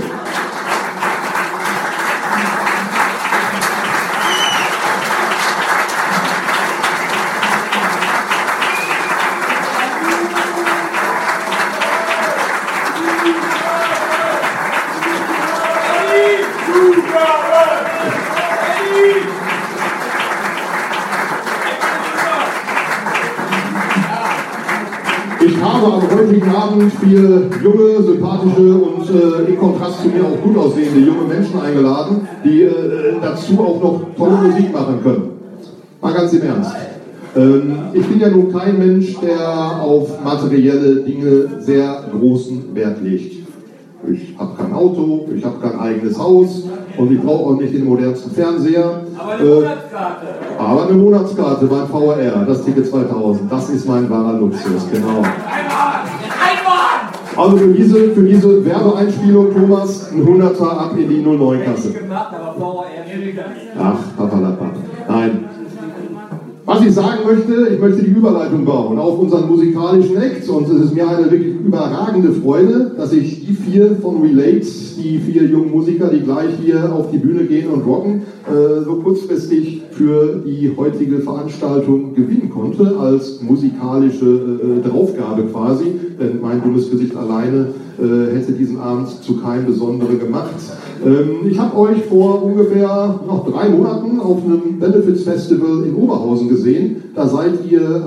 am heutigen Abend 4 junge, sympathische und im Kontrast zu mir auch gut aussehende junge Menschen eingeladen, die dazu auch noch tolle Musik machen können. Mal ganz im Ernst. Ich bin ja nun kein Mensch, der auf materielle Dinge sehr großen Wert legt. Ich habe kein Auto, ich habe kein eigenes Haus und ich brauche auch nicht den modernsten Fernseher. Aber eine Monatskarte beim VR, das Ticket 2000, das ist mein wahrer Luxus, genau. Also für diese Werbeeinspielung, Thomas, ein 100er ab in die 09-Kasse. Ach, papalapap. Nein. Was ich sagen möchte, ich möchte die Überleitung bauen auf unseren musikalischen Act und es ist mir eine wirklich überragende Freude, dass ich die 4 von Relate, die 4 jungen Musiker, die gleich hier auf die Bühne gehen und rocken, so kurzfristig für die heutige Veranstaltung gewinnen konnte, als musikalische Draufgabe quasi, denn mein dummes Gesicht alleine hätte diesen Abend zu keinem Besonderen gemacht. Ich habe euch vor ungefähr noch 3 Monaten auf einem Benefits Festival in Oberhausen gesehen. Da seid ihr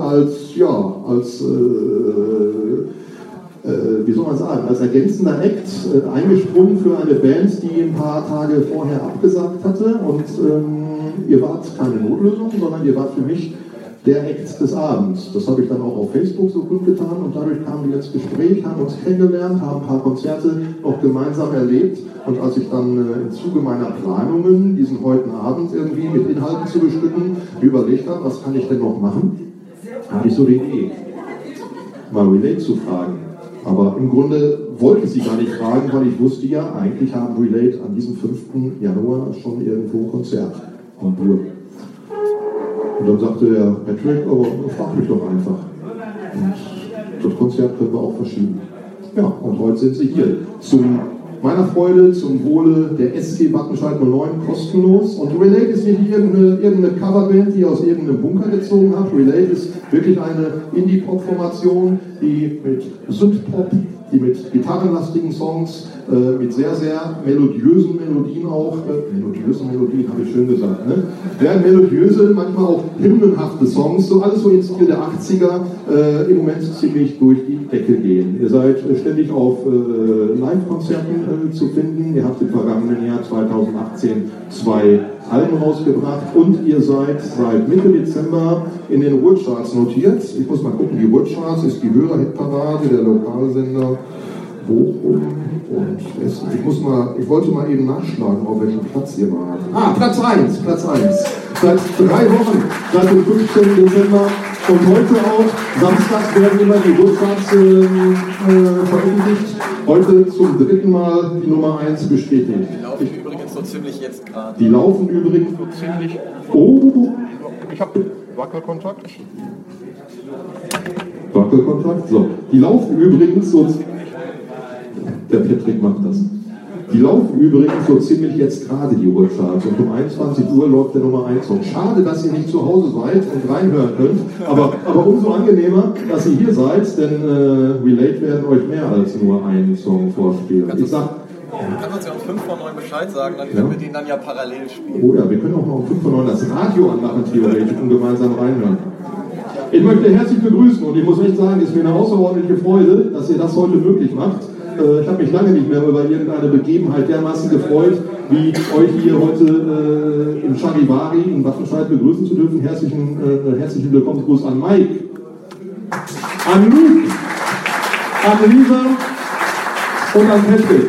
als ergänzender Act eingesprungen für eine Band, die ein paar Tage vorher abgesagt hatte. Und ihr wart keine Notlösung, sondern ihr wart für mich der Act des Abends. Das habe ich dann auch auf Facebook so kundgetan und dadurch kamen wir ins Gespräch, haben uns kennengelernt, haben ein paar Konzerte noch gemeinsam erlebt und als ich dann im Zuge meiner Planungen, diesen heutigen Abend irgendwie mit Inhalten zu bestücken, überlegt habe, was kann ich denn noch machen, habe ich so die Idee, mal Relate zu fragen. Aber im Grunde wollte ich sie gar nicht fragen, weil ich wusste ja, eigentlich haben Relate an diesem 5. Januar schon irgendwo Konzert und Tour. Und dann sagte der Patrick, aber frag mich doch einfach. Und das Konzert können wir auch verschieben. Ja, und heute sind sie hier. Zu meiner Freude, zum Wohle der SC Wattenscheid 09 kostenlos. Und Relate ist nicht irgendeine Coverband, die aus irgendeinem Bunker gezogen hat. Relate ist wirklich eine Indie-Pop-Formation, die mit Synth-Pop, die mit gitarrenlastigen Songs, mit sehr, sehr melodiösen Melodien auch, melodiösen Melodien habe ich schön gesagt, ne? Sehr melodiöse, manchmal auch hymnenhafte Songs, so alles so im Stil der 80er, im Moment ziemlich durch die Decke gehen. Ihr seid ständig auf Live-Konzerten zu finden, ihr habt im vergangenen Jahr 2018 2 Alben rausgebracht und ihr seid seit Mitte Dezember in den Ruhrcharts notiert. Ich muss mal gucken, die Ruhrcharts ist die Hörerhitparade der Lokalsender Bochum und Westen. Ich wollte mal eben nachschlagen, auf welchem Platz ihr wart. Platz 1. Seit 3 Wochen, seit dem 15. Dezember und heute auch, samstags werden immer die Ruhrcharts veröffentlicht. Heute zum 3. Mal die Nummer 1 bestätigt. Die laufen übrigens so ziemlich jetzt gerade. Die laufen übrigens so ziemlich... Oh! Ich habe Wackelkontakt. So. Die laufen übrigens so ziemlich... Der Patrick macht das. Die laufen übrigens so ziemlich jetzt gerade, die Ruhrcharts. Und um 21 Uhr läuft der Nummer 1 Song. Schade, dass ihr nicht zu Hause seid und reinhören könnt. Aber umso angenehmer, dass ihr hier seid, denn Relate werden euch mehr als nur einen Song vorspielen. Ich sag, Kannst uns ja um 5 vor 9 Bescheid sagen, dann können wir den dann ja parallel spielen. Oh ja, wir können auch noch um 5 vor 9 das Radio anmachen, theoretisch, und gemeinsam reinhören. Ich möchte herzlich begrüßen und ich muss echt sagen, es ist mir eine außerordentliche Freude, dass ihr das heute möglich macht. Ich habe mich lange nicht mehr über irgendeine Begebenheit dermaßen gefreut, wie euch hier heute im Charivari in Wattenscheid begrüßen zu dürfen. Herzlichen Willkommensgruß an Mike, an Luke, an Lisa und an Patrick.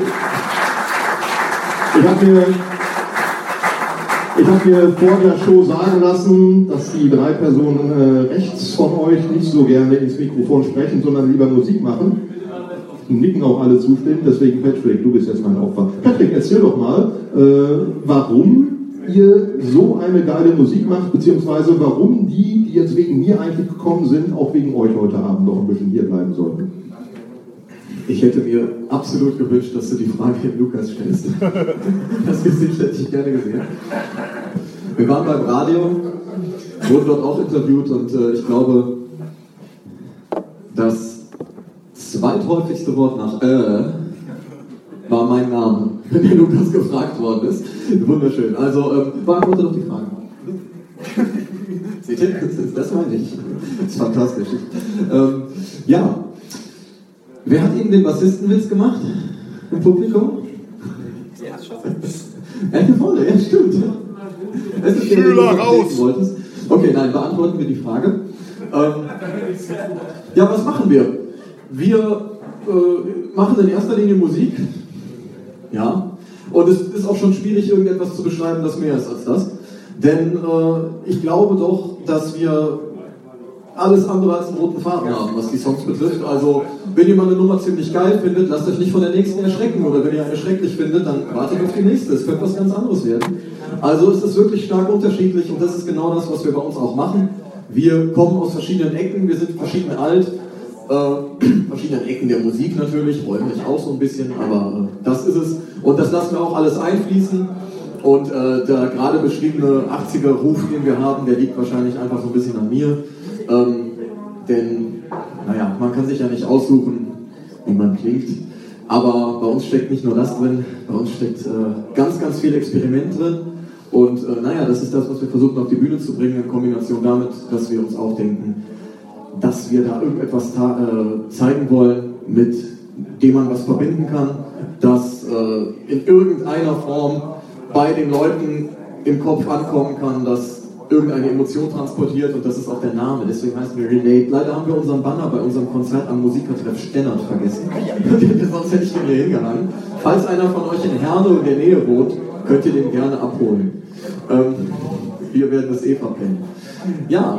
Ich habe mir vor der Show sagen lassen, dass die 3 Personen rechts von euch nicht so gerne ins Mikrofon sprechen, sondern lieber Musik machen. Die nicken auch alle zustimmen, deswegen Patrick, du bist jetzt mein Opfer. Patrick, erzähl doch mal, warum ihr so eine geile Musik macht, beziehungsweise warum die jetzt wegen mir eigentlich gekommen sind, auch wegen euch heute Abend noch ein bisschen hier bleiben sollten. Ich hätte mir absolut gewünscht, dass du die Frage dem Lukas stellst. Das Gesicht hätte ich gerne gesehen. Wir waren beim Radio, wurden dort auch interviewt und ich glaube, das zweithäufigste Wort nach war mein Name, wenn der Lukas gefragt worden ist. Wunderschön. Also, beantworte doch die Frage. Seht ihr? Das meine ich. Das ist fantastisch. Ja. Wer hat Ihnen den Bassistenwitz gemacht? Im Publikum? Ja, vorne, ja, stimmt. Es ist Schüler raus! Okay, nein, beantworten wir die Frage. Ja, was machen wir? Wir machen in erster Linie Musik. Ja. Und es ist auch schon schwierig, irgendetwas zu beschreiben, das mehr ist als das. Denn ich glaube doch, dass wir alles andere als einen roten Faden haben, was die Songs betrifft. Also, wenn jemand eine Nummer ziemlich geil findet, lasst euch nicht von der nächsten erschrecken. Oder wenn ihr eine schrecklich findet, dann wartet auf die nächste. Es könnte was ganz anderes werden. Also, es ist wirklich stark unterschiedlich und das ist genau das, was wir bei uns auch machen. Wir kommen aus verschiedenen Ecken, wir sind verschieden alt, verschiedenen Ecken der Musik natürlich, räumlich auch so ein bisschen, aber das ist es. Und das lassen wir auch alles einfließen. Und der gerade beschriebene 80er-Ruf, den wir haben, der liegt wahrscheinlich einfach so ein bisschen an mir. Denn, naja, man kann sich ja nicht aussuchen, wie man klingt. Aber bei uns steckt nicht nur das drin, bei uns steckt ganz, ganz viel Experiment drin. Und naja, das ist das, was wir versuchen auf die Bühne zu bringen, in Kombination damit, dass wir uns auch denken, dass wir da irgendetwas zeigen wollen, mit dem man was verbinden kann, das in irgendeiner Form bei den Leuten im Kopf ankommen kann, das irgendeine Emotion transportiert und das ist auch der Name, deswegen heißen wir Relate. Leider haben wir unseren Banner bei unserem Konzert am Musikertreff Stennert vergessen. Sonst hätte ich den hier hingehangen. Falls einer von euch in Herne in der Nähe wohnt, könnt ihr den gerne abholen. Wir werden das eh verpennen. Ja,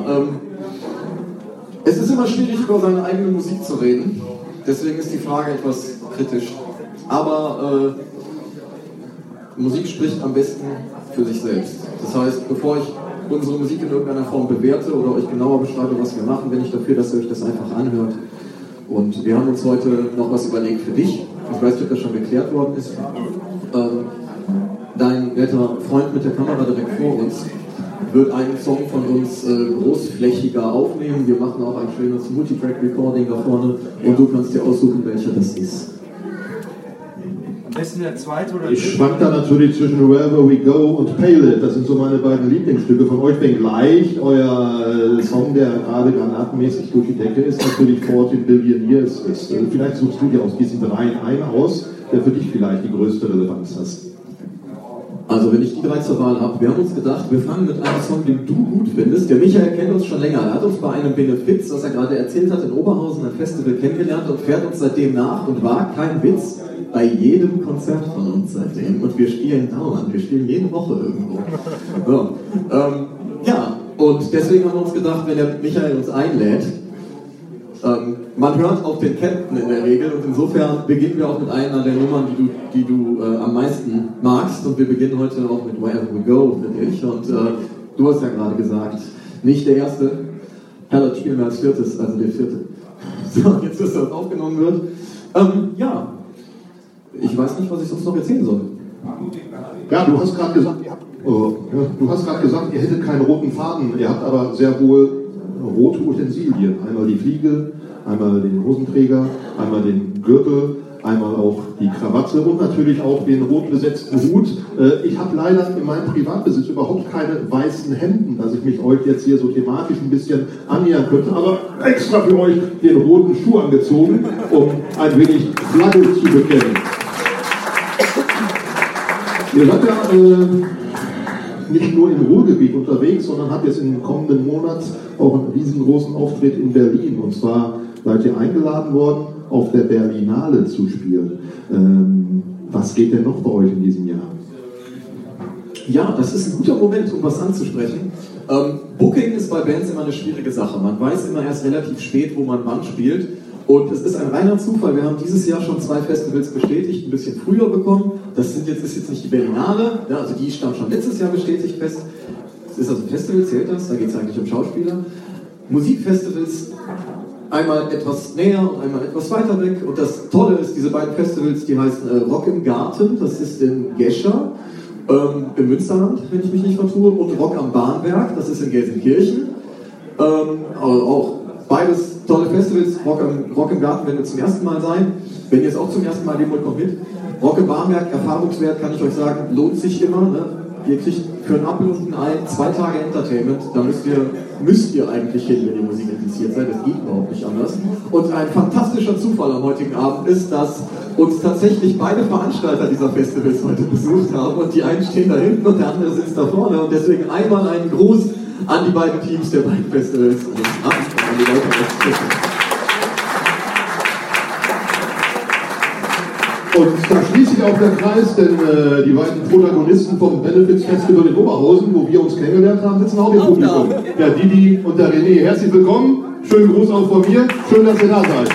es ist immer schwierig, über seine eigene Musik zu reden. Deswegen ist die Frage etwas kritisch. Aber Musik spricht am besten für sich selbst. Das heißt, bevor ich unsere Musik in irgendeiner Form bewerte oder euch genauer beschreibe, was wir machen, bin ich dafür, dass ihr euch das einfach anhört. Und wir haben uns heute noch was überlegt für dich. Ich weiß nicht, ob das schon geklärt worden ist. Dein netter Freund mit der Kamera direkt vor uns wird einen Song von uns großflächiger aufnehmen. Wir machen auch ein schönes Multitrack-Recording da vorne und du kannst dir aussuchen, welcher das ist. Ist der zweite oder Ich schwank da natürlich zwischen Wherever We Go und Pale It. Das sind so meine beiden Lieblingsstücke von euch, wenngleich euer Song, der gerade granatenmäßig durch die Decke ist, natürlich 14 Billion Years ist. Vielleicht suchst du dir aus diesen dreien einen aus, der für dich vielleicht die größte Relevanz hat. Also wenn ich die 3 zur Wahl habe, wir haben uns gedacht, wir fangen mit einem Song, den du gut findest. Der Michael kennt uns schon länger. Er hat uns bei einem Benefiz, das er gerade erzählt hat, in Oberhausen, ein Festival kennengelernt und fährt uns seitdem nach und war, kein Witz, bei jedem Konzert von uns seitdem. Und wir spielen dauernd, wir spielen jede Woche irgendwo. So. Ja, und deswegen haben wir uns gedacht, wenn der Michael uns einlädt, man hört auch den Captain in der Regel und insofern beginnen wir auch mit einer der Nummern, die du am meisten magst und wir beginnen heute auch mit Wherever We Go für dich und du hast ja gerade gesagt, nicht der erste, Herr spielen wir als viertes, also der vierte. So, jetzt dass das aufgenommen wird. Ja, ich weiß nicht, was ich sonst noch erzählen soll. Ja, du hast gerade gesagt, ihr hättet keinen roten Faden, ihr habt aber sehr wohl rote Utensilien. Einmal die Fliege, einmal den Hosenträger, einmal den Gürtel. einmal auch die Krawatte und natürlich auch den rot besetzten Hut. Ich habe leider in meinem Privatbesitz überhaupt keine weißen Hemden, dass ich mich euch jetzt hier so thematisch ein bisschen annähern könnte, aber extra für euch den roten Schuh angezogen, um ein wenig Flagge zu bekennen. Ihr seid ja nicht nur im Ruhrgebiet unterwegs, sondern habt jetzt im kommenden Monat auch einen riesengroßen Auftritt in Berlin. Und zwar seid ihr eingeladen worden, auf der Berlinale zu spielen. Was geht denn noch bei euch in diesem Jahr? Ja, das ist ein guter Moment, um was anzusprechen. Booking ist bei Bands immer eine schwierige Sache. Man weiß immer erst relativ spät, wo man wann spielt. Und es ist ein reiner Zufall. Wir haben dieses Jahr schon 2 Festivals bestätigt, ein bisschen früher bekommen. Das ist jetzt nicht die Berlinale, ja, also die stand schon letztes Jahr bestätigt fest. Es ist also ein Festival, zählt das? Da geht es eigentlich um Schauspieler. Musikfestivals einmal etwas näher und einmal etwas weiter weg. Und das Tolle ist, diese beiden Festivals, die heißen Rock im Garten, das ist in Gescher, im Münsterland, wenn ich mich nicht vertue, und Rock am Bahnberg, das ist in Gelsenkirchen. Auch beides tolle Festivals. Rock im Garten werden wir zum ersten Mal sein. Wenn ihr es auch zum ersten Mal erleben wollt, kommt mit. Rock im Bahnberg, Erfahrungswert, kann ich euch sagen, lohnt sich immer. Ne? Ihr kriegt für einen Apfel und ein Ei 2 Tage Entertainment. Da müsst ihr eigentlich hin, wenn ihr Musik interessiert seid. Das geht überhaupt nicht anders. Und ein fantastischer Zufall am heutigen Abend ist, dass uns tatsächlich beide Veranstalter dieser Festivals heute besucht haben. Und die einen stehen da hinten und der andere sitzt da vorne. Und deswegen einmal einen Gruß an die beiden Teams der beiden Festivals. Und an die Leute. Und da schließt sich auch der Kreis, denn die beiden Protagonisten vom Benefits Festival in Oberhausen, wo wir uns kennengelernt haben, sitzen auch im Publikum. Der Didi und der René. Herzlich willkommen. Schönen Gruß auch von mir. Schön, dass ihr da seid.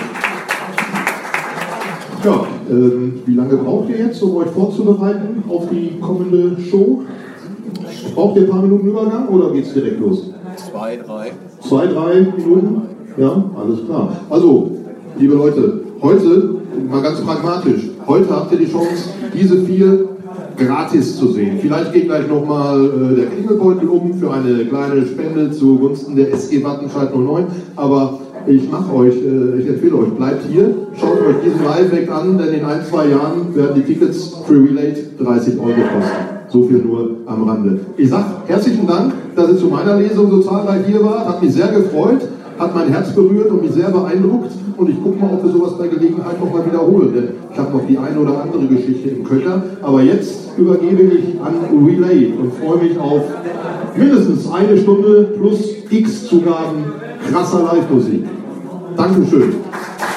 Ja, wie lange braucht ihr jetzt, um euch vorzubereiten auf die kommende Show? Braucht ihr ein paar Minuten Übergang oder geht es direkt los? 2, 3. 2, 3 Minuten? Ja, alles klar. Also, liebe Leute, heute, mal ganz pragmatisch, heute habt ihr die Chance, diese 4 gratis zu sehen. Vielleicht geht gleich nochmal der Klingelbeutel um für eine kleine Spende zugunsten der SG Wattenscheid 09, aber ich empfehle euch, bleibt hier, schaut euch diesen Live-Act an, denn in 1, 2 Jahren werden die Tickets für Relate 30 € kosten. So viel nur am Rande. Ich sage herzlichen Dank, dass ihr zu meiner Lesung so zahlreich hier wart. Hat mich sehr gefreut, hat mein Herz berührt und mich sehr beeindruckt. Und ich gucke mal, ob wir sowas bei Gelegenheit nochmal wiederholen. Denn ich habe noch die eine oder andere Geschichte im Köcher. Aber jetzt übergebe ich an Relate und freue mich auf mindestens 1 Stunde plus X Zugaben krasser Live-Musik. Dankeschön.